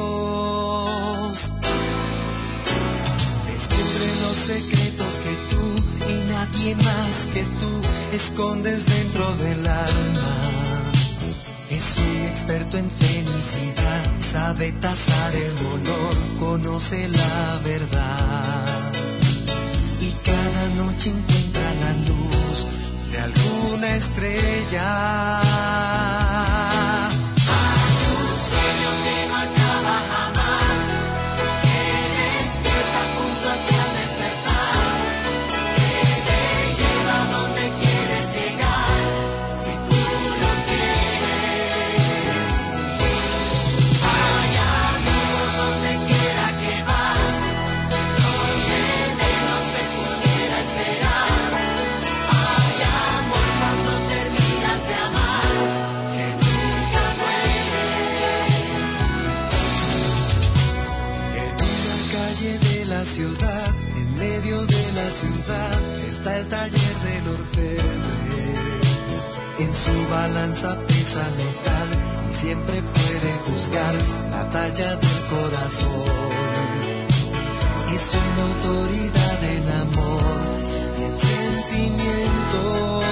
Descubre los secretos que tú y nadie más que tú escondes dentro del alma. Es un experto en felicidad, sabe tasar el dolor, conoce la verdad. Y cada noche encuentra la luz de alguna estrella. Hay un sueño que no acaba jamás, que despierta junto a ti al despertar, que te lleva a donde quieres llegar, si tú lo quieres. Hay amor donde quiera que vas, donde menos se pudiera esperar. Hay amor cuando terminas de amar, que nunca muere. En una calle de la ciudad, en medio de la ciudad, está el taller del orfebre. En su balanza pesa metal y siempre puede juzgar la talla del corazón. Es una autoridad en amor y en sentimientos.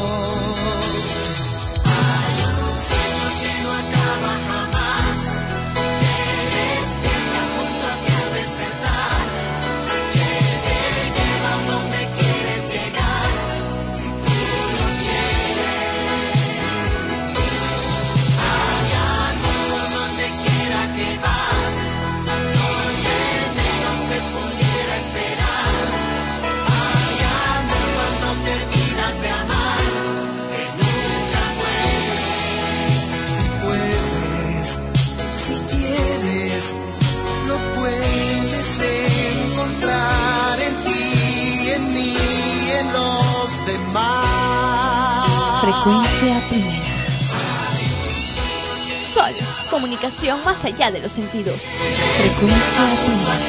Hay un sueño que no acaba jamás, que despierta junto a ti al despertar, que te lleva a donde quieres llegar, si tú lo quieres. Hay amor donde quiera que vas, donde menos se pudiera esperar. Hay amor cuando terminas de amar, que nunca muere. Si puedes, si quieres, lo puedes encontrar en ti, en mí, en los demás. Frecuencia primera. Sol, comunicación más allá de los sentidos. Frecuencia primera.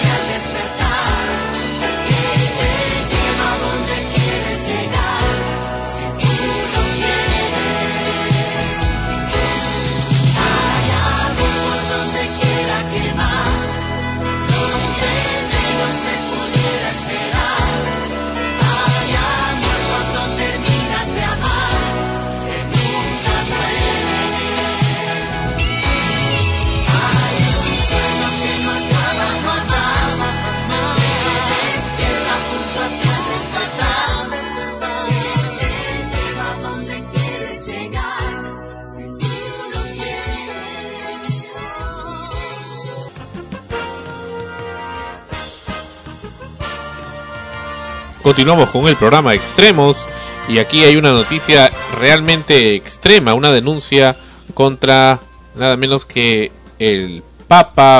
Continuamos con el programa Extremos y aquí hay una noticia realmente extrema, una denuncia contra nada menos que el Papa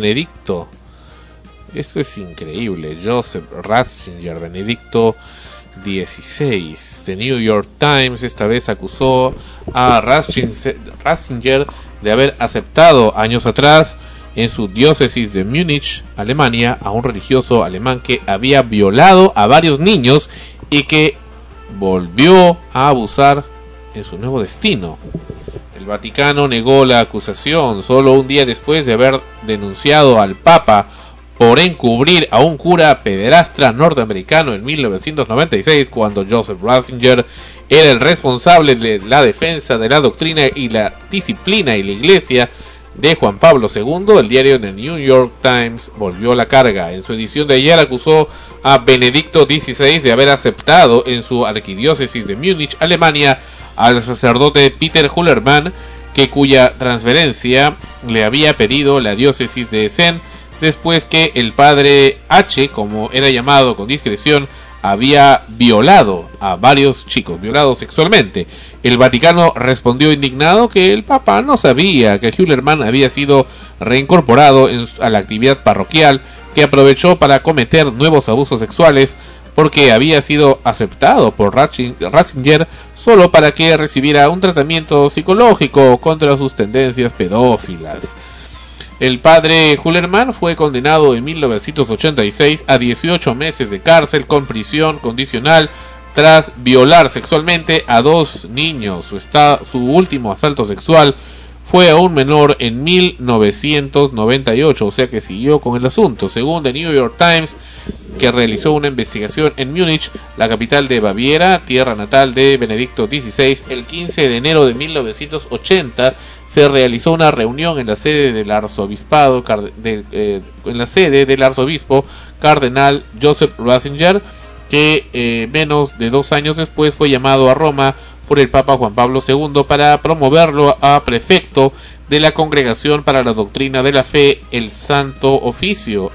Benedicto. Esto es increíble. Joseph Ratzinger, Benedicto XVI. The New York Times esta vez acusó a Ratzinger de haber aceptado años atrás en su diócesis de Múnich, Alemania, a un religioso alemán que había violado a varios niños y que volvió a abusar en su nuevo destino. El Vaticano negó la acusación solo un día después de haber denunciado al Papa por encubrir a un cura pederastra norteamericano en 1996, cuando Joseph Ratzinger era el responsable de la defensa de la doctrina y la disciplina y la iglesia de Juan Pablo II. El diario The New York Times volvió la carga. En su edición de ayer acusó a Benedicto XVI de haber aceptado en su arquidiócesis de Múnich, Alemania, al sacerdote Peter Hullermann, cuya transferencia le había pedido la diócesis de Essen, después que el padre H, como era llamado con discreción, había violado a varios chicos, violado sexualmente. El Vaticano respondió indignado que el Papa no sabía que Hullermann había sido reincorporado a la actividad parroquial, que aprovechó para cometer nuevos abusos sexuales porque había sido aceptado por Ratzinger solo para que recibiera un tratamiento psicológico contra sus tendencias pedófilas. El padre Hullermann fue condenado en 1986 a 18 meses de cárcel con prisión condicional tras violar sexualmente a 2 niños. Su último asalto sexual fue a un menor en 1998, o sea que siguió con el asunto. Según The New York Times, que realizó una investigación en Múnich, la capital de Baviera, tierra natal de Benedicto XVI, el 15 de enero de 1980, se realizó una reunión en la sede del arzobispado arzobispo cardenal Joseph Ratzinger, que menos de 2 años después fue llamado a Roma por el Papa Juan Pablo II para promoverlo a prefecto de la Congregación para la Doctrina de la Fe, el Santo Oficio,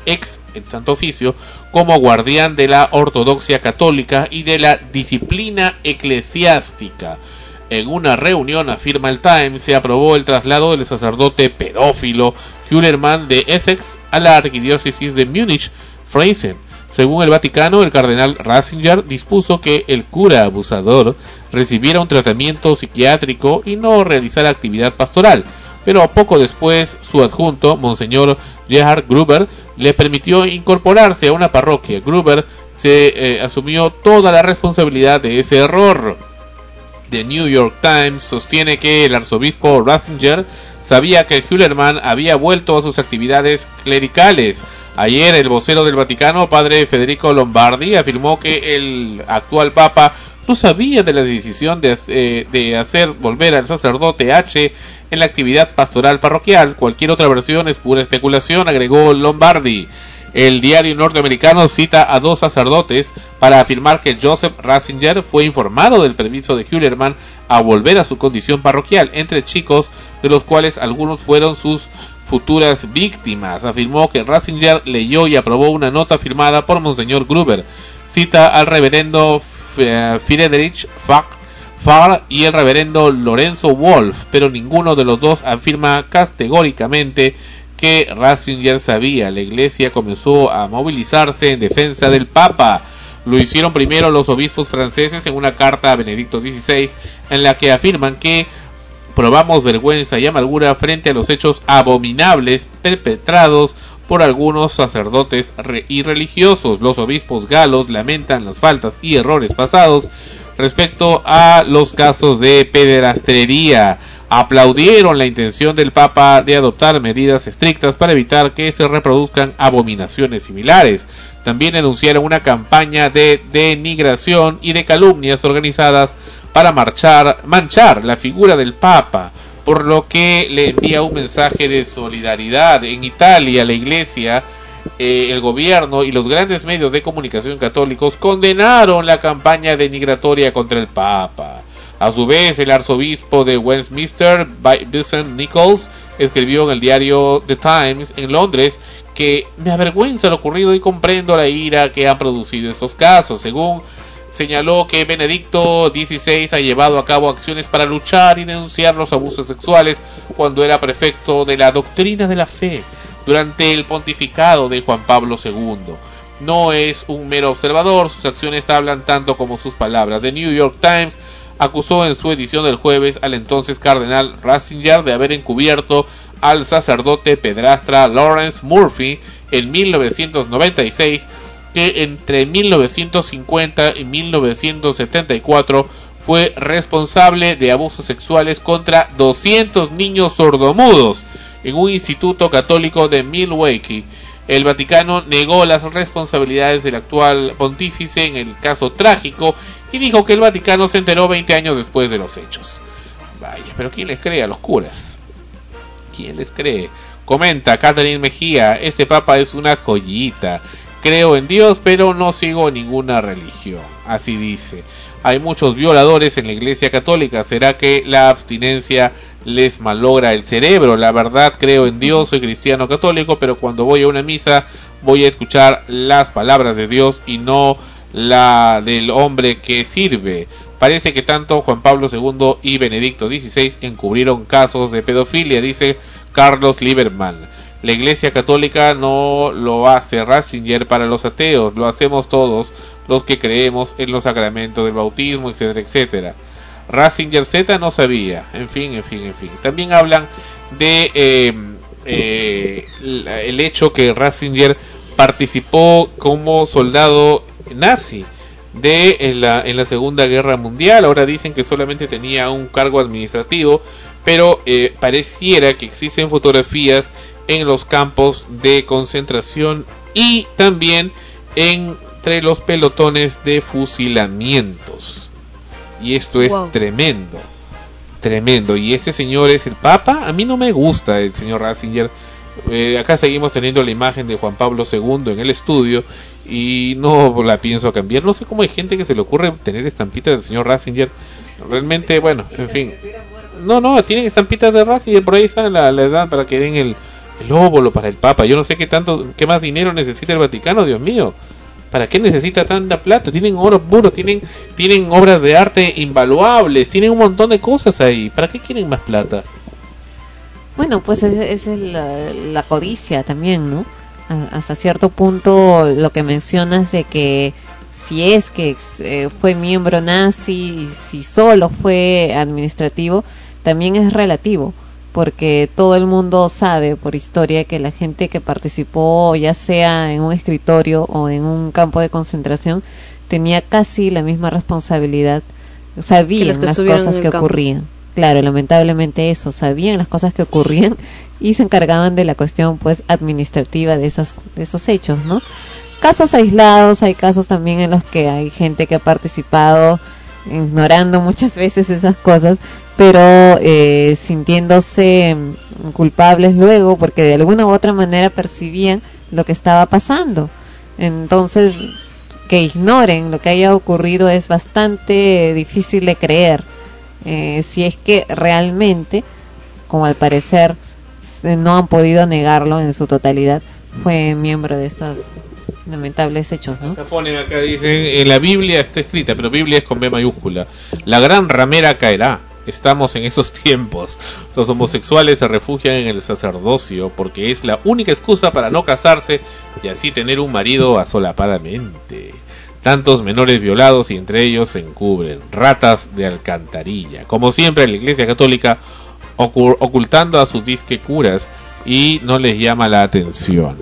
como guardián de la ortodoxia católica y de la disciplina eclesiástica. En una reunión, afirma el Times, se aprobó el traslado del sacerdote pedófilo Hullermann de Essex a la arquidiócesis de Múnich-Freising. Según el Vaticano, el cardenal Ratzinger dispuso que el cura abusador recibiera un tratamiento psiquiátrico y no realizara actividad pastoral, pero poco después su adjunto, Monseñor Gerhard Gruber, le permitió incorporarse a una parroquia. Gruber se asumió toda la responsabilidad de ese error. The New York Times sostiene que el arzobispo Ratzinger sabía que Hullermann había vuelto a sus actividades clericales. Ayer el vocero del Vaticano, padre Federico Lombardi, afirmó que el actual papa no sabía de la decisión de hacer volver al sacerdote H en la actividad pastoral parroquial. Cualquier otra versión es pura especulación, agregó Lombardi. El diario norteamericano cita a 2 sacerdotes para afirmar que Joseph Ratzinger fue informado del permiso de Hullermann a volver a su condición parroquial, entre chicos de los cuales algunos fueron sus futuras víctimas. Afirmó que Ratzinger leyó y aprobó una nota firmada por Monseñor Gruber. Cita al reverendo Friedrich Pfarr y el reverendo Lorenzo Wolf, pero ninguno de los dos afirma categóricamente que Ratzinger sabía. La iglesia comenzó a movilizarse en defensa del Papa. Lo hicieron primero los obispos franceses en una carta a Benedicto XVI, en la que afirman que probamos vergüenza y amargura frente a los hechos abominables perpetrados por algunos sacerdotes y religiosos. Los obispos galos lamentan las faltas y errores pasados respecto a los casos de pederastrería. Aplaudieron la intención del Papa de adoptar medidas estrictas para evitar que se reproduzcan abominaciones similares. También denunciaron una campaña de denigración y de calumnias organizadas para manchar la figura del Papa, por lo que le envía un mensaje de solidaridad. En Italia, la Iglesia, el gobierno y los grandes medios de comunicación católicos condenaron la campaña denigratoria contra el Papa. A su vez, el arzobispo de Westminster, Vincent Nichols, escribió en el diario The Times en Londres que me avergüenza lo ocurrido y comprendo la ira que han producido estos casos. Según señaló que Benedicto XVI ha llevado a cabo acciones para luchar y denunciar los abusos sexuales cuando era prefecto de la doctrina de la fe durante el pontificado de Juan Pablo II. no es un mero observador, sus acciones hablan tanto como sus palabras. The New York Times acusó en su edición del jueves al entonces cardenal Ratzinger de haber encubierto al sacerdote pedrastra Lawrence Murphy en 1996, que entre 1950 y 1974 fue responsable de abusos sexuales contra 200 niños sordomudos en un instituto católico de Milwaukee. El Vaticano negó las responsabilidades del actual pontífice en el caso trágico y dijo que el Vaticano se enteró 20 años después de los hechos. Vaya, pero ¿quién les cree a los curas? ¿Quién les cree? Comenta Catherine Mejía, este papa es una joyita. Creo en Dios, pero no sigo ninguna religión. Así dice. Hay muchos violadores en la Iglesia Católica. ¿Será que la abstinencia les malogra el cerebro? La verdad, creo en Dios, soy cristiano católico, pero cuando voy a una misa voy a escuchar las palabras de Dios y no la del hombre que sirve. Parece que tanto Juan Pablo II y Benedicto XVI encubrieron casos de pedofilia, dice Carlos Lieberman. La Iglesia Católica no lo hace Ratzinger para los ateos, lo hacemos todos los que creemos en los sacramentos del bautismo, etcétera, etcétera. Ratzinger Z no sabía, en fin. También hablan de el hecho que Ratzinger participó como soldado nazi en la Segunda Guerra Mundial. Ahora dicen que solamente tenía un cargo administrativo, pero pareciera que existen fotografías en los campos de concentración y también entre los pelotones de fusilamientos. Y esto es tremendo. Y ese señor es el Papa. A mí no me gusta el señor Ratzinger. Acá seguimos teniendo la imagen de Juan Pablo II en el estudio y no la pienso cambiar. No sé cómo hay gente que se le ocurre tener estampitas del señor Ratzinger. Realmente, bueno, en fin. No, tienen estampitas de Ratzinger. Por ahí está la edad para que den el óvulo para el Papa. Yo no sé qué más dinero necesita el Vaticano, Dios mío. ¿Para qué necesita tanta plata? Tienen oro puro, tienen obras de arte invaluables, tienen un montón de cosas ahí. ¿Para qué quieren más plata? Bueno, pues es la codicia también, ¿no? Hasta cierto punto lo que mencionas de que si es que fue miembro nazi, si solo fue administrativo, también es relativo, porque todo el mundo sabe por historia que la gente que participó, ya sea en un escritorio o en un campo de concentración, tenía casi la misma responsabilidad, sabían las cosas que ocurrían. Claro, lamentablemente sabían las cosas que ocurrían y se encargaban de la cuestión pues administrativa de esos hechos, ¿no? Casos aislados, hay casos también en los que hay gente que ha participado ignorando muchas veces esas cosas, pero sintiéndose culpables luego porque de alguna u otra manera percibían lo que estaba pasando. Entonces, que ignoren lo que haya ocurrido es bastante difícil de creer. Si es que realmente, como al parecer no han podido negarlo en su totalidad, fue miembro de estos lamentables hechos, ¿no? Acá dicen, en la Biblia está escrita, pero Biblia es con B mayúscula, la gran ramera caerá. Estamos en esos tiempos. Los homosexuales se refugian en el sacerdocio porque es la única excusa para no casarse y así tener un marido asolapadamente. Tantos menores violados y entre ellos se encubren, ratas de alcantarilla. Como siempre, la Iglesia Católica ocultando a sus disque curas y no les llama la atención.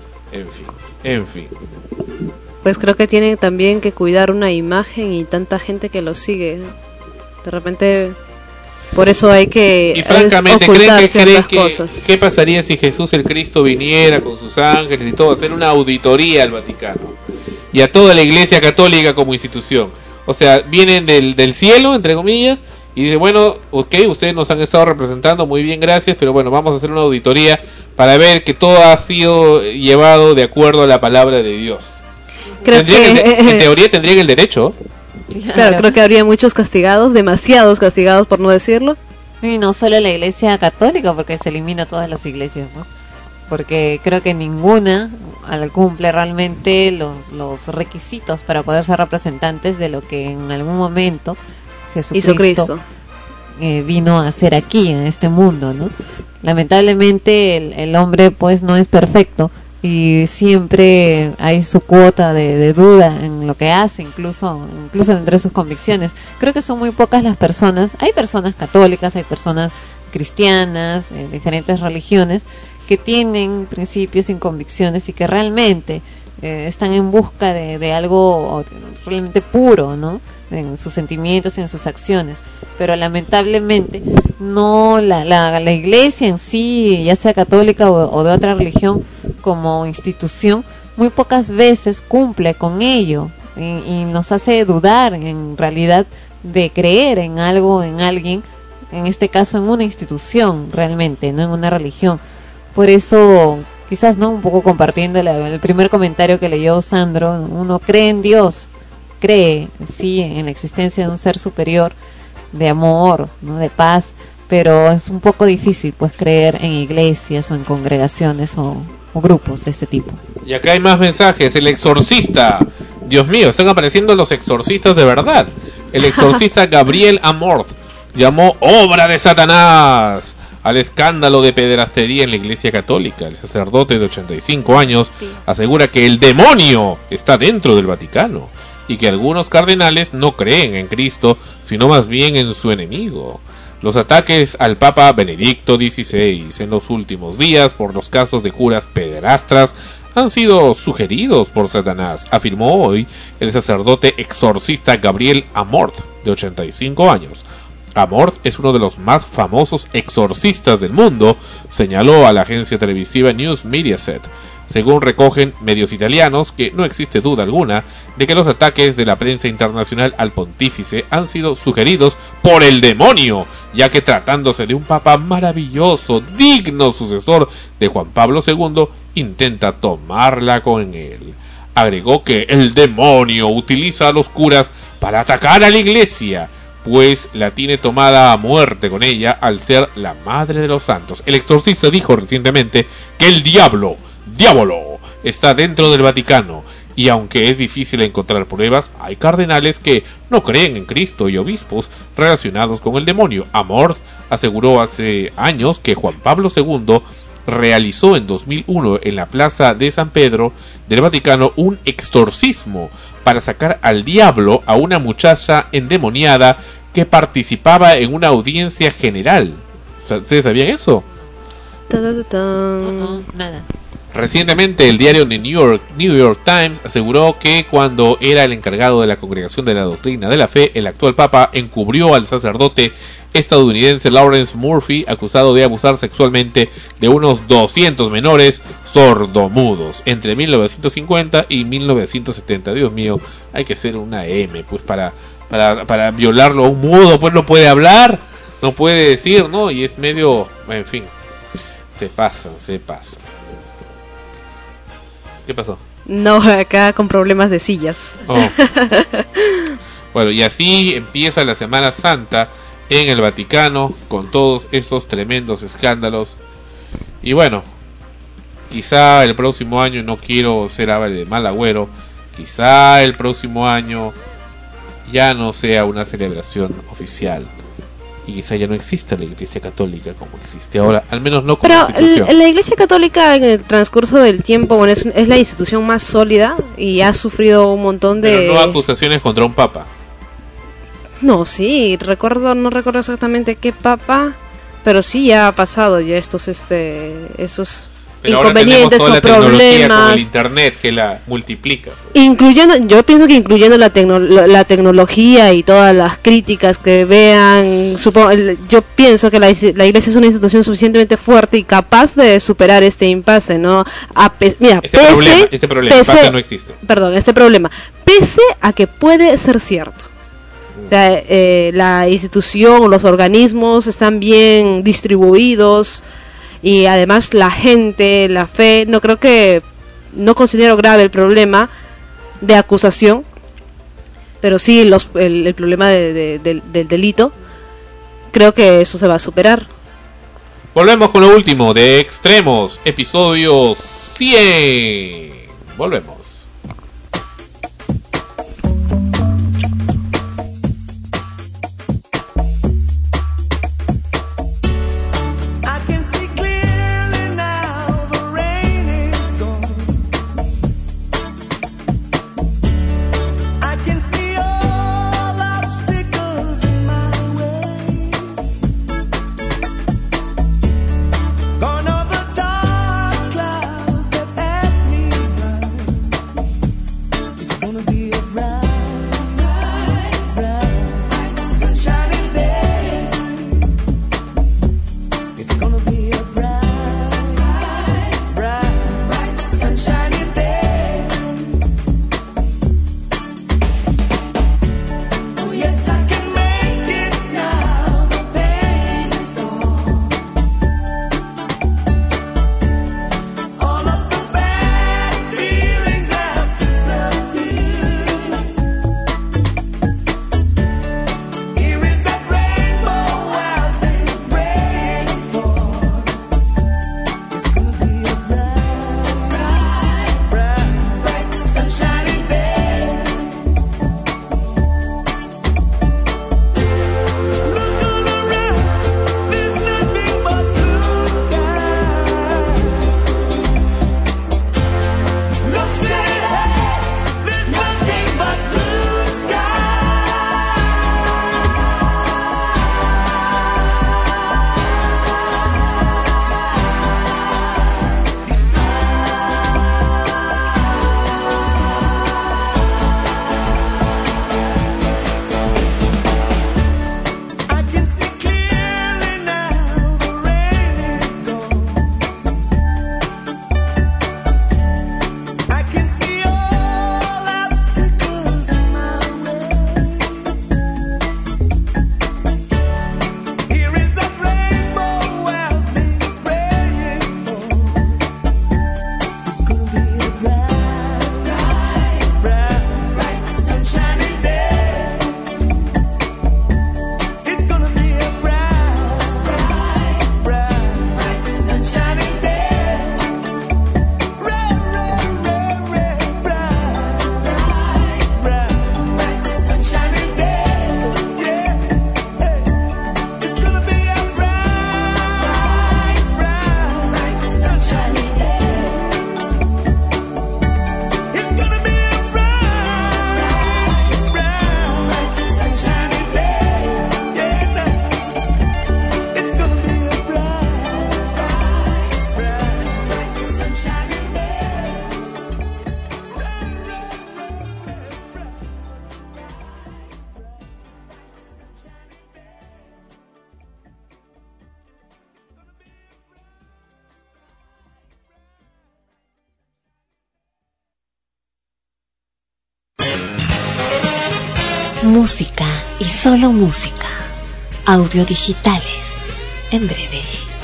En fin. Pues creo que tienen también que cuidar una imagen y tanta gente que lo sigue. De repente, por eso hay que y francamente, ocultar ciertas ¿creen cosas. ¿Qué pasaría si Jesús el Cristo viniera con sus ángeles y todo, hacer una auditoría al Vaticano y a toda la Iglesia Católica como institución? O sea, vienen del cielo, entre comillas, y dice, bueno, ok, ustedes nos han estado representando, muy bien, gracias, pero bueno, vamos a hacer una auditoría para ver que todo ha sido llevado de acuerdo a la palabra de Dios. En teoría tendrían el derecho. Claro, creo que habría muchos castigados, demasiados castigados por no decirlo. Y no solo la Iglesia Católica, porque se elimina todas las iglesias, ¿no? Porque creo que ninguna cumple realmente los requisitos para poder ser representantes de lo que en algún momento Jesucristo vino a hacer aquí, en este mundo, ¿no? Lamentablemente el hombre pues no es perfecto y siempre hay su cuota de duda en lo que hace, incluso entre sus convicciones. Creo que son muy pocas las personas, hay personas católicas, hay personas cristianas, diferentes religiones, que tienen principios y convicciones y que realmente están en busca de algo realmente puro, ¿no? En sus sentimientos y en sus acciones. Pero lamentablemente no la iglesia en sí, ya sea católica o de otra religión, como institución, muy pocas veces cumple con ello y nos hace dudar en realidad de creer en algo, en alguien, en este caso en una institución realmente, no en una religión. Por eso, quizás no un poco compartiendo el primer comentario que leyó Sandro, uno cree en Dios, cree sí en la existencia de un ser superior, de amor, ¿no? De paz, pero es un poco difícil pues creer en iglesias o en congregaciones o grupos de este tipo. Y acá hay más mensajes. El exorcista, Dios mío, están apareciendo los exorcistas de verdad. El exorcista Gabriel Amorth llamó obra de Satanás al escándalo de pederastería en la Iglesia Católica. El sacerdote de 85 años asegura que el demonio está dentro del Vaticano y que algunos cardenales no creen en Cristo, sino más bien en su enemigo. Los ataques al Papa Benedicto XVI en los últimos días por los casos de curas pederastras han sido sugeridos por Satanás, afirmó hoy el sacerdote exorcista Gabriel Amorth, de 85 años. Amorth es uno de los más famosos exorcistas del mundo, señaló a la agencia televisiva News Mediaset. Según recogen medios italianos, que no existe duda alguna de que los ataques de la prensa internacional al pontífice han sido sugeridos por el demonio, ya que tratándose de un papa maravilloso, digno sucesor de Juan Pablo II, intenta tomarla con él. Agregó que el demonio utiliza a los curas para atacar a la iglesia, pues la tiene tomada a muerte con ella al ser la madre de los santos. El exorcista dijo recientemente que el diablo está dentro del Vaticano, y aunque es difícil encontrar pruebas, hay cardenales que no creen en Cristo y obispos relacionados con el demonio. Amorth aseguró hace años que Juan Pablo II realizó en 2001 en la plaza de San Pedro del Vaticano un exorcismo para sacar al diablo a una muchacha endemoniada que participaba en una audiencia general. ¿Ustedes sabían eso? Nada. Recientemente el diario The New York Times aseguró que cuando era el encargado de la Congregación de la Doctrina de la Fe, el actual Papa encubrió al sacerdote estadounidense Lawrence Murphy, acusado de abusar sexualmente de unos 200 menores sordomudos entre 1950 y 1970. Dios mío, hay que ser una M, pues para violarlo a un mudo, pues no puede hablar, no puede decir, ¿no? Y es medio, en fin, se pasan. ¿Qué pasó? No, acá con problemas de sillas. Oh. Bueno, y así empieza la Semana Santa en el Vaticano con todos estos tremendos escándalos. Y bueno, quizá el próximo año, no quiero ser de mal agüero, quizá el próximo año ya no sea una celebración oficial. Y quizá ya no exista la Iglesia Católica como existe ahora, al menos no como institución. Pero la Iglesia Católica en el transcurso del tiempo, bueno, es la institución más sólida y ha sufrido un montón de... Pero no acusaciones contra un papa. No, sí, no recuerdo exactamente qué papa, pero sí ya ha pasado ya esos pero inconvenientes o problemas con el internet que la multiplica, pues. Yo pienso que incluyendo la tecnología y todas las críticas que vean, yo pienso que la Iglesia es una institución suficientemente fuerte y capaz de superar este impasse, ¿no? Este problema no existe. Perdón, este problema, pese a que puede ser cierto. O sea, la institución, los organismos están bien distribuidos. Y además la gente, la fe, no considero grave el problema de acusación, pero sí el problema del delito, creo que eso se va a superar. Volvemos con lo último de Extremos, episodio 100. Volvemos. I can see clearly now, the rain is gone. Música y solo música. Audiodigitales. En breve.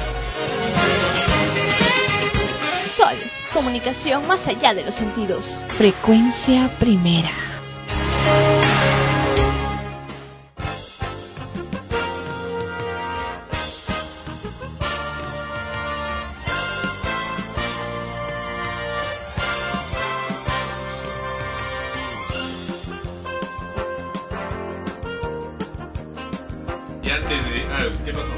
Sol, comunicación más allá de los sentidos. Frecuencia primera. Y antes de... ¿qué pasó?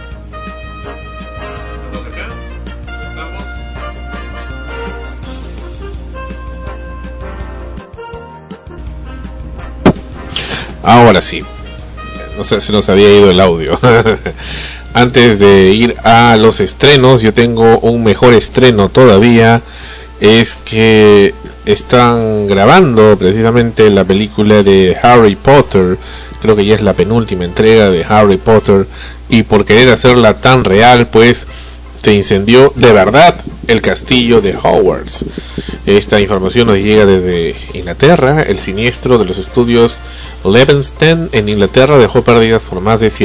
¿Estamos acá? ¿Estamos? Ahora sí. No sé, se nos había ido el audio. Antes de ir a los estrenos, yo tengo un mejor estreno todavía. Es que están grabando precisamente la película de Harry Potter. Creo que ya es la penúltima entrega de Harry Potter, y por querer hacerla tan real, pues se incendió de verdad el castillo de Hogwarts. Esta información nos llega desde Inglaterra. El siniestro de los estudios Levenstein en Inglaterra dejó pérdidas por más de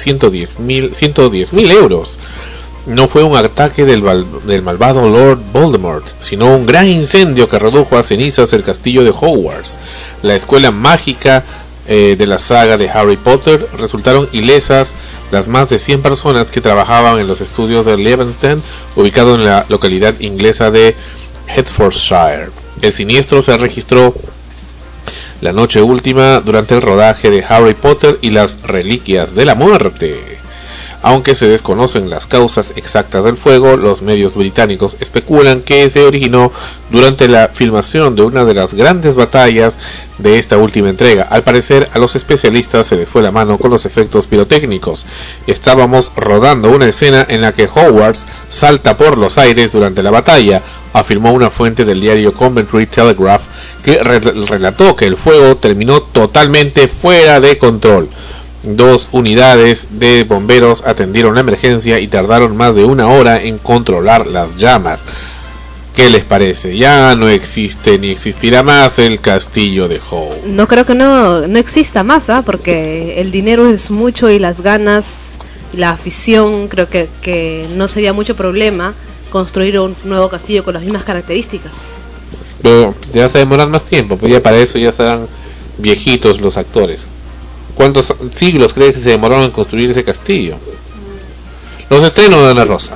110.000 euros. No fue un ataque del malvado Lord Voldemort, sino un gran incendio que redujo a cenizas el castillo de Hogwarts. La escuela mágica de la saga de Harry Potter. Resultaron ilesas las más de 100 personas que trabajaban en los estudios de Levenstein, ubicado en la localidad inglesa de Hertfordshire. El siniestro se registró la noche última durante el rodaje de Harry Potter y las Reliquias de la Muerte. Aunque se desconocen las causas exactas del fuego, los medios británicos especulan que se originó durante la filmación de una de las grandes batallas de esta última entrega. Al parecer, a los especialistas se les fue la mano con los efectos pirotécnicos. Estábamos rodando una escena en la que Hogwarts salta por los aires durante la batalla, afirmó una fuente del diario Coventry Telegraph, que relató que el fuego terminó totalmente fuera de control. 2 unidades de bomberos atendieron la emergencia y tardaron más de 1 hora en controlar las llamas. ¿Qué les parece? Ya no existe ni existirá más el castillo de Hogwarts. No creo que no exista más, porque el dinero es mucho y las ganas y la afición, creo que no sería mucho problema construir un nuevo castillo con las mismas características. Pero ya se demoran más tiempo, pues ya para eso ya serán viejitos los actores. ¿Cuántos siglos crees que se demoraron en construir ese castillo? Los estrenos de Ana Rosa.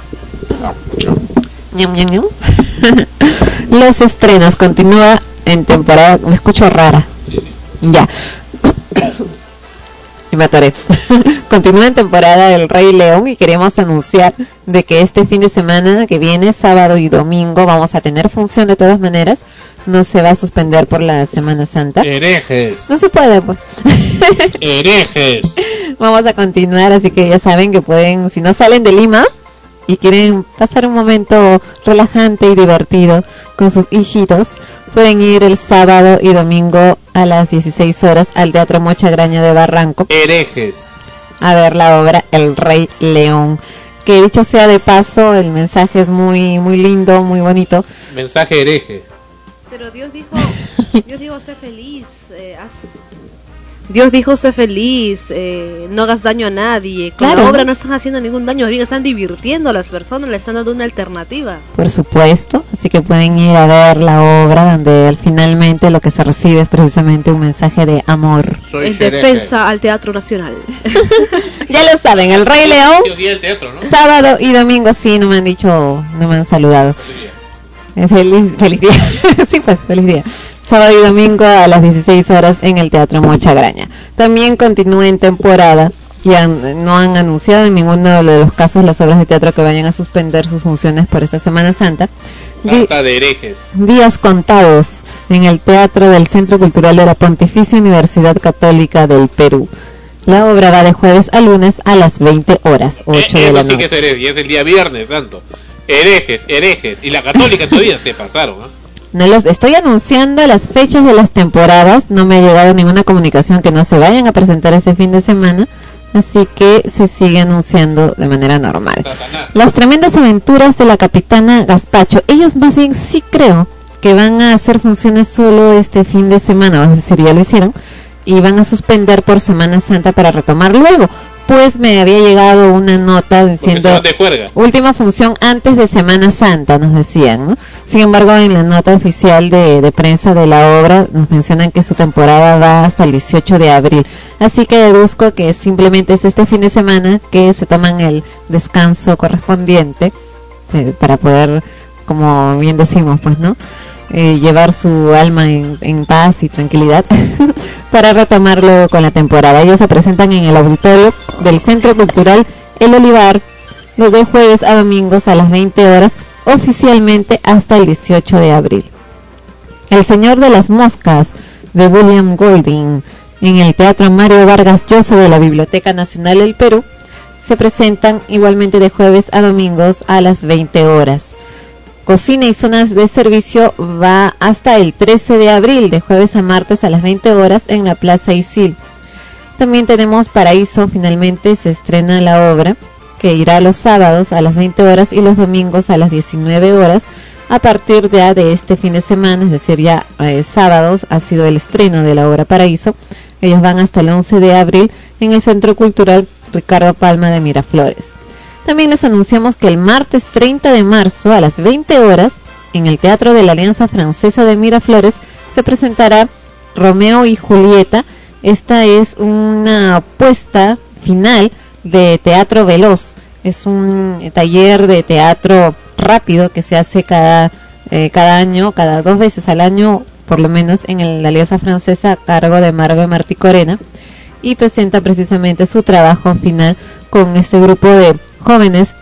Los estrenos continúa en temporada. Me escucho rara. Ya. Y me atoré. Continúa en temporada del Rey León y queremos anunciar de que este fin de semana que viene, sábado y domingo, vamos a tener función de todas maneras. No se va a suspender por la Semana Santa. Herejes. No se puede, pues. Herejes. Vamos a continuar, así que ya saben que pueden, si no salen de Lima y quieren pasar un momento relajante y divertido con sus hijitos, pueden ir el sábado y domingo a las 16 horas al Teatro Mocha Graña de Barranco. Herejes. A ver la obra El Rey León. Que dicho sea de paso, el mensaje es muy muy lindo, muy bonito. Mensaje hereje. Pero Dios dijo, sé feliz, Dios dijo, sé feliz, no hagas daño a nadie. Con la obra no están haciendo ningún daño, bien están divirtiendo a las personas, le están dando una alternativa. Por supuesto, así que pueden ir a ver la obra donde finalmente lo que se recibe es precisamente un mensaje de amor. En defensa al Teatro Nacional. Ya lo saben, El Rey León, el teatro, ¿no? Sábado y domingo, sí, no me han dicho, no me han saludado. Feliz día. Sí, pues, feliz día. Sábado y domingo a las 16 horas en el Teatro Mocha Graña. También continúa en temporada. Ya no han anunciado en ninguno de los casos las obras de teatro que vayan a suspender sus funciones por esta Semana Santa. Santa de herejes. Días contados en el Teatro del Centro Cultural de la Pontificia Universidad Católica del Perú. La obra va de jueves a lunes a las 20 horas, 8 de la noche. Sí que es hereje, y es el día viernes santo. Herejes. Y la católica todavía se pasaron, ¿no? No los estoy anunciando las fechas de las temporadas. No me ha llegado ninguna comunicación que no se vayan a presentar este fin de semana. Así que se sigue anunciando de manera normal. Satanás. Las tremendas aventuras de la capitana Gaspacho. Ellos más bien sí creo que van a hacer funciones solo este fin de semana. Es decir, ya lo hicieron. iban a suspender por Semana Santa para retomar luego. Pues me había llegado una nota diciendo última función antes de Semana Santa, nos decían, ¿no? Sin embargo, en la nota oficial de prensa de la obra nos mencionan que su temporada va hasta el 18 de abril. Así que deduzco que simplemente es este fin de semana que se toman el descanso correspondiente para poder, como bien decimos, pues, ¿no? Llevar su alma en paz y tranquilidad para retomarlo con la temporada. Ellos se presentan en el auditorio del Centro Cultural El Olivar de jueves a domingos a las 20 horas, oficialmente hasta el 18 de abril. El Señor de las Moscas de William Golding en el Teatro Mario Vargas Llosa de la Biblioteca Nacional del Perú se presentan igualmente de jueves a domingos a las 20 horas. Cocina y zonas de servicio va hasta el 13 de abril, de jueves a martes a las 20 horas en la Plaza Isil. También tenemos Paraíso, finalmente se estrena la obra, que irá los sábados a las 20 horas y los domingos a las 19 horas. A partir de este fin de semana, es decir, ya sábados, ha sido el estreno de la obra Paraíso. Ellos van hasta el 11 de abril en el Centro Cultural Ricardo Palma de Miraflores. También les anunciamos que el martes 30 de marzo a las 20 horas en el Teatro de la Alianza Francesa de Miraflores se presentará Romeo y Julieta. Esta es una puesta final de teatro veloz. Es un taller de teatro rápido que se hace cada año, cada 2 veces al año, por lo menos en la Alianza Francesa, a cargo de Marve Martí Corena, y presenta precisamente su trabajo final con este grupo de jóvenes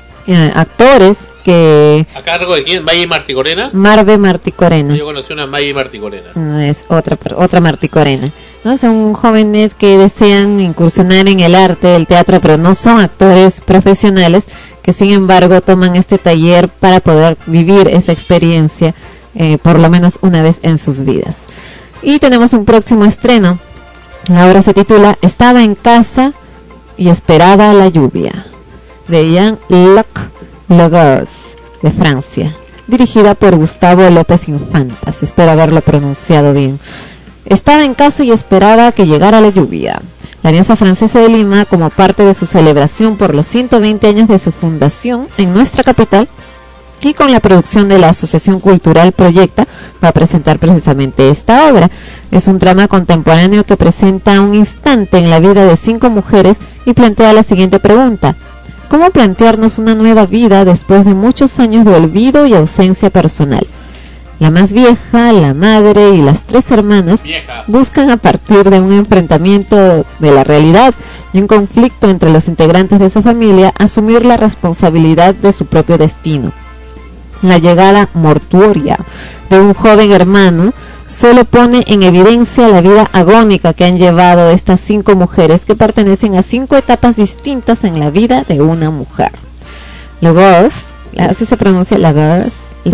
actores que... ¿A cargo de quién? ¿Maggie Martí Corena? Marve Martí Corena. Yo conocí una Maggie Martí Corena. No, es otra Martí Corena, ¿no? Son jóvenes que desean incursionar en el arte del teatro, pero no son actores profesionales, que sin embargo toman este taller para poder vivir esa experiencia por lo menos una vez en sus vidas. Y tenemos un próximo estreno. La obra se titula Estaba en casa y esperaba la lluvia, de Jean-Luc Legars, de Francia, dirigida por Gustavo López Infantas. Espero haberlo pronunciado bien. Estaba en casa y esperaba que llegara la lluvia. La Alianza Francesa de Lima, como parte de su celebración por los 120 años de su fundación en nuestra capital, y con la producción de la Asociación Cultural Proyecta, va a presentar precisamente esta obra. Es un drama contemporáneo que presenta un instante en la vida de 5 mujeres y plantea la siguiente pregunta: ¿cómo plantearnos una nueva vida después de muchos años de olvido y ausencia personal? La más vieja, la madre y las 3 hermanas buscan, a partir de un enfrentamiento de la realidad y un conflicto entre los integrantes de su familia, asumir la responsabilidad de su propio destino. La llegada mortuoria de un joven hermano solo pone en evidencia la vida agónica que han llevado estas 5 mujeres, que pertenecen a 5 etapas distintas en la vida de una mujer. Legars, así se pronuncia Legars,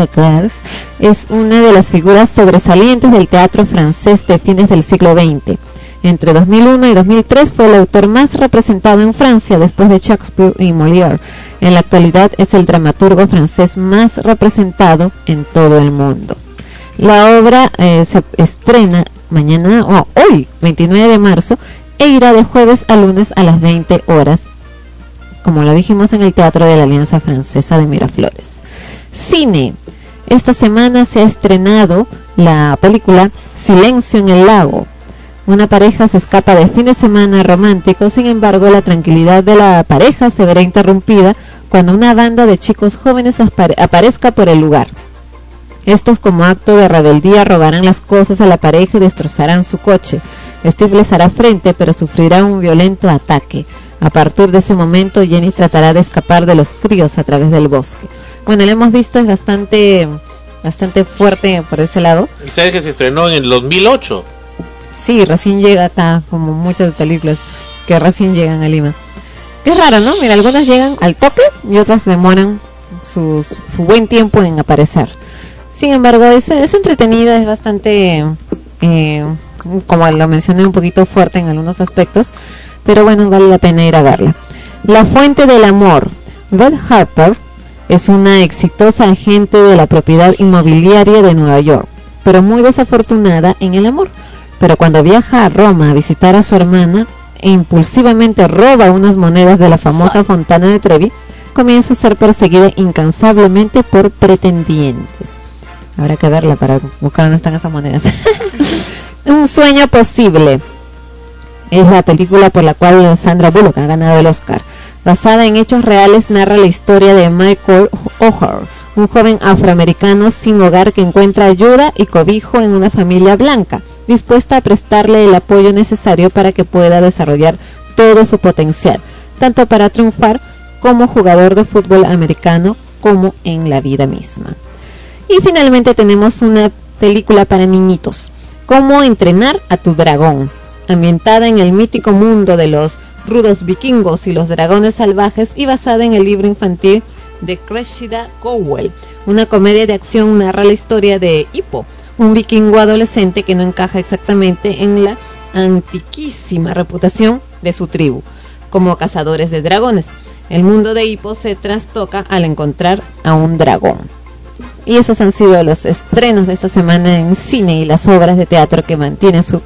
es una de las figuras sobresalientes del teatro francés de fines del siglo XX. Entre 2001 y 2003 fue el autor más representado en Francia después de Shakespeare y Molière. En la actualidad es el dramaturgo francés más representado en todo el mundo. La obra se estrena hoy, 29 de marzo, e irá de jueves a lunes a las 20 horas, como lo dijimos, en el Teatro de la Alianza Francesa de Miraflores. Cine. Esta semana se ha estrenado la película Silencio en el lago. Una pareja se escapa de fin de semana romántico, sin embargo la tranquilidad de la pareja se verá interrumpida cuando una banda de chicos jóvenes aparezca por el lugar. Estos, como acto de rebeldía, robarán las cosas a la pareja y destrozarán su coche. Steve les hará frente, pero sufrirá un violento ataque. A partir de ese momento, Jenny tratará de escapar de los críos a través del bosque. Bueno, lo hemos visto, es bastante fuerte por ese lado. ¿Y sabes que se estrenó en el 2008? Sí, recién llega acá, como muchas películas que recién llegan a Lima. Es raro, ¿no? Mira, algunas llegan al toque y otras demoran su buen tiempo en aparecer. Sin embargo, es entretenida, es bastante, como lo mencioné, un poquito fuerte en algunos aspectos, pero bueno, vale la pena ir a verla. La fuente del amor. Beth Harper es una exitosa agente de la propiedad inmobiliaria de Nueva York, pero muy desafortunada en el amor. pero cuando viaja a Roma a visitar a su hermana e impulsivamente roba unas monedas de la famosa Fontana de Trevi, comienza a ser perseguida incansablemente por pretendientes. Habrá que verla para buscar dónde están esas monedas. Un sueño posible es la película por la cual Sandra Bullock ha ganado el Oscar. Basada en hechos reales, narra la historia de Michael O'Hare, un joven afroamericano sin hogar que encuentra ayuda y cobijo en una familia blanca, dispuesta a prestarle el apoyo necesario para que pueda desarrollar todo su potencial, tanto para triunfar como jugador de fútbol americano como en la vida misma. Y finalmente tenemos una película para niñitos, Cómo entrenar a tu dragón, ambientada en el mítico mundo de los rudos vikingos y los dragones salvajes y basada en el libro infantil de Cressida Cowell. Una comedia de acción narra la historia de Hippo, un vikingo adolescente que no encaja exactamente en la antiquísima reputación de su tribu como cazadores de dragones. El mundo de Hippo se trastoca al encontrar a un dragón. Y esos han sido los estrenos de esta semana en cine y las obras de teatro que mantienen su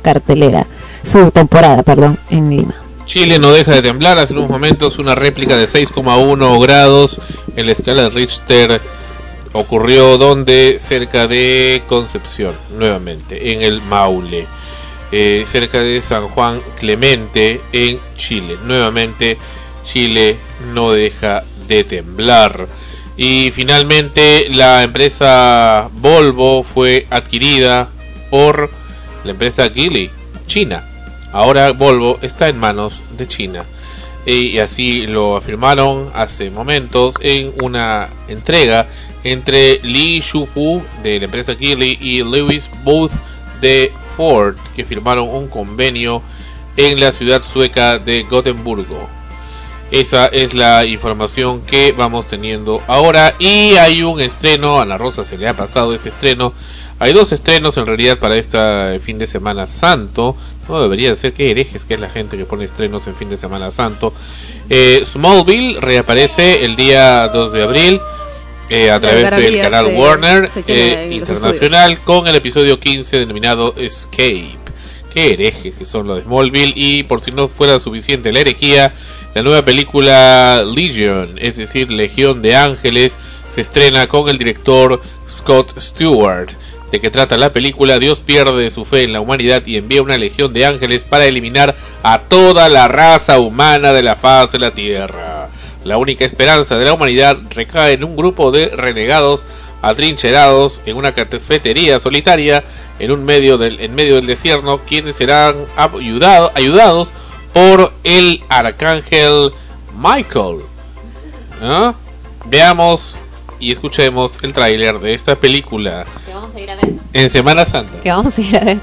temporada, en Lima. Chile no deja de temblar. Hace unos momentos una réplica de 6,1 grados en la escala de Richter ocurrió donde, cerca de Concepción, nuevamente, en el Maule, cerca de San Juan Clemente, en Chile. Nuevamente, Chile no deja de temblar. Y finalmente la empresa Volvo fue adquirida por la empresa Geely, China. Ahora Volvo está en manos de China. Y así lo afirmaron hace momentos en una entrega entre Li Shufu de la empresa Geely y Lewis Booth de Ford, que firmaron un convenio en la ciudad sueca de Gotemburgo. Esa es la información que vamos teniendo ahora. Y hay un estreno, a Ana Rosa se le ha pasado ese estreno. Hay dos estrenos en realidad para este fin de Semana Santo. No debería ser, que herejes que es la gente que pone estrenos en fin de Semana Santo. Smallville reaparece el día 2 de abril a través del canal Warner Internacional con el episodio 15 denominado Escape. Qué herejes que son los de Smallville. Y por si no fuera suficiente la herejía, la nueva película Legion, es decir, Legión de Ángeles, se estrena con el director Scott Stewart. ¿De qué trata la película? Dios pierde su fe en la humanidad y envía una legión de ángeles para eliminar a toda la raza humana de la faz de la tierra. La única esperanza de la humanidad recae en un grupo de renegados atrincherados en una cafetería solitaria en medio del desierto, quienes serán ayudados por el arcángel Michael. ¿Ah? Veamos y escuchemos el tráiler de esta película que vamos a ir a ver en Semana Santa. Que vamos a ir a ver.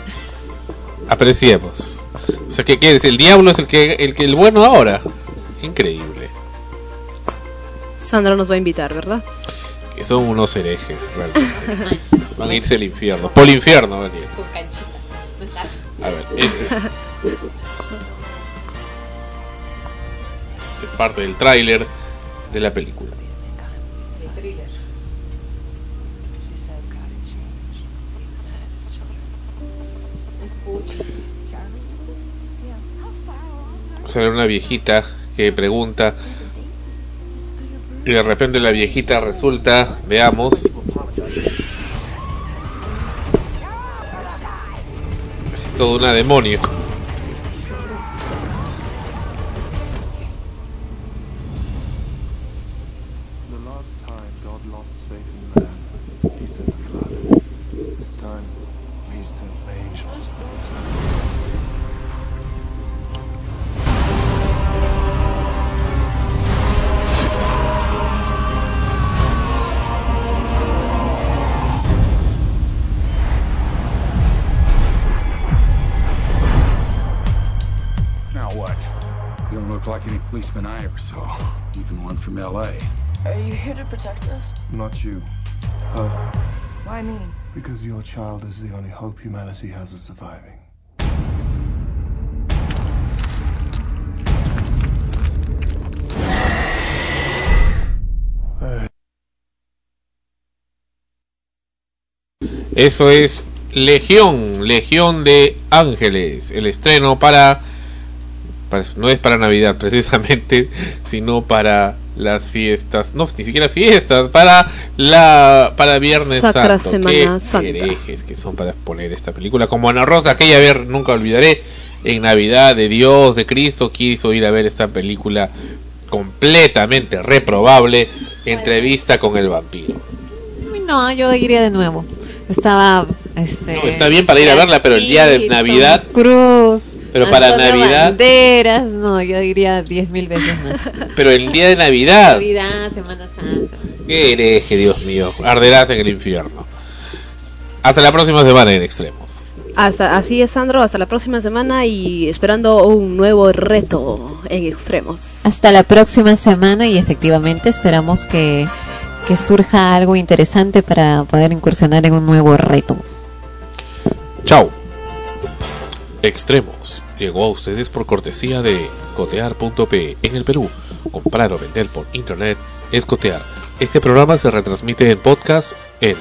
Apreciemos. O sea, ¿qué es? El diablo es el bueno ahora. Increíble. Sandra nos va a invitar, ¿verdad? Que son unos herejes, realmente. Van a irse al infierno. Por el infierno van a ir. A ver, ese es parte del tráiler de la película. Sale una viejita que pregunta y de repente la viejita resulta, veamos, es todo una demonio. Policeman I ever saw, even one from LA. Are you here to protect us? Not you. Her. Why me? Because your child is the only hope humanity has of surviving. Eso es Legión de Ángeles, el estreno no es para Navidad precisamente, sino para las fiestas, no, ni siquiera fiestas, para Viernes Sacra Santo. Semana Qué Santa. herejes que son para poner esta película. Como Ana Rosa, aquella vez, nunca olvidaré, en Navidad de Dios, de Cristo, quiso ir a ver esta película completamente reprobable, Entrevista con el vampiro. No, yo iría de nuevo. Estaba No, está bien para ir a verla, pero el día de Navidad, Cruz, pero para Antonio Navidad, Banderas, no, yo iría 10.000 veces más. pero el día de Navidad, Semana Santa. qué hereje, Dios mío, arderás en el infierno. Hasta la próxima semana en Extremos. Así es, Sandro, hasta la próxima semana y esperando un nuevo reto en Extremos. Hasta la próxima semana y efectivamente esperamos que surja algo interesante para poder incursionar en un nuevo reto. Chao. Extremos llegó a ustedes por cortesía de cotear.pe. En el Perú, comprar o vender por internet es cotear. Este programa se retransmite en podcast en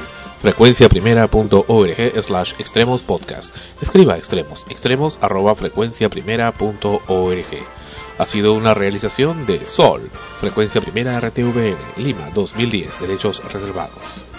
frecuenciaprimera.org/extremos podcast. Escriba extremos@frecuenciaprimera.org. Ha sido una realización de Sol, Frecuencia Primera RTVN, Lima 2010, derechos reservados.